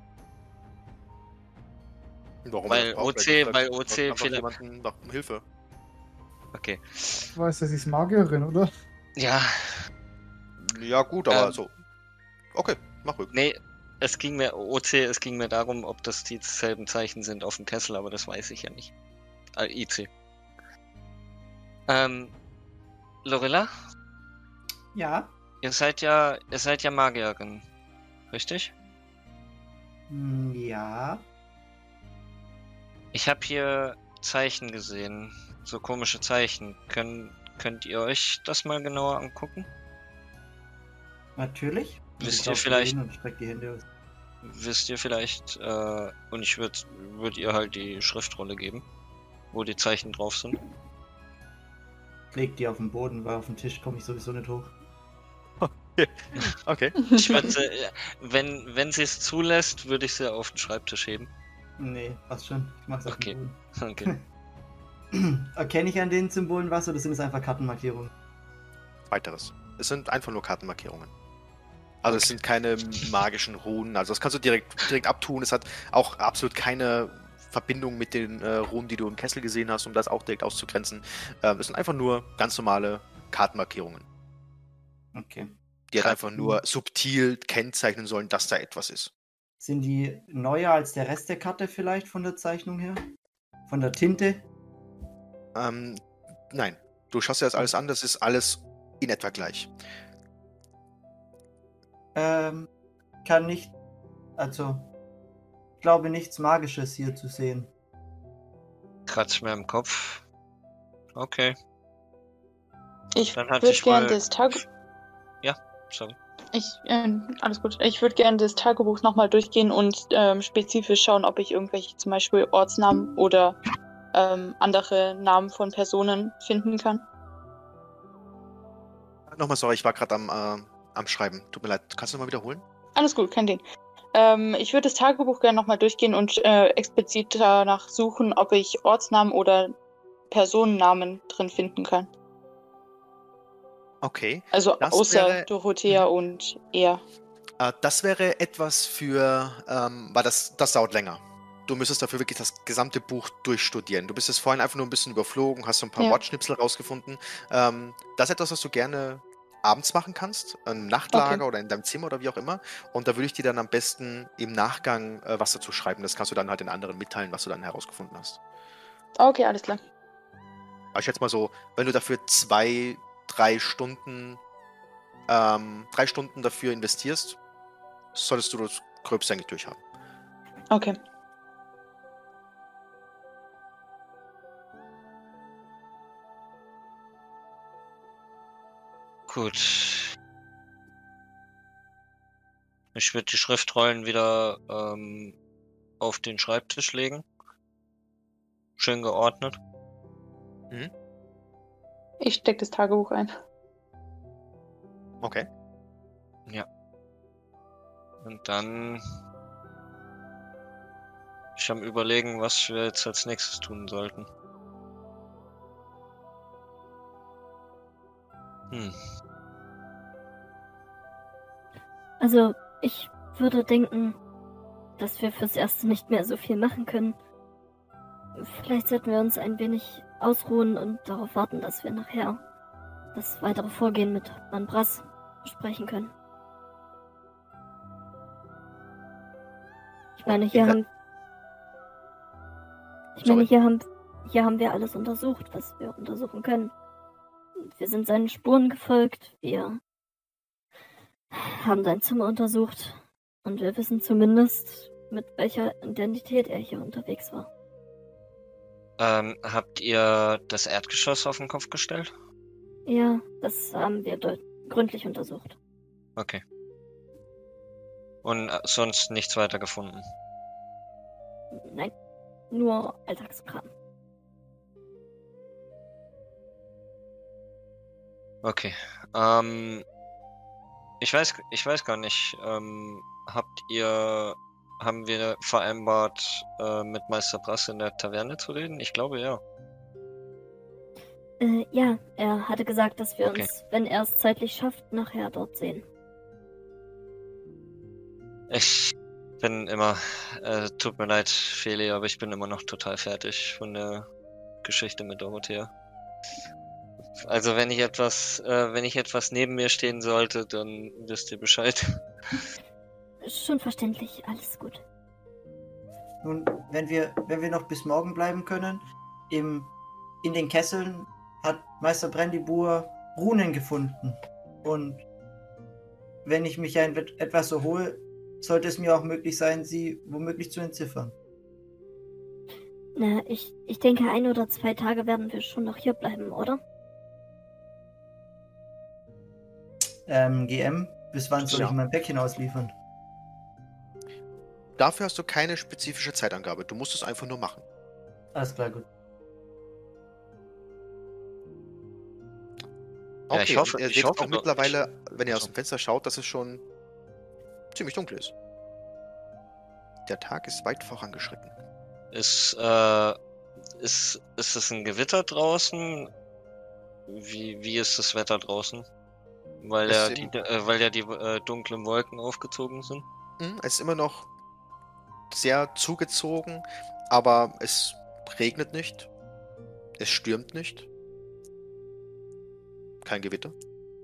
Warum Weil das braucht? OC Vielleicht weil fragt OC einfach vielleicht. jemanden nach Hilfe. Okay. Ich weiß, das ist Magierin, oder? Ja, Ja, gut, aber Ähm. so. Okay, mach ruhig. nee, es ging mir darum, ob das dieselben Zeichen sind auf dem Kessel, aber das weiß ich ja nicht. IC. Lorilla, Ja. ihr seid ja Magierin, richtig? Ja. Ich habe hier Zeichen gesehen, so komische Zeichen. Könnt ihr euch das mal genauer angucken? Natürlich. Und Wisst ich ihr laufe vielleicht- hin und streck die Hände aus. Wisst ihr vielleicht, und ich würd ihr halt die Schriftrolle geben, wo die Zeichen drauf sind. Leg die auf den Boden, weil auf den Tisch komme ich sowieso nicht hoch. Okay. Ich würde sie, wenn sie es zulässt, würde ich sie auf den Schreibtisch heben. Nee, passt schon. Ich mach's auf Okay. den Okay. Boden. Erkenne ich an den Symbolen was oder sind es einfach Kartenmarkierungen? Weiteres. Es sind einfach nur Kartenmarkierungen. Also es sind keine magischen Runen. Also das kannst du direkt abtun. Es hat auch absolut keine Verbindung mit den Runen, die du im Kessel gesehen hast, um das auch direkt auszugrenzen. Es sind einfach nur ganz normale Kartenmarkierungen, Okay. die halt einfach nur subtil kennzeichnen sollen, dass da etwas ist. Sind die neuer als der Rest der Karte vielleicht von der Zeichnung her? Von der Tinte? Nein, du schaust dir das alles an, das ist alles in etwa gleich. Kann nicht. Also. Ich glaube nichts Magisches hier zu sehen. Kratzt mir im Kopf. Okay, Ich Dann hatte würde ich gerne mal- das Tagebuch. sorry. Alles gut. Ich würde gerne das Tagebuch nochmal durchgehen und spezifisch schauen, ob ich irgendwelche zum Beispiel Ortsnamen oder andere Namen von Personen finden kann. Nochmal, sorry, ich war gerade am Schreiben. Tut mir leid, kannst du nochmal wiederholen? Alles gut, kein Ding. Ich würde das Tagebuch gerne nochmal durchgehen und explizit danach suchen, ob ich Ortsnamen oder Personennamen drin finden kann. Okay. Also Das außer wäre- Dorothea und er. Das wäre etwas für, weil das dauert länger. Du müsstest dafür wirklich das gesamte Buch durchstudieren. Du bist jetzt vorhin einfach nur ein bisschen überflogen, hast so ein paar Ja. Wortschnipsel rausgefunden. Das ist etwas, was du gerne abends machen kannst, im Nachtlager Okay. oder in deinem Zimmer oder wie auch immer. Und da würde ich dir dann am besten im Nachgang was dazu schreiben. Das kannst du dann halt den anderen mitteilen, was du dann herausgefunden hast. Okay, alles klar. Aber ich schätze mal so, wenn du dafür 2-3 Stunden 3 Stunden dafür investierst, solltest du das Gröbste eigentlich durchhaben. Okay. Gut. Ich würde die Schriftrollen wieder auf den Schreibtisch legen. Schön geordnet. Ich stecke das Tagebuch ein. Okay. Und dann ich am Überlegen, was wir jetzt als nächstes tun sollten. Also, ich würde denken, dass wir fürs Erste nicht mehr so viel machen können. Vielleicht sollten wir uns ein wenig ausruhen und darauf warten, dass wir nachher das weitere Vorgehen mit Manbras besprechen können. Ich meine, hier haben wir alles untersucht, was wir untersuchen können. Wir sind seinen Spuren gefolgt, wir haben sein Zimmer untersucht und wir wissen zumindest, mit welcher Identität er hier unterwegs war. Habt ihr das Erdgeschoss auf den Kopf gestellt? Ja, das haben wir gründlich untersucht. Okay. Und sonst nichts weiter gefunden? Nein, nur Alltagskram. Okay. Ich weiß gar nicht, haben wir vereinbart, mit Meister Brass in der Taverne zu reden? Ich glaube, ja. Ja, er hatte gesagt, dass wir Okay. uns, wenn er es zeitlich schafft, nachher dort sehen. Ich bin immer, tut mir leid, Feli, aber ich bin immer noch total fertig von der Geschichte mit Dorothea. Also wenn ich etwas neben mir stehen sollte, dann wisst ihr Bescheid. Schon verständlich, alles gut. Nun, wenn wir noch bis morgen bleiben können, in den Kesseln hat Meister Brandibur Runen gefunden. Und wenn ich mich etwas erhole, sollte es mir auch möglich sein, sie womöglich zu entziffern. Na, ich denke, 1 oder 2 Tage werden wir schon noch hier bleiben, oder? GM, bis wann soll Ja. ich mein Päckchen ausliefern? Dafür hast du keine spezifische Zeitangabe. Du musst es einfach nur machen. Alles klar, gut. Ja, Okay, ich hoffe- und ihr ich seht hoffe auch doch- mittlerweile, wenn ihr aus Achso. dem Fenster schaut, dass es schon ziemlich dunkel ist. Der Tag ist weit vorangeschritten. Ist es ein Gewitter draußen? Wie ist das Wetter draußen? Weil Es ja die dunklen Wolken aufgezogen sind? Es ist immer noch sehr zugezogen, aber es regnet nicht. Es stürmt nicht. Kein Gewitter.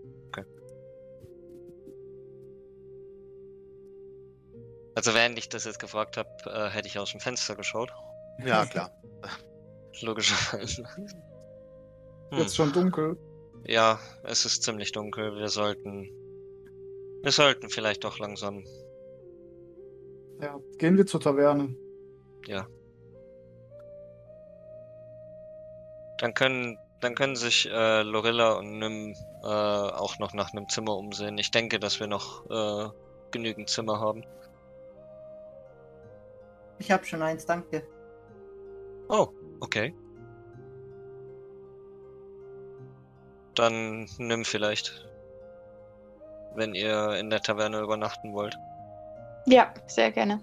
Also während ich das jetzt gefragt habe, hätte ich aus dem Fenster geschaut. Ja, klar. Logischerweise. Jetzt schon dunkel. Ja, es ist ziemlich dunkel. Wir sollten vielleicht doch langsam. Ja, gehen wir zur Taverne. Dann können sich Lorilla und Nym auch noch nach einem Zimmer umsehen. Ich denke, dass wir noch genügend Zimmer haben. Ich habe schon eins, danke. Oh, okay. Dann Nym vielleicht. Wenn ihr in der Taverne übernachten wollt. Ja, sehr gerne.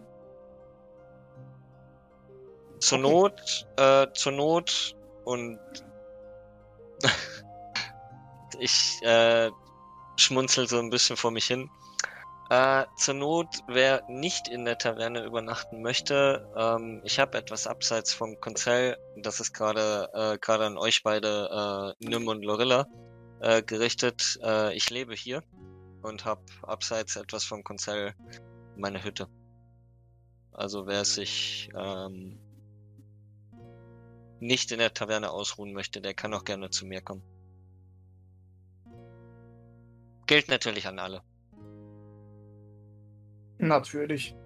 Zur Not und ich schmunzel so ein bisschen vor mich hin. Zur Not, wer nicht in der Taverne übernachten möchte, ich habe etwas abseits vom Konzell, das ist gerade an euch beide, Nym und Lorilla, gerichtet. Ich lebe hier und habe abseits etwas vom Konzell meine Hütte. Also wer sich nicht in der Taverne ausruhen möchte, der kann auch gerne zu mir kommen. Gilt natürlich an alle. Natürlich.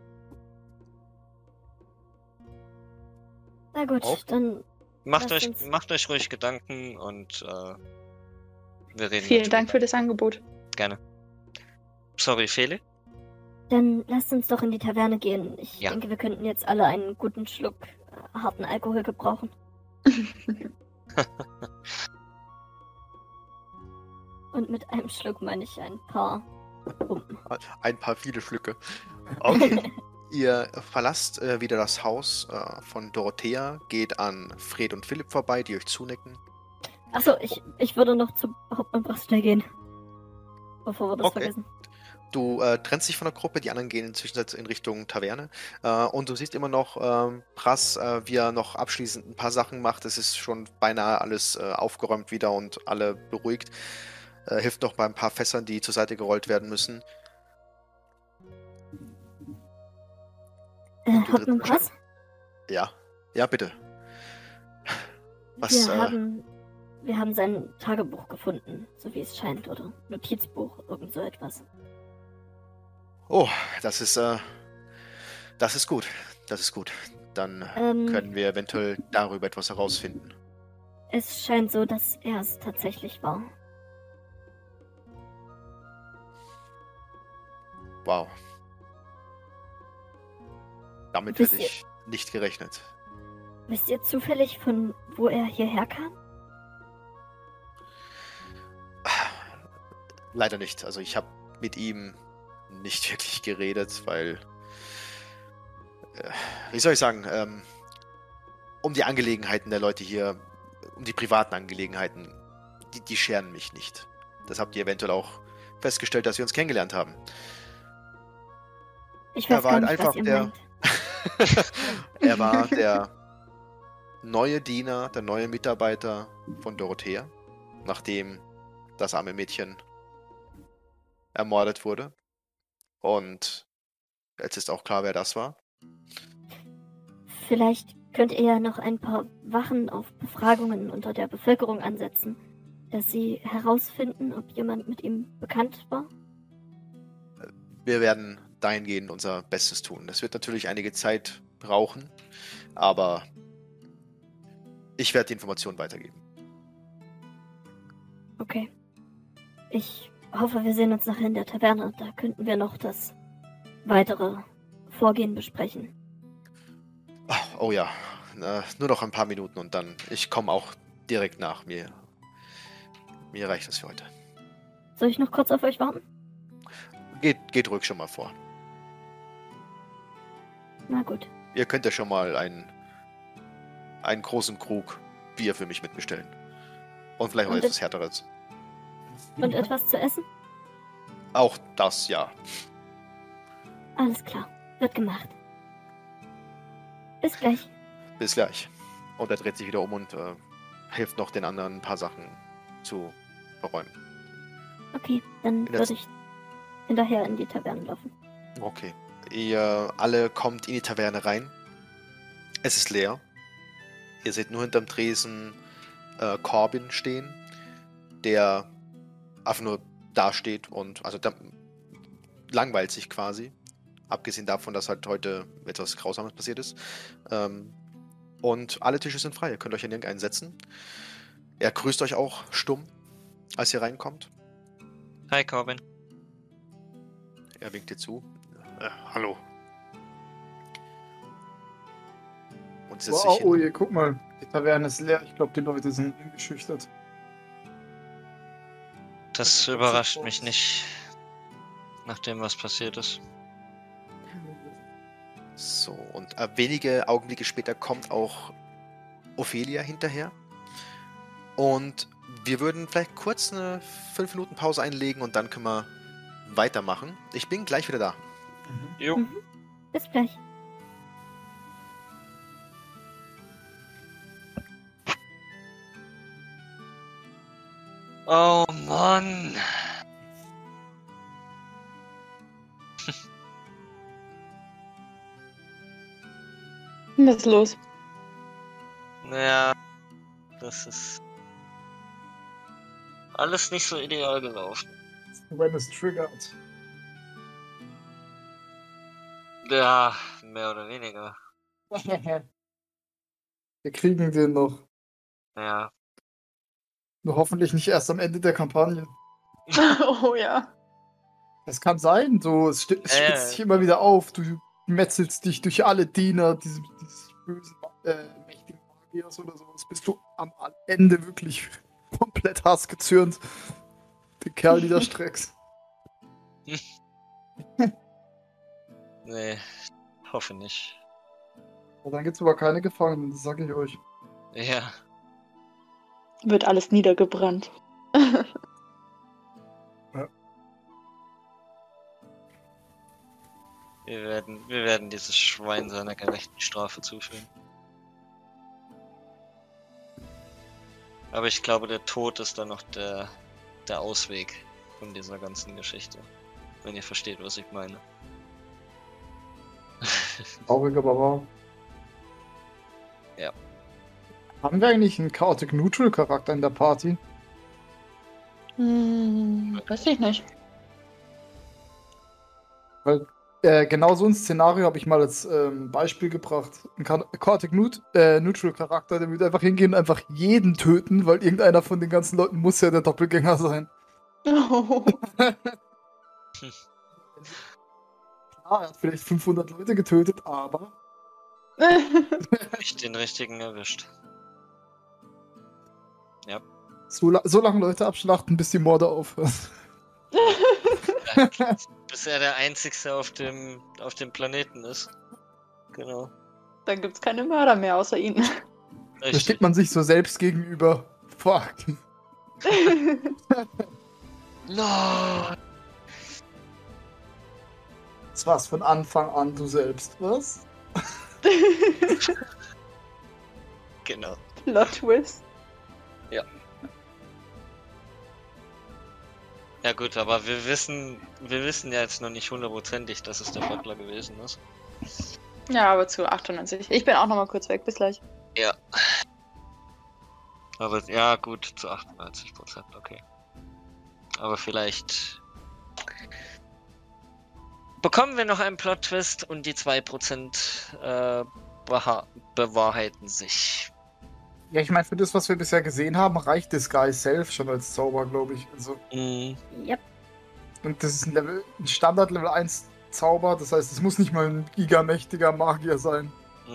Na gut, Auch? dann Macht Lasst euch, uns- macht euch ruhig Gedanken und wir reden Vielen dann Dank für drüber. das Angebot. Gerne. Sorry, Feli? Dann lasst uns doch in die Taverne gehen. Ich Ja. denke, wir könnten jetzt alle einen guten Schluck harten Alkohol gebrauchen. Und mit einem Schluck meine ich ein paar Pumpen. Ein paar viele Schlücke. Okay. Ihr verlasst wieder das Haus von Dorothea, geht an Fred und Philipp vorbei, die euch zunicken. Achso, ich würde noch zu Hauptmann Brastel gehen. Bevor wir das Okay. vergessen. Du trennst dich von der Gruppe, die anderen gehen inzwischen in Richtung Taverne. Und du siehst immer noch Prass, wie er noch abschließend ein paar Sachen macht. Es ist schon beinahe alles aufgeräumt wieder und alle beruhigt. Hilft noch bei ein paar Fässern, die zur Seite gerollt werden müssen. du Hauptmann trittst Brass? Ja, ja, bitte. Was, Wir haben sein Tagebuch gefunden, so wie es scheint, oder Notizbuch, irgend so etwas. Oh, das ist gut. Das ist gut. Dann können wir eventuell darüber etwas herausfinden. Es scheint so, dass er es tatsächlich war. Wow. Damit Wisst hätte ich nicht gerechnet. Wisst ihr zufällig, von wo er hierher kam? Leider nicht. Also ich habe mit ihm nicht wirklich geredet, weil, wie soll ich sagen, um die Angelegenheiten der Leute hier, um die privaten Angelegenheiten, die scheren mich nicht. Das habt ihr eventuell auch festgestellt, dass wir uns kennengelernt haben. Ich weiß gar nicht, was ihr meint. Er war der neue Diener, der neue Mitarbeiter von Dorothea, nachdem das arme Mädchen ermordet wurde. Und jetzt ist auch klar, wer das war. Vielleicht könnt ihr ja noch ein paar Wachen auf Befragungen unter der Bevölkerung ansetzen, dass sie herausfinden, ob jemand mit ihm bekannt war. Wir werden dahingehend unser Bestes tun. Das wird natürlich einige Zeit brauchen, aber ich werde die Informationen weitergeben. Okay. Ich hoffe, wir sehen uns nachher in der Taverne. Da könnten wir noch das weitere Vorgehen besprechen. Oh ja, nur noch ein paar Minuten und dann, ich komme auch direkt nach mir. Mir reicht das für heute. Soll ich noch kurz auf euch warten? Geht ruhig schon mal vor. Na gut. Ihr könnt ja schon mal einen großen Krug Bier für mich mitbestellen. Und vielleicht auch Und etwas Härteres. Und etwas zu essen? Auch das, ja. Alles klar. Wird gemacht. Bis gleich. Bis gleich. Und er dreht sich wieder um und hilft noch den anderen ein paar Sachen zu verräumen. Okay, dann würde ich hinterher in die Taverne laufen. Okay. Ihr alle kommt in die Taverne rein. Es ist leer. Ihr seht nur hinterm Tresen Corbin stehen, der einfach nur dasteht und also langweilt sich quasi. Abgesehen davon, dass halt heute etwas Grausames passiert ist. Und alle Tische sind frei. Ihr könnt euch in irgendeinen setzen. Er grüßt euch auch stumm, als ihr reinkommt. Hi, Corbin. Er winkt dir zu. Hallo. Und setzt sich hin. Oh je, guck mal. Die Taverne ist leer. Ich glaube, die Leute sind eingeschüchtert. Das überrascht mich nicht, nach dem, was passiert ist. So, und wenige Augenblicke später kommt auch Ophelia hinterher. Und wir würden vielleicht kurz eine 5 Minuten Pause einlegen und dann können wir weitermachen. Ich bin gleich wieder da. Jo. Mhm. Bis gleich. Oh Mann. Was ist los? Naja, das ist alles nicht so ideal gelaufen. When it's triggered. Ja, mehr oder weniger. Wir kriegen den noch. Ja. Nur hoffentlich nicht erst am Ende der Kampagne. Oh ja. Es kann sein, so, es spitzt sich immer wieder auf. Du metzelst dich durch alle Diener dieses bösen, mächtigen Magiers oder sowas, bis du am Ende wirklich komplett hassgezürnt den Kerl niederstreckst. Nee, hoffe nicht. Und dann gibt's aber keine Gefangenen, das sag ich euch. Ja. Wird alles niedergebrannt. Wir werden dieses Schwein seiner gerechten Strafe zuführen. Aber ich glaube, der Tod ist dann noch der Ausweg von dieser ganzen Geschichte. Wenn ihr versteht, was ich meine. Traurig, aber wahr. Ja. Haben wir eigentlich einen Chaotic Neutral Charakter in der Party? Weiß ich nicht. Weil genau so ein Szenario habe ich mal als Beispiel gebracht. Ein Chaotic Neutral Charakter, der würde einfach hingehen und einfach jeden töten, weil irgendeiner von den ganzen Leuten muss ja der Doppelgänger sein. Oh. Klar, er hat vielleicht 500 Leute getötet, aber... Nicht den richtigen erwischt. Ja. So lange Leute abschlachten, bis die Morde aufhören. Bis er der Einzige auf dem Planeten ist. Genau. Dann gibt's keine Mörder mehr außer ihn. Da steht man sich so selbst gegenüber. Fuck. No. Das war's von Anfang an du selbst, was? Genau. Plot Twist. Ja gut, aber wir wissen ja jetzt noch nicht hundertprozentig, dass es der Butler gewesen ist. Ja, aber zu 98. Ich bin auch nochmal kurz weg. Bis gleich. Ja. Aber ja gut, zu 98%, okay. Aber vielleicht bekommen wir noch einen Plot-Twist und die 2% bewahrheiten sich. Ja, ich meine, für das, was wir bisher gesehen haben, reicht Disguise Self schon als Zauber, glaube ich. Also, Yep. und das ist ein Standard Level 1 Zauber, das heißt, es muss nicht mal ein gigamächtiger Magier sein.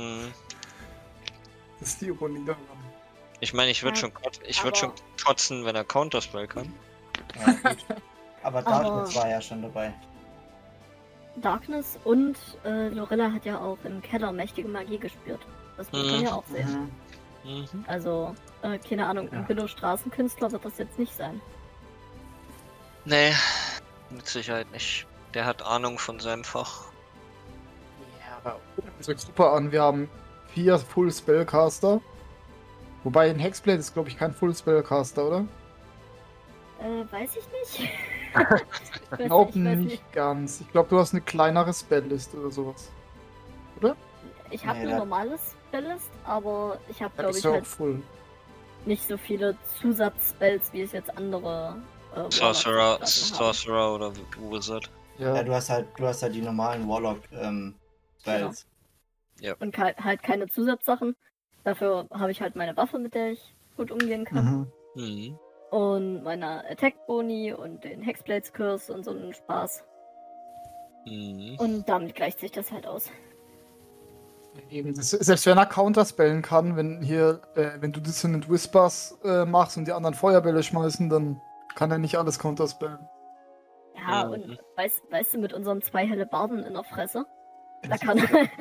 Das ist die Ironie daran. Ich meine, ich würde schon kotzen, wenn er Counterspell kann. Ja, gut. Aber Darkness war ja schon dabei. Darkness und Lorella hat ja auch im Keller mächtige Magie gespürt. Das muss man ja auch sehen. Also, keine Ahnung, ein Billo-Straßenkünstler wird das jetzt nicht sein. Nee, mit Sicherheit nicht. Der hat Ahnung von seinem Fach. Ja, aber das hört super an. Wir haben 4 Full Spellcaster. Wobei ein Hexblade ist, glaube ich, kein Full Spellcaster, oder? Weiß ich nicht. Ich glaube nicht ganz. Ich glaube, du hast eine kleinere Spelllist oder sowas. Oder? Ich habe Nee, eine normale Spelllist, aber ich habe, Da glaube bist ich, du auch halt full. nicht so viele Zusatzspells, wie es jetzt andere Sorcerer oder Wizard. Ja, Ja. du hast halt die normalen Warlock Spells. Und halt keine Zusatzsachen. Dafür habe ich halt meine Waffe, mit der ich gut umgehen kann. Mhm. Und meine Attack-Boni und den Hexblades Curse und so einen Spaß. Und damit gleicht sich das halt aus. Eben, selbst wenn er counterspellen kann, wenn du Dissonant Whispers machst und die anderen Feuerbälle schmeißen, dann kann er nicht alles counterspellen. Ja, und weißt du, mit unseren 2 Hellebarden in der Fresse, da kann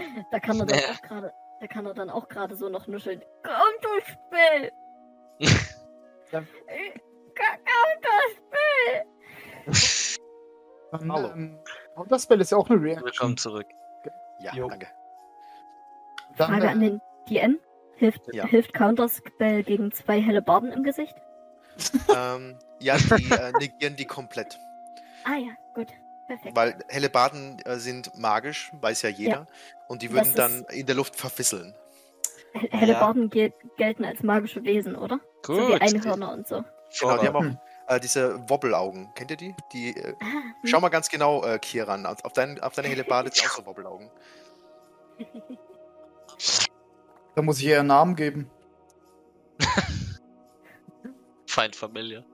er dann auch gerade so noch nuscheln. Counterspell! Ja. Counterspell! Dann, Counterspell ist ja auch eine Reaction. Willkommen zurück. Ja, Jo. danke. Dann, Frage an den DM. Hilft Counterspell gegen 2 Hellebarden im Gesicht? Ja, die negieren die komplett. Ah ja, gut. Perfekt. Weil Hellebarden sind magisch, weiß ja jeder. Ja. Und die würden Das dann in der Luft verfisseln. Hellebarden gelten als magische Wesen, oder? So wie Gut. Einhörner und so. Genau, die haben auch diese Wobbelaugen. Kennt ihr die? Schau mal ganz genau, Kieran. Auf deine Hellebarde sind auch so Wobbelaugen. da muss ich ihr einen Namen geben. Feindfamilie.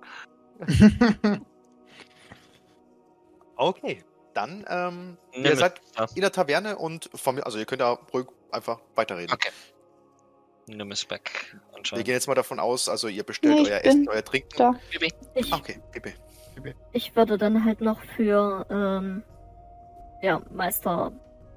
Okay, dann, Nimm ihr es. seid Ja. in der Taverne und also ihr könnt da ruhig einfach weiterreden. Okay. Nimm es back. Wir Anscheinend. gehen jetzt mal davon aus, also ihr bestellt Nee, ich euer bin Essen, euer Trinken. Da. Ich, Okay, Pipi. ich würde dann halt noch für Meister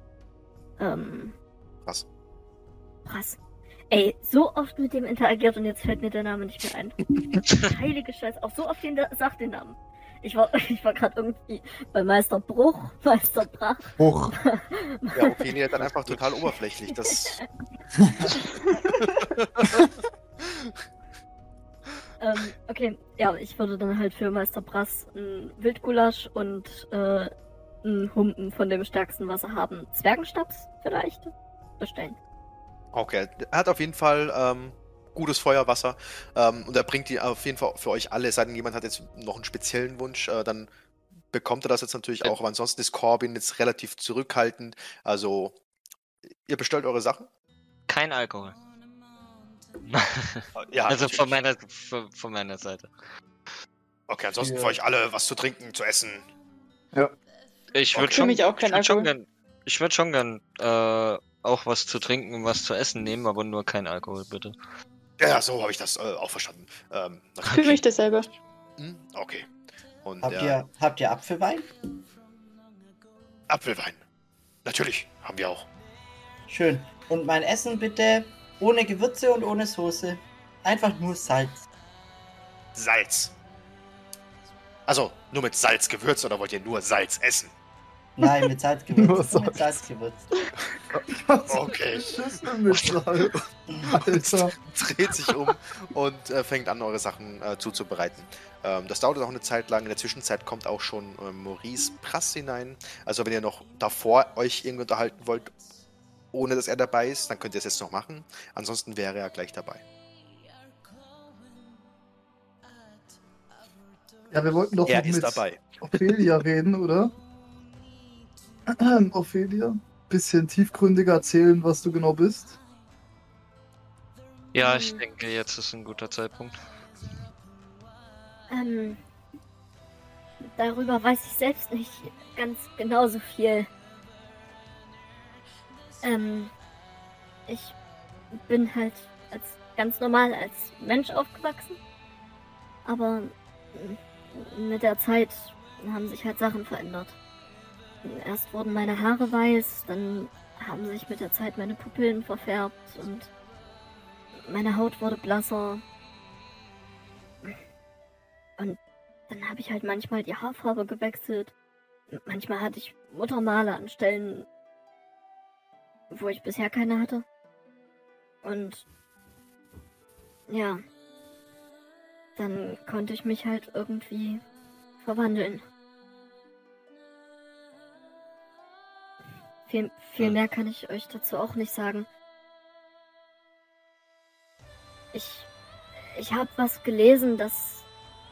Was? Brass. Ey, so oft mit dem interagiert und jetzt fällt mir der Name nicht mehr ein. Heilige Scheiße, auch so oft sagt den Namen. Ich war gerade irgendwie bei Meister Bruch, Meister Brach. Hoch. Ja, okay, nee, dann einfach total oberflächlich. Das. Okay, ja, ich würde dann halt für Meister Brass ein Wildgulasch und einen Humpen von dem stärksten, was sie haben. Zwergenstaps vielleicht bestellen. Okay, er hat auf jeden Fall gutes Feuerwasser und er bringt die auf jeden Fall für euch alle. Es sei denn, jemand hat jetzt noch einen speziellen Wunsch, dann bekommt er das jetzt natürlich auch. Aber ansonsten ist Corbin jetzt relativ zurückhaltend. Also, ihr bestellt eure Sachen? Kein Alkohol. Ja, Also natürlich. von meiner Seite. Okay, ansonsten Ja. für euch alle was zu trinken, zu essen. Ich Okay. würde Für schon, mich auch kein Alkohol. ich würd schon gern auch was zu trinken und was zu essen nehmen, aber nur kein Alkohol, bitte. Ja, so habe ich das auch verstanden. Ich fühle mich dasselbe. Okay. Und Habt ihr Apfelwein? Apfelwein. Natürlich, haben wir auch. Schön. Und mein Essen bitte ohne Gewürze und ohne Soße. Einfach nur Salz. Salz. Also, nur mit Salz gewürzt oder wollt ihr nur Salz essen? Nein, mit Salz Nur gewürzt. Nur mit Salz. Salz gewürzt. Okay. Schüssel mit Salz. Alter. Dreht sich um und fängt an, eure Sachen zuzubereiten. Das dauert auch eine Zeit lang. In der Zwischenzeit kommt auch schon Maurice Prass hinein. Also wenn ihr noch davor euch irgendwie unterhalten wollt, ohne dass er dabei ist, dann könnt ihr es jetzt noch machen. Ansonsten wäre er gleich dabei. Ja, wir wollten doch Er noch ist mit dabei. Ophelia reden, oder? Ophelia, bisschen tiefgründiger erzählen, was du genau bist. Ja, ich denke, jetzt ist ein guter Zeitpunkt. Darüber weiß ich selbst nicht ganz genau so viel. Ich bin halt ganz normal als Mensch aufgewachsen. Aber mit der Zeit haben sich halt Sachen verändert. Erst wurden meine Haare weiß, dann haben sich mit der Zeit meine Pupillen verfärbt und meine Haut wurde blasser. Und dann habe ich halt manchmal die Haarfarbe gewechselt. Manchmal hatte ich Muttermale an Stellen, wo ich bisher keine hatte. Und ja, dann konnte ich mich halt irgendwie verwandeln. Viel mehr kann ich euch dazu auch nicht sagen. Ich habe was gelesen, dass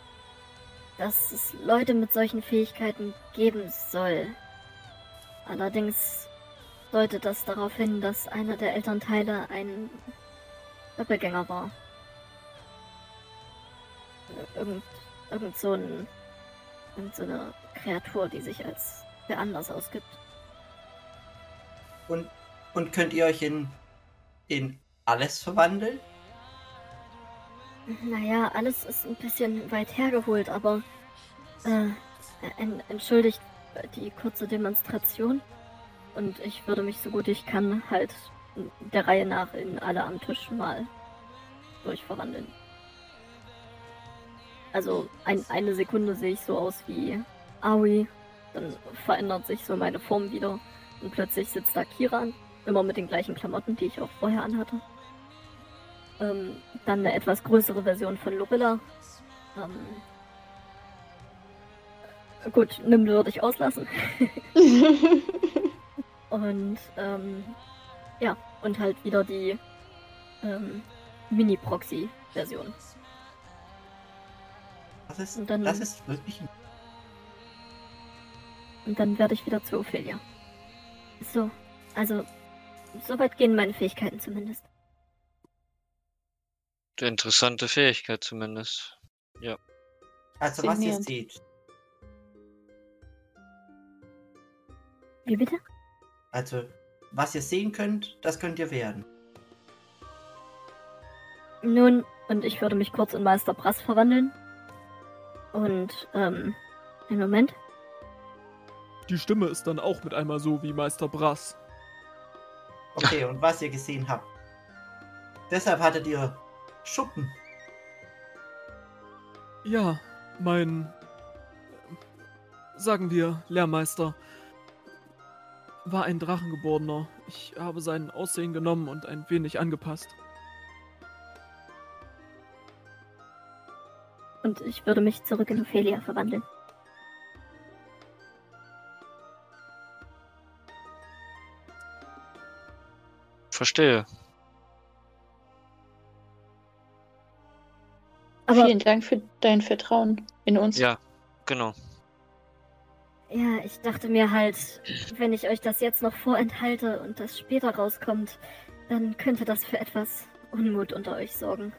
es Leute mit solchen Fähigkeiten geben soll. Allerdings deutet das darauf hin, dass einer der Elternteile ein Doppelgänger war. Irgend so eine Kreatur, die sich als wer anders ausgibt. Und könnt ihr euch in alles verwandeln? Naja, alles ist ein bisschen weit hergeholt, aber entschuldigt die kurze Demonstration. Und ich würde mich so gut ich kann halt der Reihe nach in alle am Tisch mal durchverwandeln. Also eine Sekunde sehe ich so aus wie Aoi, dann verändert sich so meine Form wieder und plötzlich sitzt da Kiran, immer mit den gleichen Klamotten, die ich auch vorher anhatte. Dann eine etwas größere Version von Lorilla. Gut, Nim würde ich auslassen. Und ja, und halt wieder die Mini-Proxy-Version. Das ist wirklich... Und dann werde ich wieder zu Ophelia. So, also, soweit gehen meine Fähigkeiten zumindest. Interessante Fähigkeit zumindest. Ja. Also was ihr Faszinierend. seht. Wie bitte? Also, was ihr sehen könnt, das könnt ihr werden. Nun, und ich würde mich kurz in Meister Brass verwandeln. Und, einen Moment. Die Stimme ist dann auch mit einmal so wie Meister Brass. Okay, und was ihr gesehen habt. Deshalb hattet ihr Schuppen. Ja, mein, sagen wir, Lehrmeister war ein Drachengeborener. Ich habe sein Aussehen genommen und ein wenig angepasst. Und ich würde mich zurück in Ophelia verwandeln. Verstehe. Aber Vielen Dank für dein Vertrauen in uns. Ja, genau. ja, ich dachte mir halt, wenn ich euch das jetzt noch vorenthalte und das später rauskommt, dann könnte das für etwas Unmut unter euch sorgen.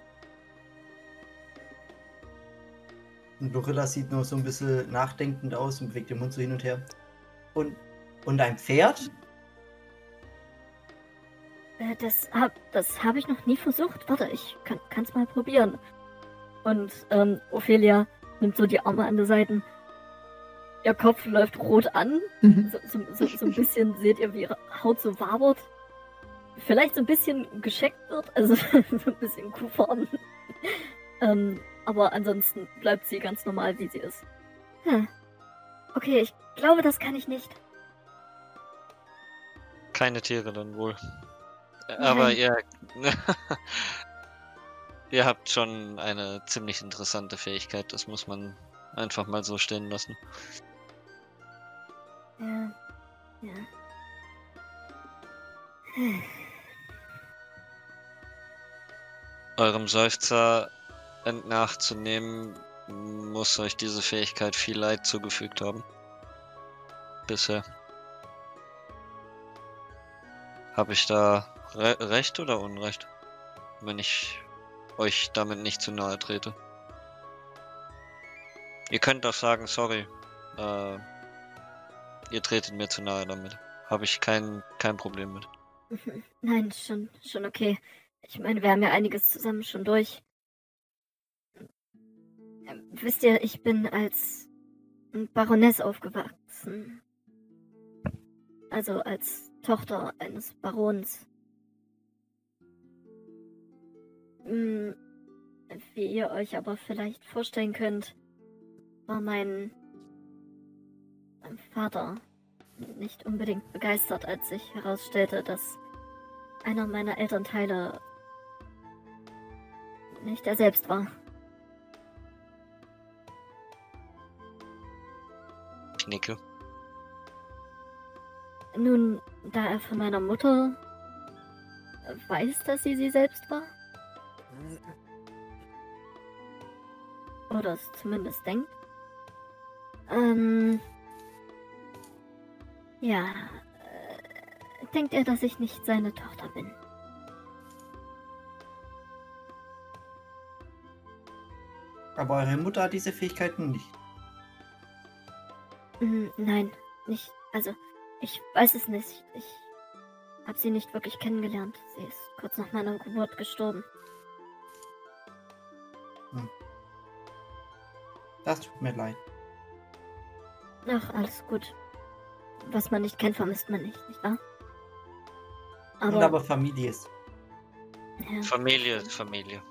Und Lorilla sieht nur so ein bisschen nachdenkend aus und bewegt den Mund so hin und her. Und ein Pferd? Das hab ich noch nie versucht. Warte, ich kann's mal probieren. Und Ophelia nimmt so die Arme an die Seiten. Ihr Kopf läuft rot an. Mhm. So ein bisschen seht ihr, wie ihre Haut so wabert. Vielleicht so ein bisschen gescheckt wird, also so ein bisschen kuhfarben. Aber ansonsten bleibt sie ganz normal, wie sie ist. Okay, ich glaube, das kann ich nicht. Keine Tiere dann wohl. Nein. Aber ihr habt schon eine ziemlich interessante Fähigkeit. Das muss man einfach mal so stehen lassen. Ja. Eurem Seufzer nachzunehmen, muss euch diese Fähigkeit viel Leid zugefügt haben. Bisher. Habe ich da recht oder Unrecht? Wenn ich euch damit nicht zu nahe trete. Ihr könnt auch sagen, sorry. Ihr tretet mir zu nahe damit. Habe ich kein Problem mit. Nein, schon okay. Ich meine, wir haben ja einiges zusammen schon durch. Wisst ihr, ich bin als Baroness aufgewachsen. Also als Tochter eines Barons. Wie ihr euch aber vielleicht vorstellen könnt, war mein Vater nicht unbedingt begeistert, als sich herausstellte, dass einer meiner Elternteile nicht er selbst war. Ich nicke. Nun, da er von meiner Mutter weiß, dass sie selbst war, oder es zumindest denkt, denkt er, dass ich nicht seine Tochter bin. Aber eure Mutter hat diese Fähigkeiten nicht. Nein, nicht. Also, ich weiß es nicht. Ich habe sie nicht wirklich kennengelernt. Sie ist kurz nach meiner Geburt gestorben. Das tut mir leid. Ach, alles gut. Was man nicht kennt, vermisst man nicht wahr? Aber Familie ist. Ja, Familie ist Familie.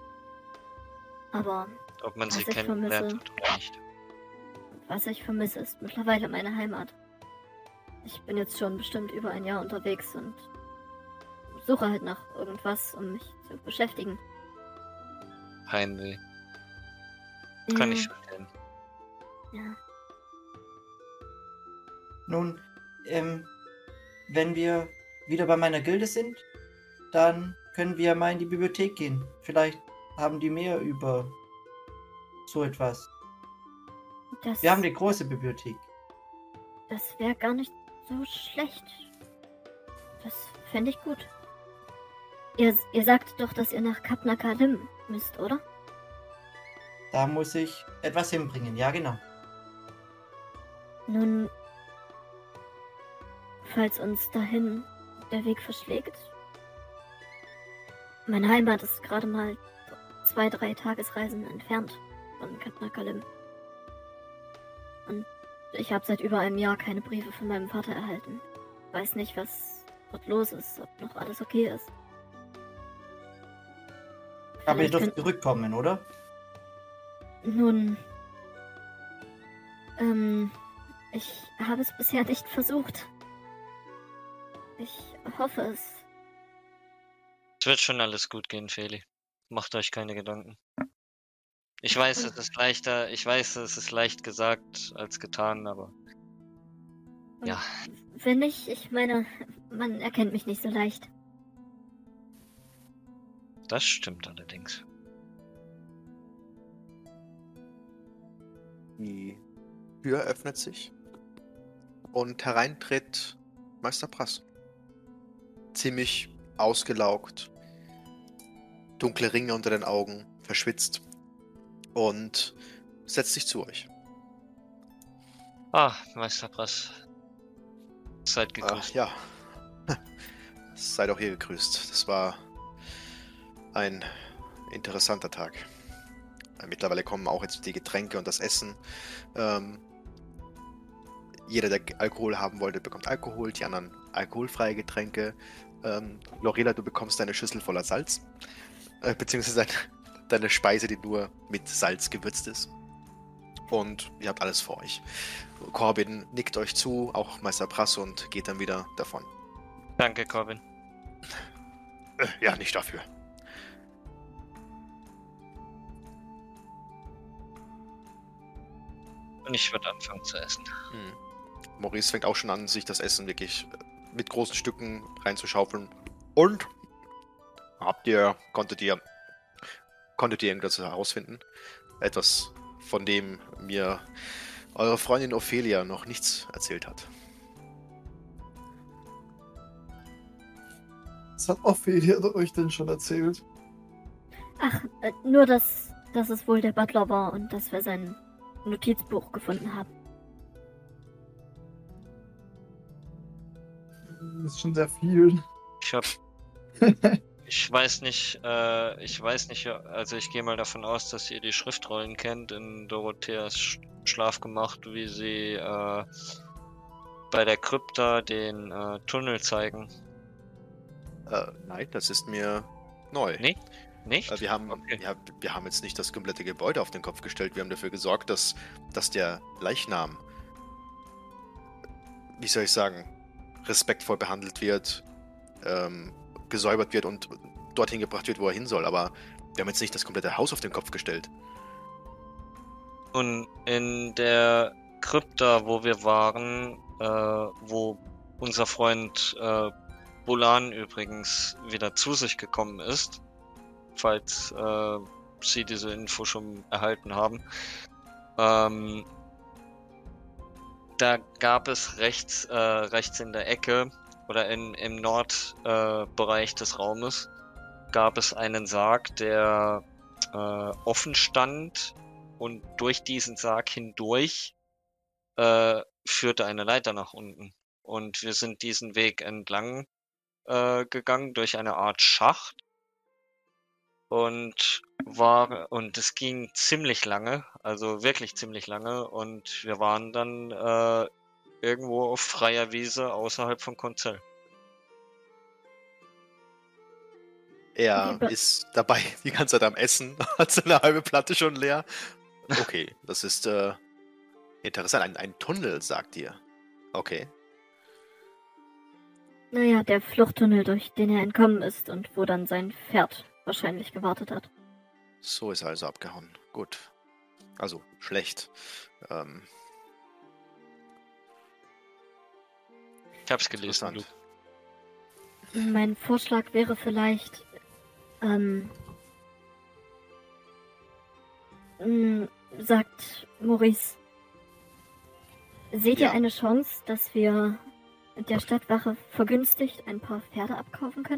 aber Ob man Was sie ich kennenlernt vermisse. hat oder nicht. was ich vermisse, ist mittlerweile meine Heimat. Ich bin jetzt schon bestimmt über ein Jahr unterwegs und suche halt nach irgendwas, um mich zu beschäftigen. Heimweh. Kann Ja, ich verstehen. Ja. Nun, wenn wir wieder bei meiner Gilde sind, dann können wir mal in die Bibliothek gehen. Vielleicht haben die mehr über so etwas. Wir haben eine große Bibliothek. Das wäre gar nicht so schlecht. Das fände ich gut. Ihr sagt doch, dass ihr nach Kap Nakalim müsst, oder? Da muss ich etwas hinbringen, ja genau. Nun, falls uns dahin der Weg verschlägt. Meine Heimat ist gerade mal 2-3 Tagesreisen entfernt von Kap Nakalim. Und ich habe seit über einem Jahr keine Briefe von meinem Vater erhalten. Weiß nicht, was dort los ist, ob noch alles okay ist. Aber ihr Vielleicht dürft zurückkommen, oder? Nun, ich habe es bisher nicht versucht. Ich hoffe es. Es wird schon alles gut gehen, Feli. Macht euch keine Gedanken. Ich weiß, es ist leicht gesagt als getan, aber ja. Wenn nicht, ich meine, man erkennt mich nicht so leicht. Das stimmt allerdings. Die Tür öffnet sich und hereintritt Meister Prass. Ziemlich ausgelaugt, dunkle Ringe unter den Augen, verschwitzt und setzt sich zu euch. Ah, Meister Prass. Seid gegrüßt. Ja, seid auch ihr gegrüßt. Das war ein interessanter Tag. Mittlerweile kommen auch jetzt die Getränke und das Essen. jeder, der Alkohol haben wollte, bekommt Alkohol, die anderen alkoholfreie Getränke. Lorela, du bekommst deine Schüssel voller Salz. Beziehungsweise deine Speise, die nur mit Salz gewürzt ist. Und ihr habt alles vor euch. Corbin nickt euch zu, auch Meister Prass, und geht dann wieder davon. Danke, Corbin. Ja, nicht dafür. Und ich würde anfangen zu essen. Maurice fängt auch schon an, sich das Essen wirklich mit großen Stücken reinzuschaufeln. Und? Konntet ihr irgendwas herausfinden? Etwas, von dem mir eure Freundin Ophelia noch nichts erzählt hat. Was hat Ophelia euch denn schon erzählt? Ach, nur, dass es wohl der Butler war und dass wir sein Notizbuch gefunden haben. Das ist schon sehr viel. Ich weiß nicht, also ich gehe mal davon aus, dass ihr die Schriftrollen kennt in Dorotheas Schlafgemach, wie sie bei der Krypta den Tunnel zeigen. Nein, das ist mir neu. Nee? Nicht? Wir haben Okay. wir haben jetzt nicht das komplette Gebäude auf den Kopf gestellt. Wir haben dafür gesorgt, dass der Leichnam, wie soll ich sagen, respektvoll behandelt wird, gesäubert wird und dorthin gebracht wird, wo er hin soll. Aber wir haben jetzt nicht das komplette Haus auf den Kopf gestellt. Und in der Krypta, wo wir waren, wo unser Freund Bulan übrigens wieder zu sich gekommen ist, falls Sie diese Info schon erhalten haben, da gab es rechts in der Ecke oder im Nordbereich des Raumes gab es einen Sarg, der offen stand, und durch diesen Sarg hindurch führte eine Leiter nach unten. Und wir sind diesen Weg entlang gegangen durch eine Art Schacht. Und es ging ziemlich lange, also wirklich ziemlich lange, und wir waren dann irgendwo auf freier Wiese außerhalb von Konzell. Er ist dabei die ganze Zeit am Essen, hat seine halbe Platte schon leer. Okay, das ist interessant. Ein Tunnel, sagt ihr. Okay. Naja, der Fluchttunnel, durch den er entkommen ist und wo dann sein Pferd wahrscheinlich gewartet hat. So ist er also abgehauen. Gut. Also, schlecht. Ich hab's gelesen, Interessant. Mein Vorschlag wäre vielleicht, sagt Maurice, seht ihr Ja. eine Chance, dass wir der Stadtwache vergünstigt ein paar Pferde abkaufen können?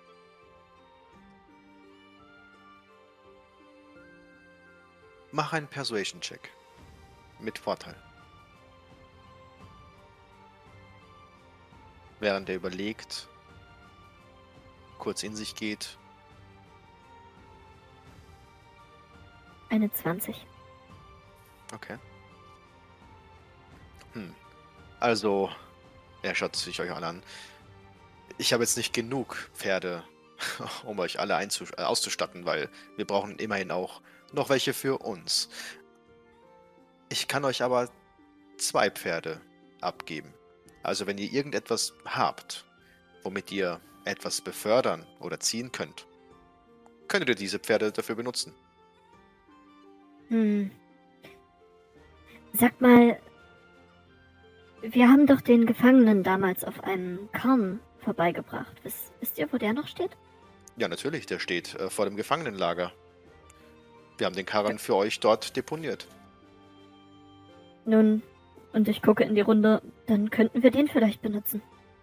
Mach einen Persuasion-Check. Mit Vorteil. Während er überlegt, kurz in sich geht. Eine 20. Okay. Also, er schaut sich euch alle an. Ich habe jetzt nicht genug Pferde, um euch alle auszustatten, weil wir brauchen immerhin auch noch welche für uns. Ich kann euch aber 2 Pferde abgeben. Also wenn ihr irgendetwas habt, womit ihr etwas befördern oder ziehen könnt, könntet ihr diese Pferde dafür benutzen. Sag mal, wir haben doch den Gefangenen damals auf einem Karren vorbeigebracht. Wisst ihr, wo der noch steht? Ja, natürlich, der steht vor dem Gefangenenlager. Wir haben den Karren für euch dort deponiert. Nun, und ich gucke in die Runde, dann könnten wir den vielleicht benutzen.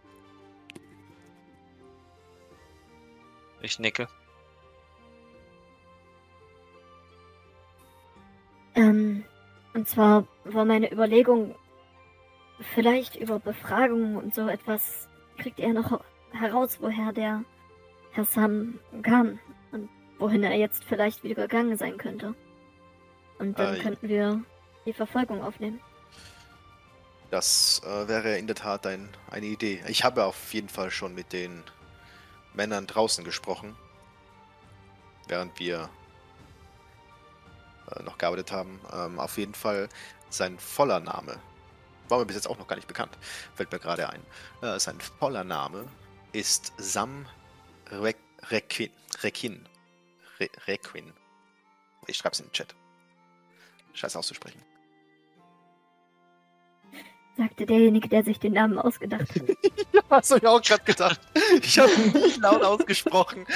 Ich nicke. Und zwar war meine Überlegung, vielleicht über Befragungen und so etwas kriegt er noch heraus, woher der Herr Sam kam und wohin er jetzt vielleicht wieder gegangen sein könnte. Und dann könnten wir die Verfolgung aufnehmen. Das wäre in der Tat eine Idee. Ich habe auf jeden Fall schon mit den Männern draußen gesprochen, während wir noch gearbeitet haben. Auf jeden Fall sein voller Name, war mir bis jetzt auch noch gar nicht bekannt, fällt mir gerade ein. Sein voller Name ist Sam Requin. Ich schreibe es in den Chat. Scheiße auszusprechen. Sagte derjenige, der sich den Namen ausgedacht hat. Ja, das habe ich auch gerade gedacht. Ich habe ihn nicht laut ausgesprochen.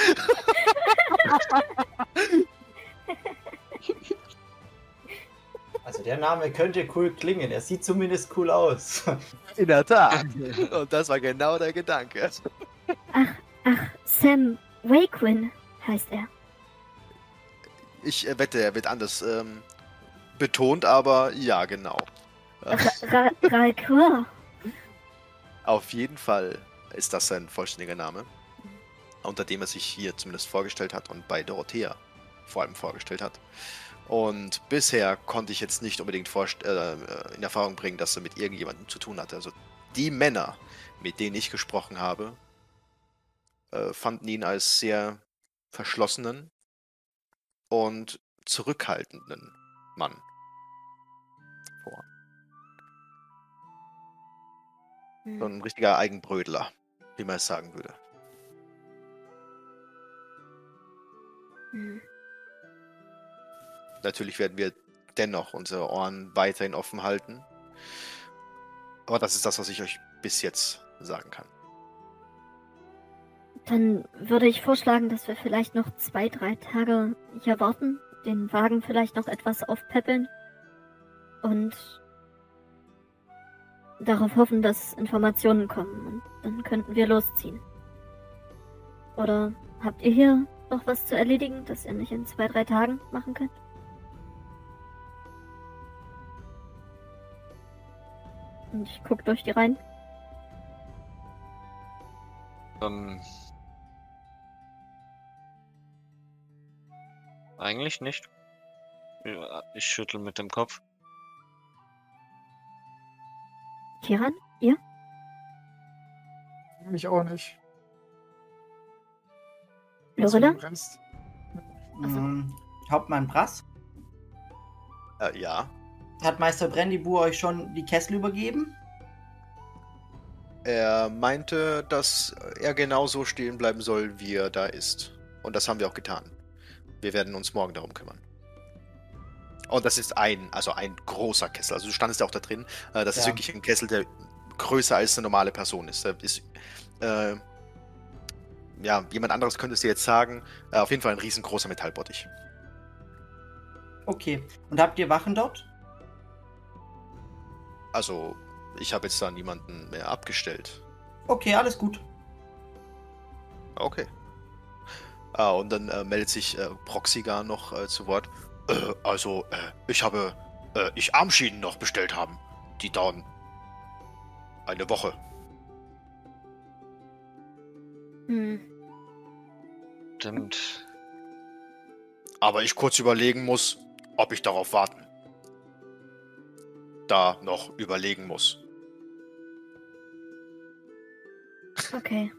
Also der Name könnte cool klingen. Er sieht zumindest cool aus. In der Tat. Und das war genau der Gedanke. Ach, Sam Wakewind heißt er. Ich wette, er wird anders betont, aber ja, genau. Ralquor. Auf jeden Fall ist das sein vollständiger Name, unter dem er sich hier zumindest vorgestellt hat und bei Dorothea vor allem vorgestellt hat. Und bisher konnte ich jetzt nicht unbedingt in Erfahrung bringen, dass er mit irgendjemandem zu tun hatte. Also die Männer, mit denen ich gesprochen habe, fanden ihn als sehr verschlossenen und zurückhaltenden Mann vor. So ein richtiger Eigenbrödler, wie man es sagen würde. Natürlich werden wir dennoch unsere Ohren weiterhin offen halten. Aber das ist das, was ich euch bis jetzt sagen kann. Dann würde ich vorschlagen, dass wir vielleicht noch 2-3 Tage hier warten, den Wagen vielleicht noch etwas aufpäppeln und darauf hoffen, dass Informationen kommen und dann könnten wir losziehen. Oder habt ihr hier noch was zu erledigen, das ihr nicht in 2-3 Tagen machen könnt? Und ich guck durch die Reihen. Eigentlich nicht. Ja, ich schüttel mit dem Kopf. Kiran, ihr? Mich auch nicht. Lorilla? Du rennst. Hauptmann Brass? Ja. Hat Meister Brandybu euch schon die Kessel übergeben? Er meinte, dass er genauso stehen bleiben soll, wie er da ist. Und das haben wir auch getan. Wir werden uns morgen darum kümmern. Und das ist ein großer Kessel. Also du standest ja auch da drin. Das ist wirklich ein Kessel, der größer als eine normale Person ist. Jemand anderes könnte es dir jetzt sagen. Auf jeden Fall ein riesengroßer Metallbottich. Okay. Und habt ihr Wachen dort? Also, ich habe jetzt da niemanden mehr abgestellt. Okay, alles gut. Okay. Und dann meldet sich Proxigar noch zu Wort. Ich Armschienen noch bestellt haben. Die dauern eine Woche. Stimmt. Aber ich kurz überlegen muss, ob ich darauf warten. Da noch überlegen muss. Okay.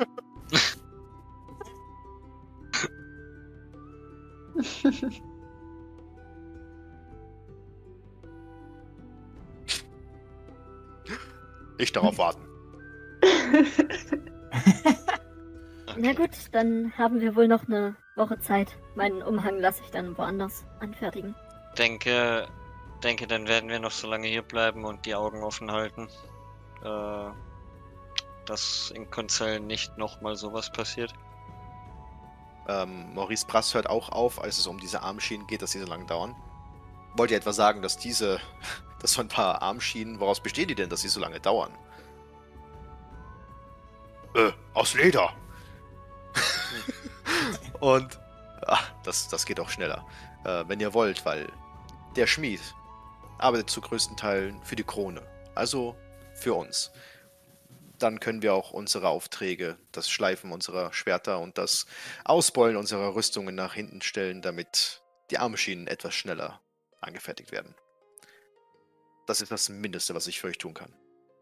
Ich darauf warten. Na gut, dann haben wir wohl noch eine Woche Zeit. Meinen Umhang lasse ich dann woanders anfertigen. Denke, dann werden wir noch so lange hier bleiben und die Augen offen halten. Dass in Konzell nicht nochmal sowas passiert. Maurice Brass hört auch auf, als es um diese Armschienen geht, dass sie so lange dauern. Wollt ihr etwa sagen, dass so ein paar Armschienen, woraus bestehen die denn, dass sie so lange dauern? Aus Leder. Und das geht auch schneller. Wenn ihr wollt, weil der Schmied arbeitet zu größten Teilen für die Krone. Also für uns. Dann können wir auch unsere Aufträge, das Schleifen unserer Schwerter und das Ausbeulen unserer Rüstungen nach hinten stellen, damit die Armschienen etwas schneller angefertigt werden. Das ist das Mindeste, was ich für euch tun kann.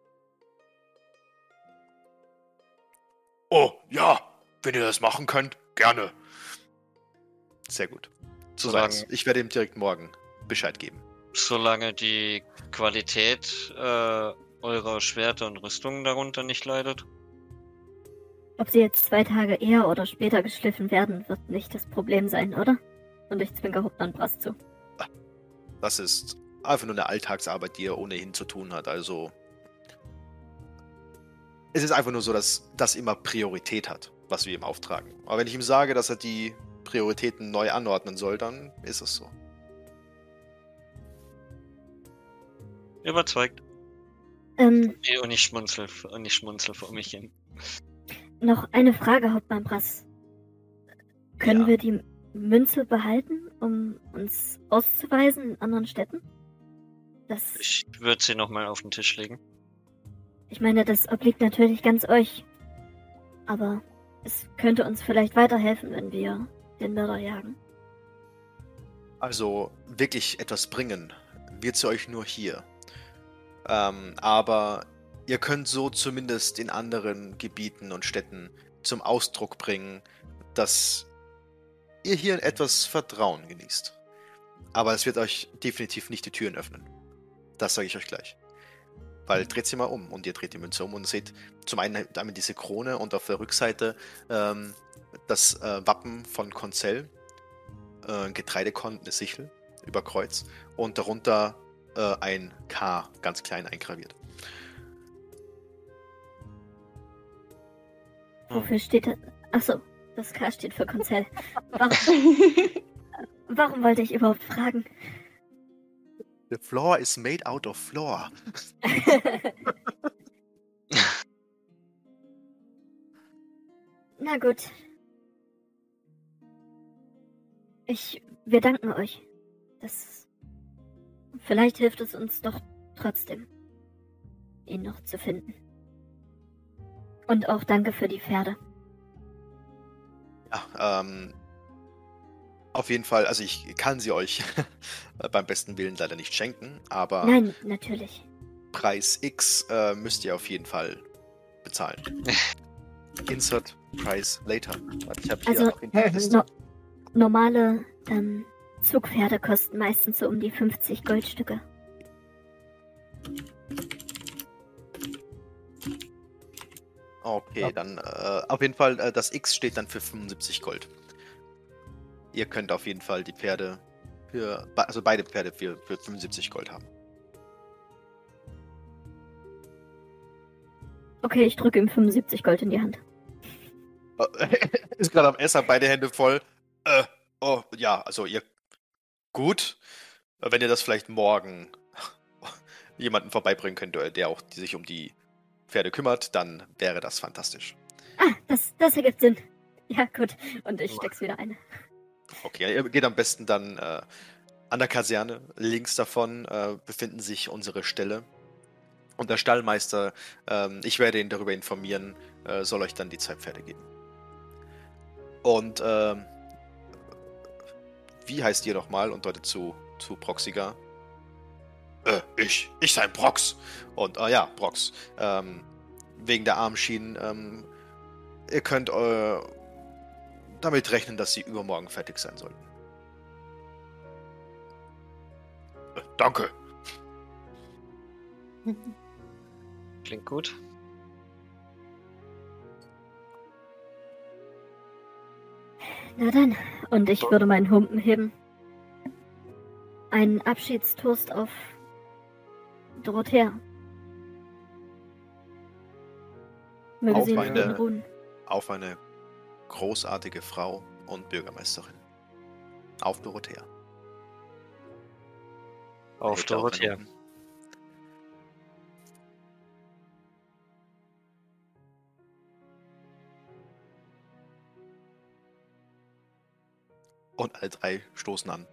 Oh, ja, wenn ihr das machen könnt, gerne. Sehr gut. So sag's. Ich werde ihm direkt morgen Bescheid geben. Solange die Qualität eurer Schwerter und Rüstungen darunter nicht leidet. Ob sie jetzt 2 Tage eher oder später geschliffen werden, wird nicht das Problem sein, oder? Und ich zwinker Hauptmann Brass zu. Das ist einfach nur eine Alltagsarbeit, die er ohnehin zu tun hat. Also es ist einfach nur so, dass das immer Priorität hat, was wir ihm auftragen. Aber wenn ich ihm sage, dass er die Prioritäten neu anordnen soll, dann ist es so. Überzeugt. Und ich schmunzel vor mich hin. Noch eine Frage, Hauptmann Brass. Können wir die Münze behalten, um uns auszuweisen in anderen Städten? Ich würde sie nochmal auf den Tisch legen. Ich meine, das obliegt natürlich ganz euch. Aber es könnte uns vielleicht weiterhelfen, wenn wir den Mörder jagen. Also wirklich etwas bringen wird sie euch nur hier. Aber ihr könnt so zumindest in anderen Gebieten und Städten zum Ausdruck bringen, dass ihr hier etwas Vertrauen genießt. Aber es wird euch definitiv nicht die Türen öffnen. Das sage ich euch gleich. Weil dreht sie mal um und ihr dreht die Münze um und seht zum einen einmal diese Krone und auf der Rückseite das Wappen von Konzell, ein Getreidekorn, eine Sichel über Kreuz und darunter ein K ganz klein eingraviert. Wofür steht das? Achso, das K steht für Konzell. Warum wollte ich überhaupt fragen? The floor is made out of floor. Na gut. Wir danken euch. Vielleicht hilft es uns doch trotzdem, ihn noch zu finden. Und auch danke für die Pferde. Ja, auf jeden Fall, also ich kann sie euch beim besten Willen leider nicht schenken, aber Nein, natürlich. Preis X müsst ihr auf jeden Fall bezahlen. Insert Price later. Ich habe hier Also, auch in der Liste. Normale Zugpferde kosten meistens so um die 50 Goldstücke. Okay, dann auf jeden Fall, das X steht dann für 75 Gold. Ihr könnt auf jeden Fall die Pferde also beide Pferde für 75 Gold haben. Okay, ich drücke ihm 75 Gold in die Hand. Ist gerade am Essen, beide Hände voll. Oh, ja, also ihr. Gut. Wenn ihr das vielleicht morgen jemanden vorbeibringen könnt, der auch sich um die Pferde kümmert, dann wäre das fantastisch. Ah, das ergibt Sinn. Ja, gut. Und ich steck's wieder ein. Okay, ihr geht am besten dann an der Kaserne. Links davon befinden sich unsere Ställe. Und der Stallmeister, ich werde ihn darüber informieren, soll euch dann die 2 Pferde geben. Und wie heißt ihr nochmal? Und deutet zu Proxiga. Ich sein Prox. Und ja, Prox. Wegen der Armschienen, ihr könnt damit rechnen, dass sie übermorgen fertig sein sollten. Danke. Klingt gut. Na dann, und ich würde meinen Humpen heben. Einen Abschiedstoast auf Dorothea. Möge sie in Frieden ruhen. Auf eine großartige Frau und Bürgermeisterin. Auf Dorothea. Auf Dorothea. Und alle 3 stoßen an.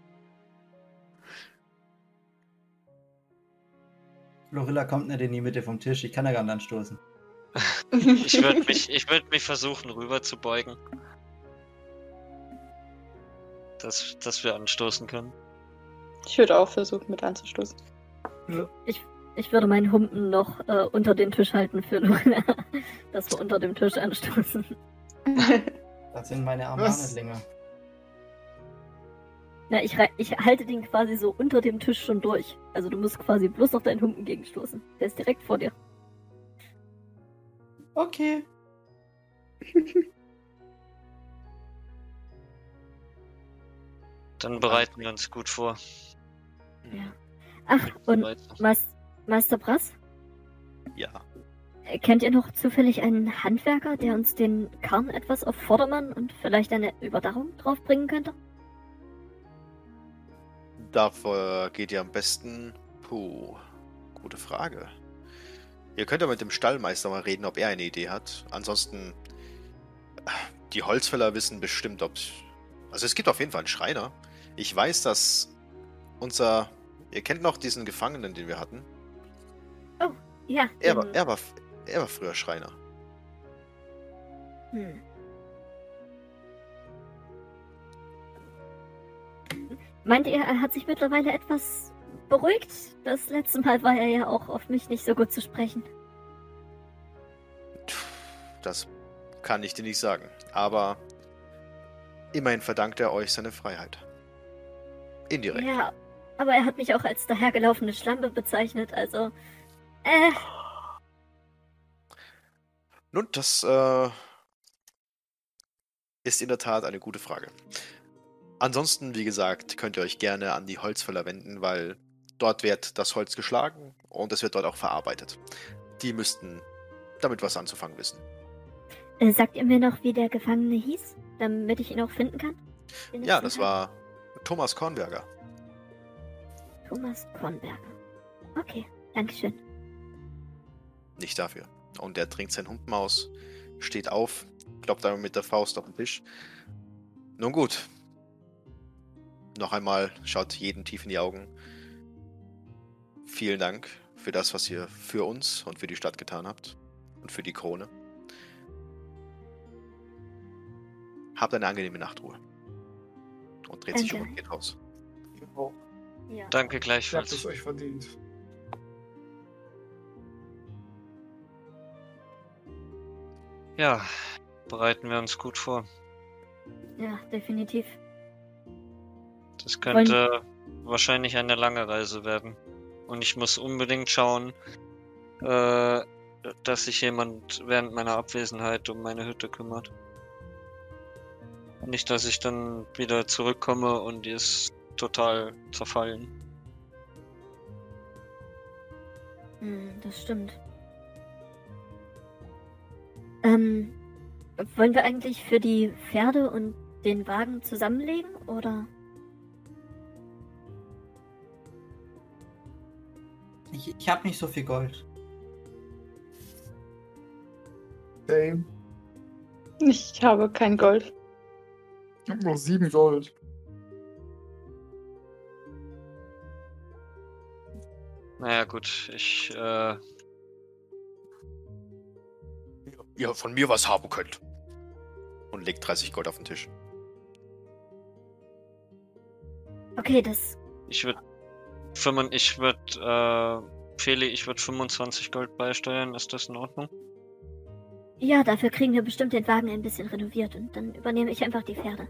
Lorilla kommt nicht in die Mitte vom Tisch, ich kann ja gar nicht anstoßen. Ich würd mich versuchen, rüber zu beugen. Dass wir anstoßen können. Ich würde auch versuchen, mit anzustoßen. Ich würde meinen Humpen noch unter den Tisch halten für Luna, dass wir unter dem Tisch anstoßen. Das sind meine Armanetlinge. Na, ich halte den quasi so unter dem Tisch schon durch. Also du musst quasi bloß noch deinen Humpen gegenstoßen. Der ist direkt vor dir. Okay. Dann bereiten wir uns gut vor. Ja. Ach, und Meister Brass? Ja. Kennt ihr noch zufällig einen Handwerker, der uns den Karren etwas auf Vordermann und vielleicht eine Überdachung draufbringen könnte? Dafür geht ihr am besten... Puh, gute Frage. Ihr könnt ja mit dem Stallmeister mal reden, ob er eine Idee hat. Ansonsten, die Holzfäller wissen bestimmt, ob... Also es gibt auf jeden Fall einen Schreiner. Ich weiß, dass unser... Ihr kennt noch diesen Gefangenen, den wir hatten? Oh, ja. Er war früher Schreiner. Meint ihr, er hat sich mittlerweile etwas beruhigt? Das letzte Mal war er ja auch auf mich nicht so gut zu sprechen. Das kann ich dir nicht sagen. Aber immerhin verdankt er euch seine Freiheit. Indirekt. Ja, aber er hat mich auch als dahergelaufene Schlampe bezeichnet, also... Nun, das ist in der Tat eine gute Frage. Ansonsten, wie gesagt, könnt ihr euch gerne an die Holzfäller wenden, weil dort wird das Holz geschlagen und es wird dort auch verarbeitet. Die müssten damit was anzufangen wissen. Sagt ihr mir noch, wie der Gefangene hieß, damit ich ihn auch finden kann? Ja, das war Thomas Kornberger. Thomas Kornberger. Okay, dankeschön. Nicht dafür. Und er trinkt sein Humpen aus, steht auf, klopft einmal mit der Faust auf den Tisch. Nun gut. Noch einmal schaut jeden tief in die Augen. Vielen Dank für das, was ihr für uns und für die Stadt getan habt. Und für die Krone. Habt eine angenehme Nachtruhe. Und dreht sich um und geht raus. Ja. Danke Ihr habt gleichfalls. es euch verdient. Ja, bereiten wir uns gut vor. Ja, definitiv. Das könnte wahrscheinlich eine lange Reise werden. Und ich muss unbedingt schauen, dass sich jemand während meiner Abwesenheit um meine Hütte kümmert. Nicht, dass ich dann wieder zurückkomme und die ist total zerfallen. Das stimmt. Wollen wir eigentlich für die Pferde und den Wagen zusammenlegen, oder? Ich habe nicht so viel Gold. Same. Ich habe kein Gold. Ich hab noch 7 Gold. Naja gut, Ihr von mir was haben könnt. Und legt 30 Gold auf den Tisch. Okay, das... ich würde Feli, ich würde 25 Gold beisteuern, ist das in Ordnung? Ja, dafür kriegen wir bestimmt den Wagen ein bisschen renoviert und dann übernehme ich einfach die Pferde.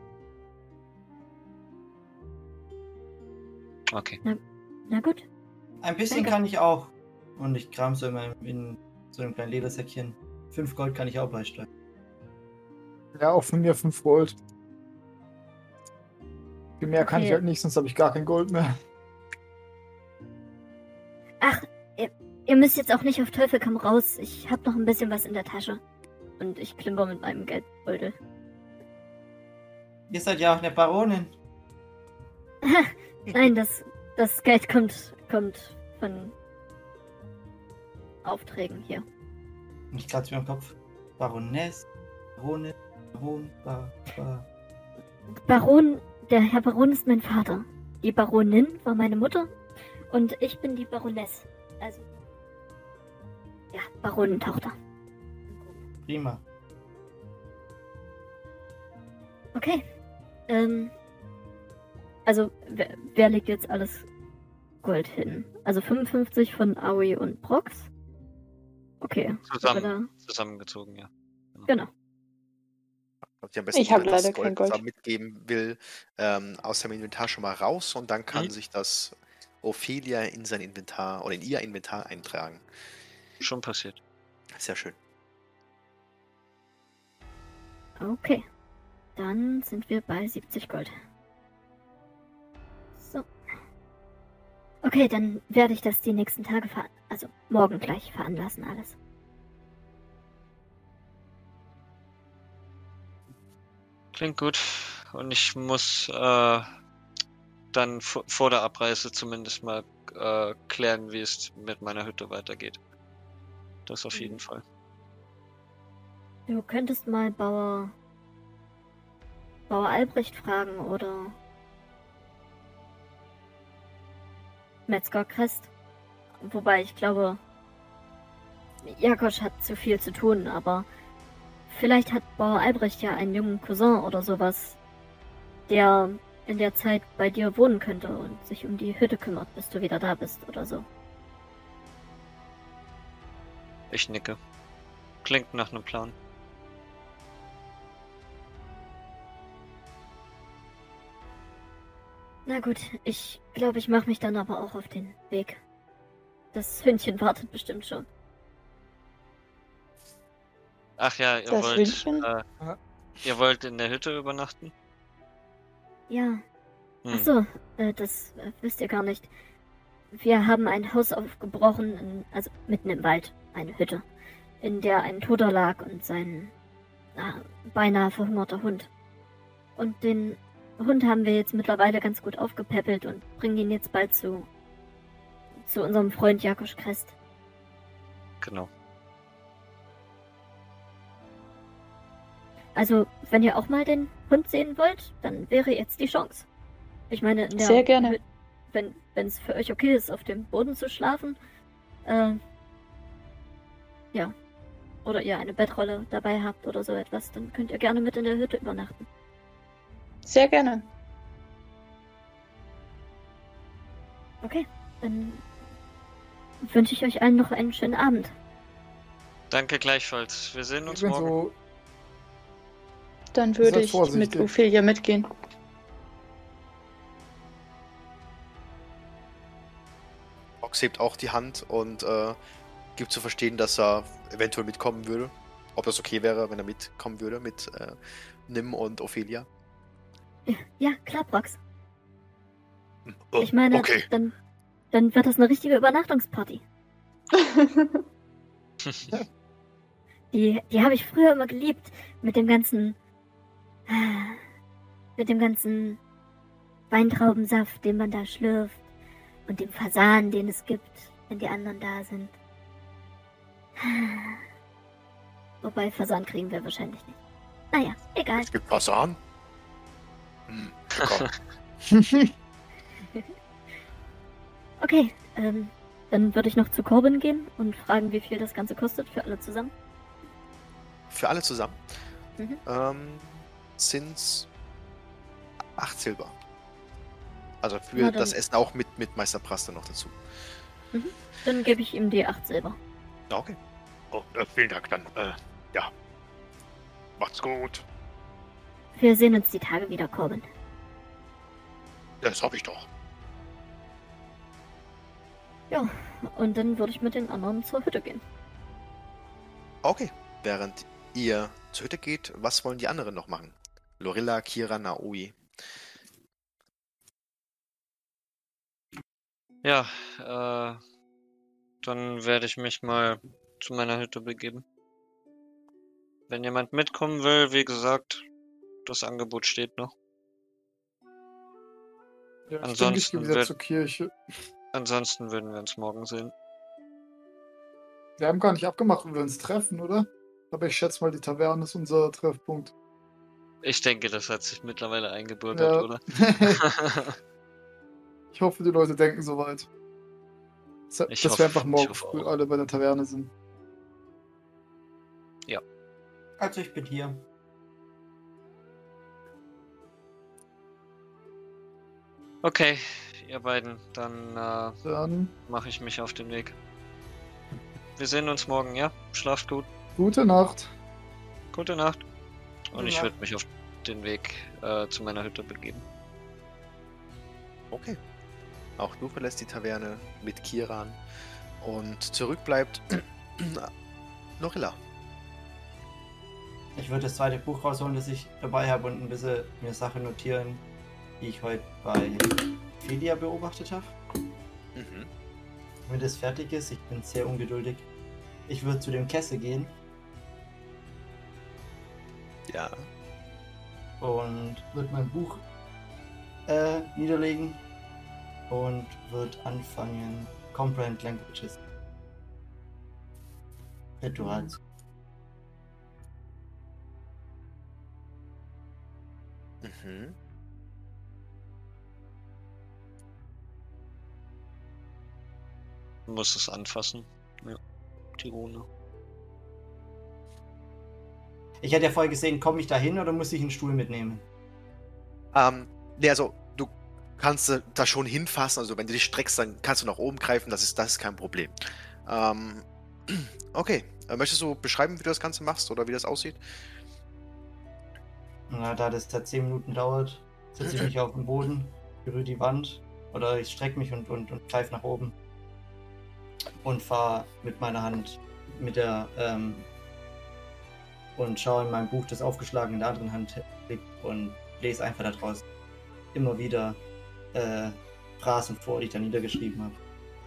Okay. Na gut. Ein bisschen Danke. kann ich auch. Und ich kram so in so einem kleinen Ledersäckchen. 5 Gold kann ich auch beisteuern. Ja, auch von mir 5 Gold. Viel mehr kann Okay. ich halt nicht, sonst habe ich gar kein Gold mehr. Ach, ihr müsst jetzt auch nicht auf Teufel komm raus. Ich habe noch ein bisschen was in der Tasche. Und ich klimper mit meinem Geldbeutel. Ihr seid ja auch eine Baronin. Nein, das Geld kommt von Aufträgen hier. Und ich kratze mir am Kopf. Baroness, Baronin, Baron, der Herr Baron ist mein Vater. Die Baronin war meine Mutter. Und ich bin die Baroness. Also, ja, Baronentochter. Prima. Okay. Also, wer legt jetzt alles Gold hin. Also 55 von Aoi und Brox. Okay. Zusammengezogen, ja. Genau. Ich habe leider kein Gold. Mitgeben will, aus seinem Inventar schon mal raus und dann kann sich das Ophelia in sein Inventar oder in ihr Inventar eintragen. Schon passiert. Sehr schön. Okay. Dann sind wir bei 70 Gold. So. Okay, dann werde ich das die nächsten Tage also morgen gleich veranlassen alles. Klingt gut. Und ich muss dann vor der Abreise zumindest mal klären, wie es mit meiner Hütte weitergeht. Das auf jeden Fall. Du könntest mal Bauer Albrecht fragen oder Metzger Crest. Wobei ich glaube, Jakosch hat zu viel zu tun, aber vielleicht hat Bauer Albrecht ja einen jungen Cousin oder sowas, der in der Zeit bei dir wohnen könnte und sich um die Hütte kümmert, bis du wieder da bist oder so. Ich nicke. Klingt nach einem Plan. Na gut, ich glaube, ich mache mich dann aber auch auf den Weg. Das Hündchen wartet bestimmt schon. Ach ja, ihr wollt in der Hütte übernachten? Ja. Achso, das wisst ihr gar nicht. Wir haben ein Haus aufgebrochen, also mitten im Wald, eine Hütte, in der ein Toter lag und sein beinahe verhungerter Hund. Und den Hund haben wir jetzt mittlerweile ganz gut aufgepäppelt und bringen ihn jetzt bald zu unserem Freund Jakosch Crest. Genau. Also, wenn ihr auch mal den Hund sehen wollt, dann wäre jetzt die Chance. Ich meine, Sehr gerne. Wenn es für euch okay ist, auf dem Boden zu schlafen, ja, oder ihr eine Bettrolle dabei habt oder so etwas, dann könnt ihr gerne mit in der Hütte übernachten. Sehr gerne. Okay, dann wünsche ich euch allen noch einen schönen Abend. Danke gleichfalls. Wir sehen uns Ich bin morgen. so, Dann würde Seid ich vorsichtig. mit Ophelia mitgehen. Ox hebt auch die Hand und gibt zu verstehen, dass er eventuell mitkommen würde. Ob das okay wäre, wenn er mitkommen würde mit Nim und Ophelia. Ja, klar, Brox. Oh, Ich meine, okay. dann wird das eine richtige Übernachtungsparty. Die habe ich früher immer geliebt. Mit dem ganzen Weintraubensaft, den man da schlürft. Und dem Fasan, den es gibt, wenn die anderen da sind. Wobei, Fasan kriegen wir wahrscheinlich nicht. Naja, egal. Es gibt Fasan. Komm. Okay, dann würde ich noch zu Corbin gehen und fragen, wie viel das Ganze kostet für alle zusammen. Für alle zusammen Mhm. sind's 8 Silber. Also für Na dann. das Essen auch mit Meister Praster noch dazu. Dann gebe ich ihm die 8 Silber. Ja, okay. Oh, vielen Dank dann. Ja. Macht's gut. Wir sehen uns die Tage wieder, Corbin. Das hoffe ich doch. Ja, und dann würde ich mit den anderen zur Hütte gehen. Okay. Während ihr zur Hütte geht, was wollen die anderen noch machen? Lorilla, Kira, Naoi. Ja, dann werde ich mich mal zu meiner Hütte begeben. Wenn jemand mitkommen will, wie gesagt, das Angebot steht noch. ja, ich denke, ich Ansonsten gehe wieder wird- zur Kirche. Ansonsten würden wir uns morgen sehen. Wir haben gar nicht abgemacht, wo wir uns treffen, oder? Aber ich schätze mal, die Taverne ist unser Treffpunkt. Ich denke, das hat sich mittlerweile eingebürgert, Ja. oder? Ich hoffe, die Leute denken soweit. Ich Dass hoffe- wir einfach morgen ich hoffe früh auch. alle bei der Taverne sind. Also ich bin hier. Okay, ihr beiden. Dann Dann mache ich mich auf den Weg. Wir sehen uns morgen, ja? Schlaft gut. gute Nacht. Gute Nacht. Und Gute ich Nacht. würde mich auf den Weg zu meiner Hütte begeben. Okay. Auch du verlässt die Taverne mit Kiran und zurück bleibt Norilla. Ich würde das zweite Buch rausholen, das ich dabei habe und ein bisschen mir Sachen notieren, die ich heute bei Felia beobachtet habe. Mhm. Wenn das fertig ist, ich bin sehr ungeduldig. Ich würde zu dem Kessel gehen Ja. und würde mein Buch niederlegen und würde anfangen Comprehend Languages. Ritual. Mhm. Muss es anfassen. Ja. Die Rune. Ich hatte ja vorher gesehen, komme ich da hin oder muss ich einen Stuhl mitnehmen? Nee, also du kannst da schon hinfassen, also wenn du dich streckst, dann kannst du nach oben greifen, das ist kein Problem. Okay, möchtest du beschreiben, wie du das Ganze machst oder wie das aussieht? Na, da das da 10 Minuten dauert, setze ich mich auf den Boden, berühre die Wand oder ich strecke mich und greife nach oben und fahre mit meiner Hand mit der und schaue in meinem Buch, das aufgeschlagen in der anderen Hand liegt und lese einfach da draußen immer wieder Phrasen vor, die ich dann niedergeschrieben habe.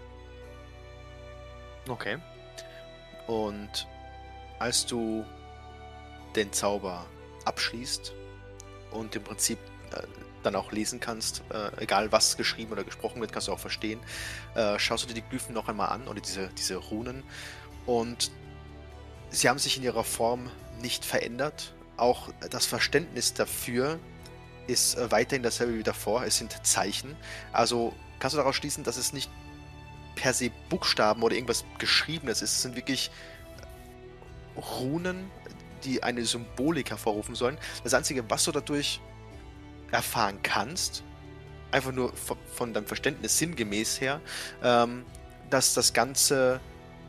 Okay. Und als du den Zauber abschließt und im Prinzip dann auch lesen kannst, egal was geschrieben oder gesprochen wird, kannst du auch verstehen, schaust du dir die Glyphen noch einmal an oder diese Runen und sie haben sich in ihrer Form nicht verändert. Auch das Verständnis dafür ist weiterhin dasselbe wie davor. Es sind Zeichen. Also kannst du daraus schließen, dass es nicht per se Buchstaben oder irgendwas Geschriebenes ist. Es sind wirklich Runen, die eine Symbolik hervorrufen sollen. Das Einzige, was du dadurch erfahren kannst, einfach nur von deinem Verständnis sinngemäß her, dass das Ganze,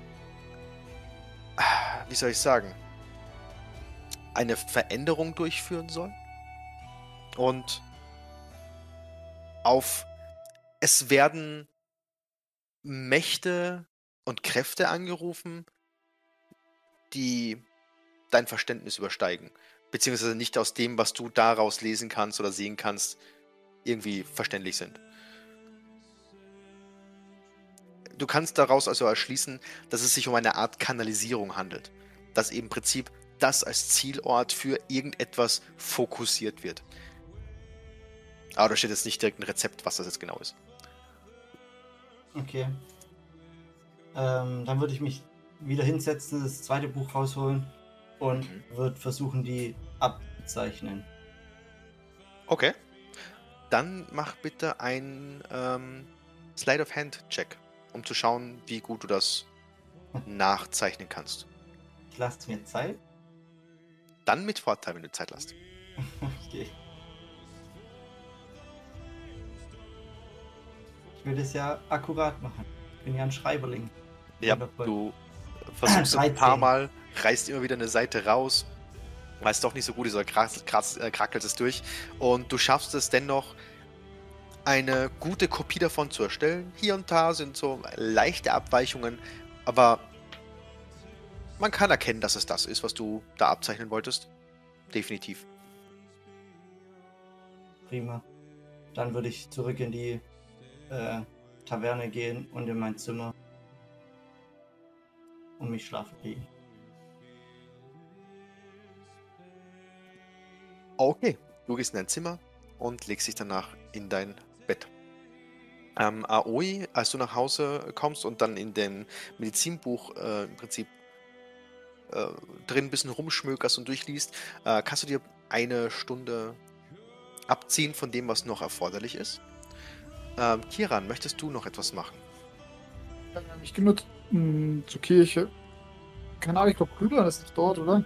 wie soll ich sagen, eine Veränderung durchführen soll. Und es werden Mächte und Kräfte angerufen, die dein Verständnis übersteigen. Beziehungsweise nicht aus dem, was du daraus lesen kannst oder sehen kannst, irgendwie verständlich sind. Du kannst daraus also erschließen, dass es sich um eine Art Kanalisierung handelt. Dass eben im Prinzip das als Zielort für irgendetwas fokussiert wird. Aber da steht jetzt nicht direkt ein Rezept, was das jetzt genau ist. Okay. Dann würde ich mich wieder hinsetzen, das zweite Buch rausholen und würde versuchen, die abzuzeichnen. Okay. Dann mach bitte einen Sleight of Hand Check, um zu schauen, wie gut du das nachzeichnen kannst. Ich lasse mir Zeit. Dann mit Vorteil, wenn du Zeit hast. Okay. Ich will das ja akkurat machen. Ich bin ja ein Schreiberling. Ja, Wundervoll. du versuchst ein 13. paar Mal, reißt immer wieder eine Seite raus, weil es doch nicht so gut ist, oder krackelt es durch. Und du schaffst es dennoch, eine gute Kopie davon zu erstellen. Hier und da sind so leichte Abweichungen, aber man kann erkennen, dass es das ist, was du da abzeichnen wolltest. Definitiv. Prima. Dann würde ich zurück in die Taverne gehen und in mein Zimmer und mich schlafen legen. Okay, du gehst in dein Zimmer und legst dich danach in dein Bett. Aoi, als du nach Hause kommst und dann in dem Medizinbuch im Prinzip drin ein bisschen rumschmökerst und durchliest, kannst du dir eine Stunde abziehen von dem, was noch erforderlich ist. Kiran, möchtest du noch etwas machen? Ich gehe nur zur Kirche. Keine Ahnung, ich glaube, Brüder ist nicht dort, oder?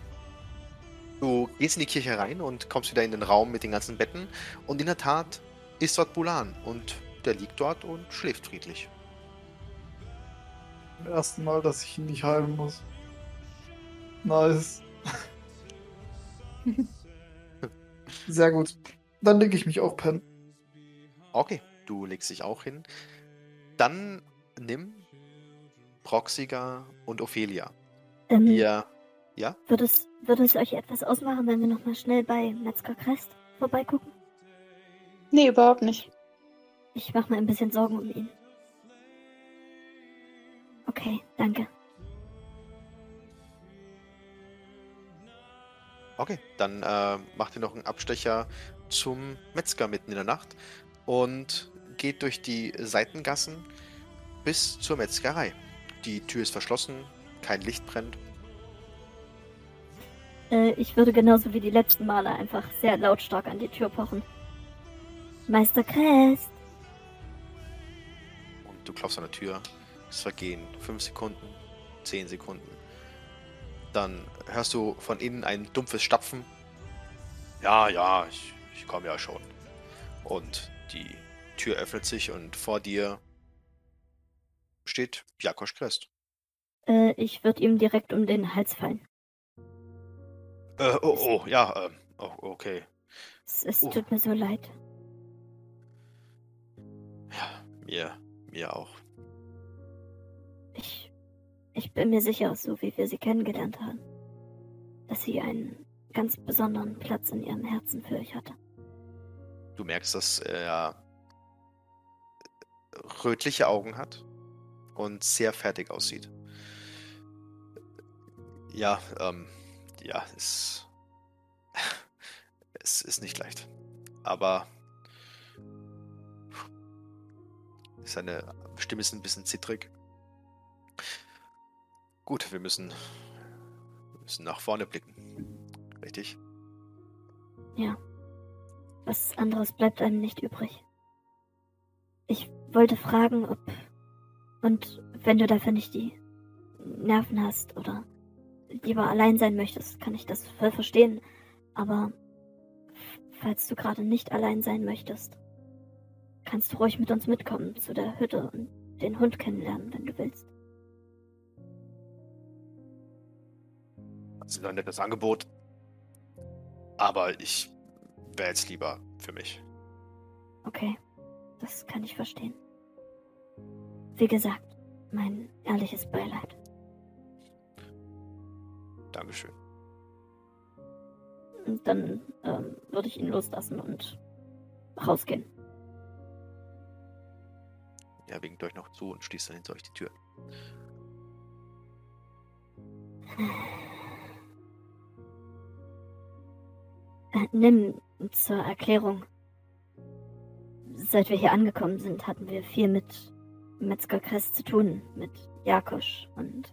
Du gehst in die Kirche rein und kommst wieder in den Raum mit den ganzen Betten. Und in der Tat, ist dort Bulan und der liegt dort und schläft friedlich. Zum ersten Mal, dass ich ihn nicht heilen muss. Nice. Sehr gut. Dann lege ich mich auch pennen. Okay, du legst dich auch hin. Dann nimm Proxiga und Ophelia. Ihr, ja? Würde es euch etwas ausmachen, wenn wir nochmal schnell bei Metzger Crest vorbeigucken? Nee, überhaupt nicht. Ich mache mir ein bisschen Sorgen um ihn. Okay, danke. Okay, dann macht ihr noch einen Abstecher zum Metzger mitten in der Nacht und geht durch die Seitengassen bis zur Metzgerei. Die Tür ist verschlossen, kein Licht brennt. Ich würde genauso wie die letzten Male einfach sehr lautstark an die Tür pochen. Meister Crest! Und du klopfst an der Tür. Es vergehen 5 Sekunden, 10 Sekunden. Dann hörst du von innen ein dumpfes Stapfen. Ja, ich komme ja schon. Und die Tür öffnet sich und vor dir steht Jakosch Crest. Ich würde ihm direkt um den Hals fallen. Okay. Es tut mir so leid. Ja, mir auch. Ich bin mir sicher, so wie wir sie kennengelernt haben, dass sie einen ganz besonderen Platz in ihrem Herzen für euch hatte. Du merkst, dass er rötliche Augen hat und sehr fertig aussieht. Es ist nicht leicht. Aber seine Stimme ist ein bisschen zittrig. Gut, wir müssen nach vorne blicken. Richtig? Ja. Was anderes bleibt einem nicht übrig. Ich wollte fragen, und wenn du dafür nicht die Nerven hast oder lieber allein sein möchtest, kann ich das voll verstehen. Aber falls du gerade nicht allein sein möchtest, kannst du ruhig mit uns mitkommen zu der Hütte und den Hund kennenlernen, wenn du willst. Das ist ein nettes Angebot. Aber ich wäre jetzt lieber für mich. Okay, das kann ich verstehen. Wie gesagt, mein ehrliches Beileid. Dankeschön. Und dann würde ich ihn loslassen und rausgehen. Er winkt euch noch zu und schließt dann hinter euch die Tür. Nimm zur Erklärung. Seit wir hier angekommen sind, hatten wir viel mit Metzger Crest zu tun, mit Jakosch, und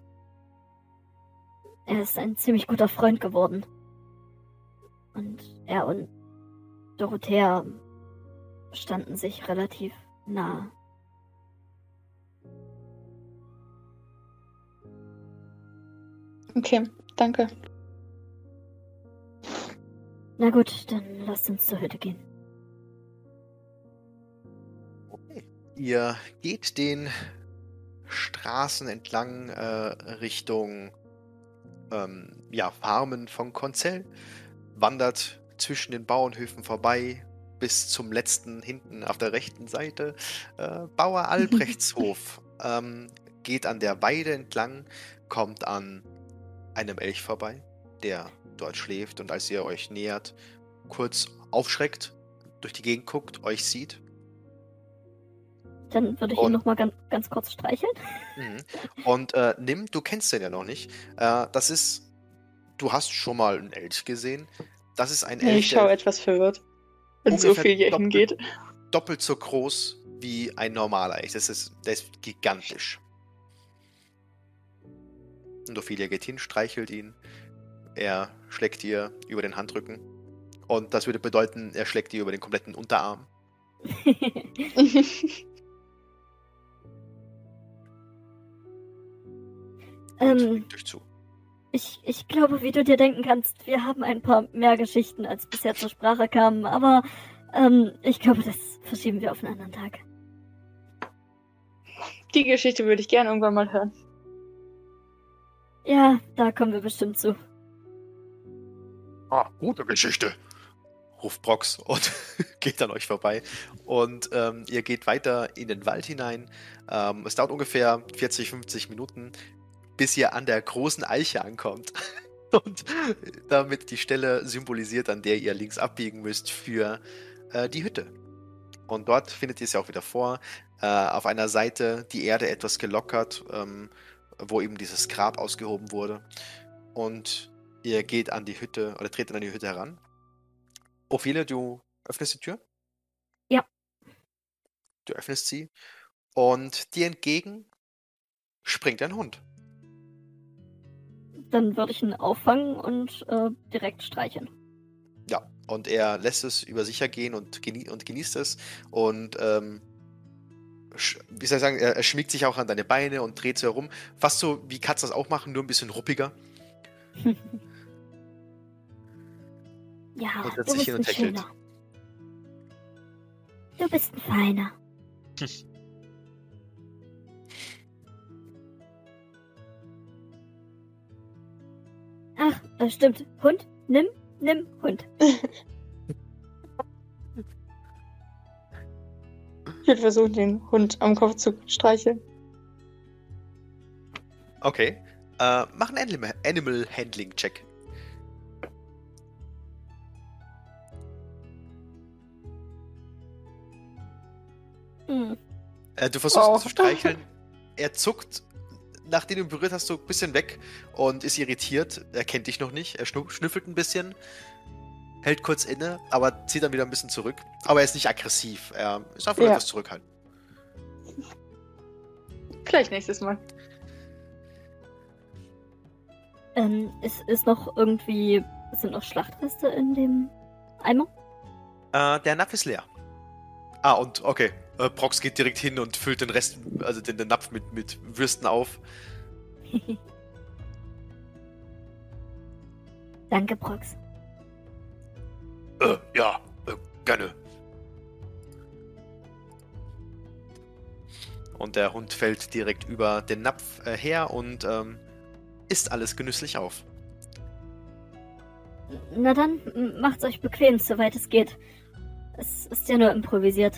er ist ein ziemlich guter Freund geworden. Und er und Dorothea standen sich relativ nah. Okay, danke. Na gut, dann lasst uns zur Hütte gehen. Okay. Ihr geht den Straßen entlang Richtung Farmen von Konzell, wandert zwischen den Bauernhöfen vorbei bis zum letzten hinten auf der rechten Seite Bauer Albrechtshof. Geht an der Weide entlang, kommt an einem Elch vorbei, der dort schläft, und als ihr euch nähert, kurz aufschreckt, durch die Gegend guckt, euch sieht. Dann würde ich ihn nochmal ganz kurz streicheln. Und Nim, du kennst den ja noch nicht. Du hast schon mal einen Elch gesehen. Das ist ein Elch, ich schaue etwas verwirrt, wenn so viel hier hingeht. Doppelt so groß wie ein normaler Elch. Der ist gigantisch. Und Ophelia geht hin, streichelt ihn. Er schlägt ihr über den Handrücken. Und das würde bedeuten, er schlägt ihr über den kompletten Unterarm. Durch zu. Ich glaube, wie du dir denken kannst, wir haben ein paar mehr Geschichten, als bisher zur Sprache kamen, aber Ich glaube, das verschieben wir auf einen anderen Tag. Die Geschichte würde ich gerne irgendwann mal hören. Ja, da kommen wir bestimmt zu. Ah, gute Geschichte, ruft Brox und geht an euch vorbei. Und ihr geht weiter in den Wald hinein. Es dauert ungefähr 40, 50 Minuten, bis ihr an der großen Eiche ankommt. Und damit die Stelle symbolisiert, an der ihr links abbiegen müsst für die Hütte. Und dort findet ihr es ja auch wieder vor. Auf einer Seite die Erde etwas gelockert, wo eben dieses Grab ausgehoben wurde. Und ihr geht an die Hütte oder tretet an die Hütte heran. Ophelia, du öffnest die Tür? Ja. Du öffnest sie. Und dir entgegen springt ein Hund. Dann würde ich ihn auffangen und direkt streicheln. Ja, und er lässt es über sich ergehen und genießt es. Und, wie soll ich sagen, er schmiegt sich auch an deine Beine und dreht so herum. Fast so, wie Katzen das auch machen, nur ein bisschen ruppiger. Ja, Und du setzt sich bist hin ein und hechelt. Schöner. Du bist ein Feiner. Ach, stimmt. Hund? Nimm, Hund. Ich würde versuchen, den Hund am Kopf zu streicheln. Okay. Mach einen Animal Handling Check. Du versuchst ihn zu streicheln. Er zuckt, nachdem du ihn berührt hast, so ein bisschen weg und ist irritiert. Er kennt dich noch nicht. Er schnüffelt ein bisschen, hält kurz inne, aber zieht dann wieder ein bisschen zurück. Aber er ist nicht aggressiv. Er ist einfach etwas zurückhaltend. Vielleicht nächstes Mal. Ist noch irgendwie. Sind noch Schlachtreste in dem Eimer? Der Napf ist leer. Ah, und okay. Brox geht direkt hin und füllt den Rest, also den Napf mit Würsten auf. Danke, Brox. Ja, gerne. Und der Hund fällt direkt über den Napf her und isst alles genüsslich auf. Na dann, macht's euch bequem, soweit es geht. Es ist ja nur improvisiert.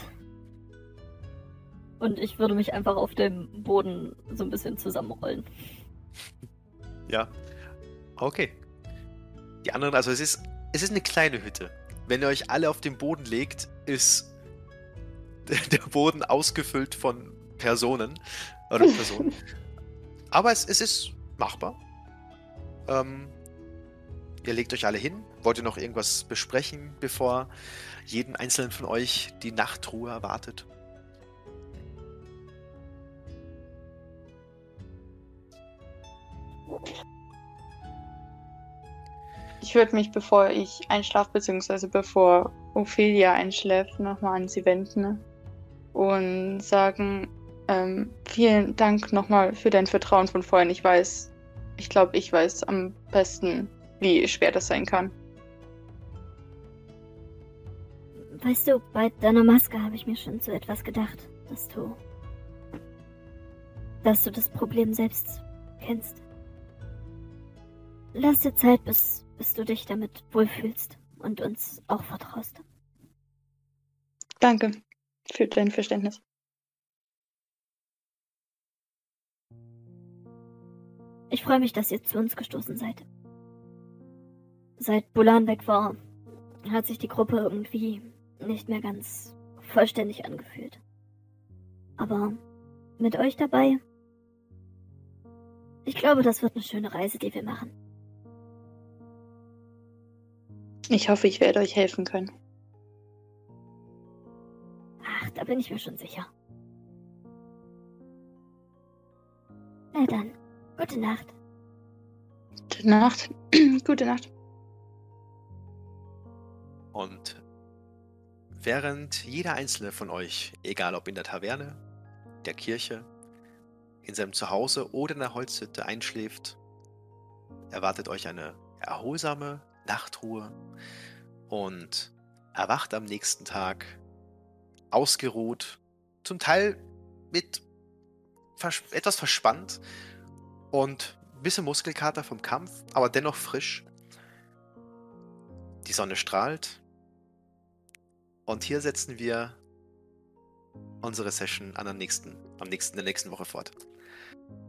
Und ich würde mich einfach auf dem Boden so ein bisschen zusammenrollen. Ja. Okay. Die anderen, also es ist eine kleine Hütte. Wenn ihr euch alle auf den Boden legt, ist der Boden ausgefüllt von Personen. Oder Personen. Aber es ist machbar. Ihr legt euch alle hin. Wollt ihr noch irgendwas besprechen, bevor jeden einzelnen von euch die Nachtruhe erwartet? Ich würde mich, bevor ich einschlafe, beziehungsweise bevor Ophelia einschläft, nochmal an sie wenden und sagen, vielen Dank nochmal für dein Vertrauen von vorhin. Ich glaube, ich weiß am besten, wie schwer das sein kann. Weißt du, bei deiner Maske habe ich mir schon so etwas gedacht, dass du das Problem selbst kennst. Lass dir Zeit, bis du dich damit wohlfühlst und uns auch vertraust. Danke für dein Verständnis. Ich freue mich, dass ihr zu uns gestoßen seid. Seit Bulan weg war, hat sich die Gruppe irgendwie nicht mehr ganz vollständig angefühlt. Aber mit euch dabei, ich glaube, das wird eine schöne Reise, die wir machen. Ich hoffe, ich werde euch helfen können. Ach, da bin ich mir schon sicher. Na dann, gute Nacht. Gute Nacht. Gute Nacht. Und während jeder einzelne von euch, egal ob in der Taverne, der Kirche, in seinem Zuhause oder in der Holzhütte einschläft, erwartet euch eine erholsame Nachtruhe und erwacht am nächsten Tag ausgeruht, zum Teil mit etwas verspannt und ein bisschen Muskelkater vom Kampf, aber dennoch frisch. Die Sonne strahlt und hier setzen wir unsere Session in der nächsten Woche fort.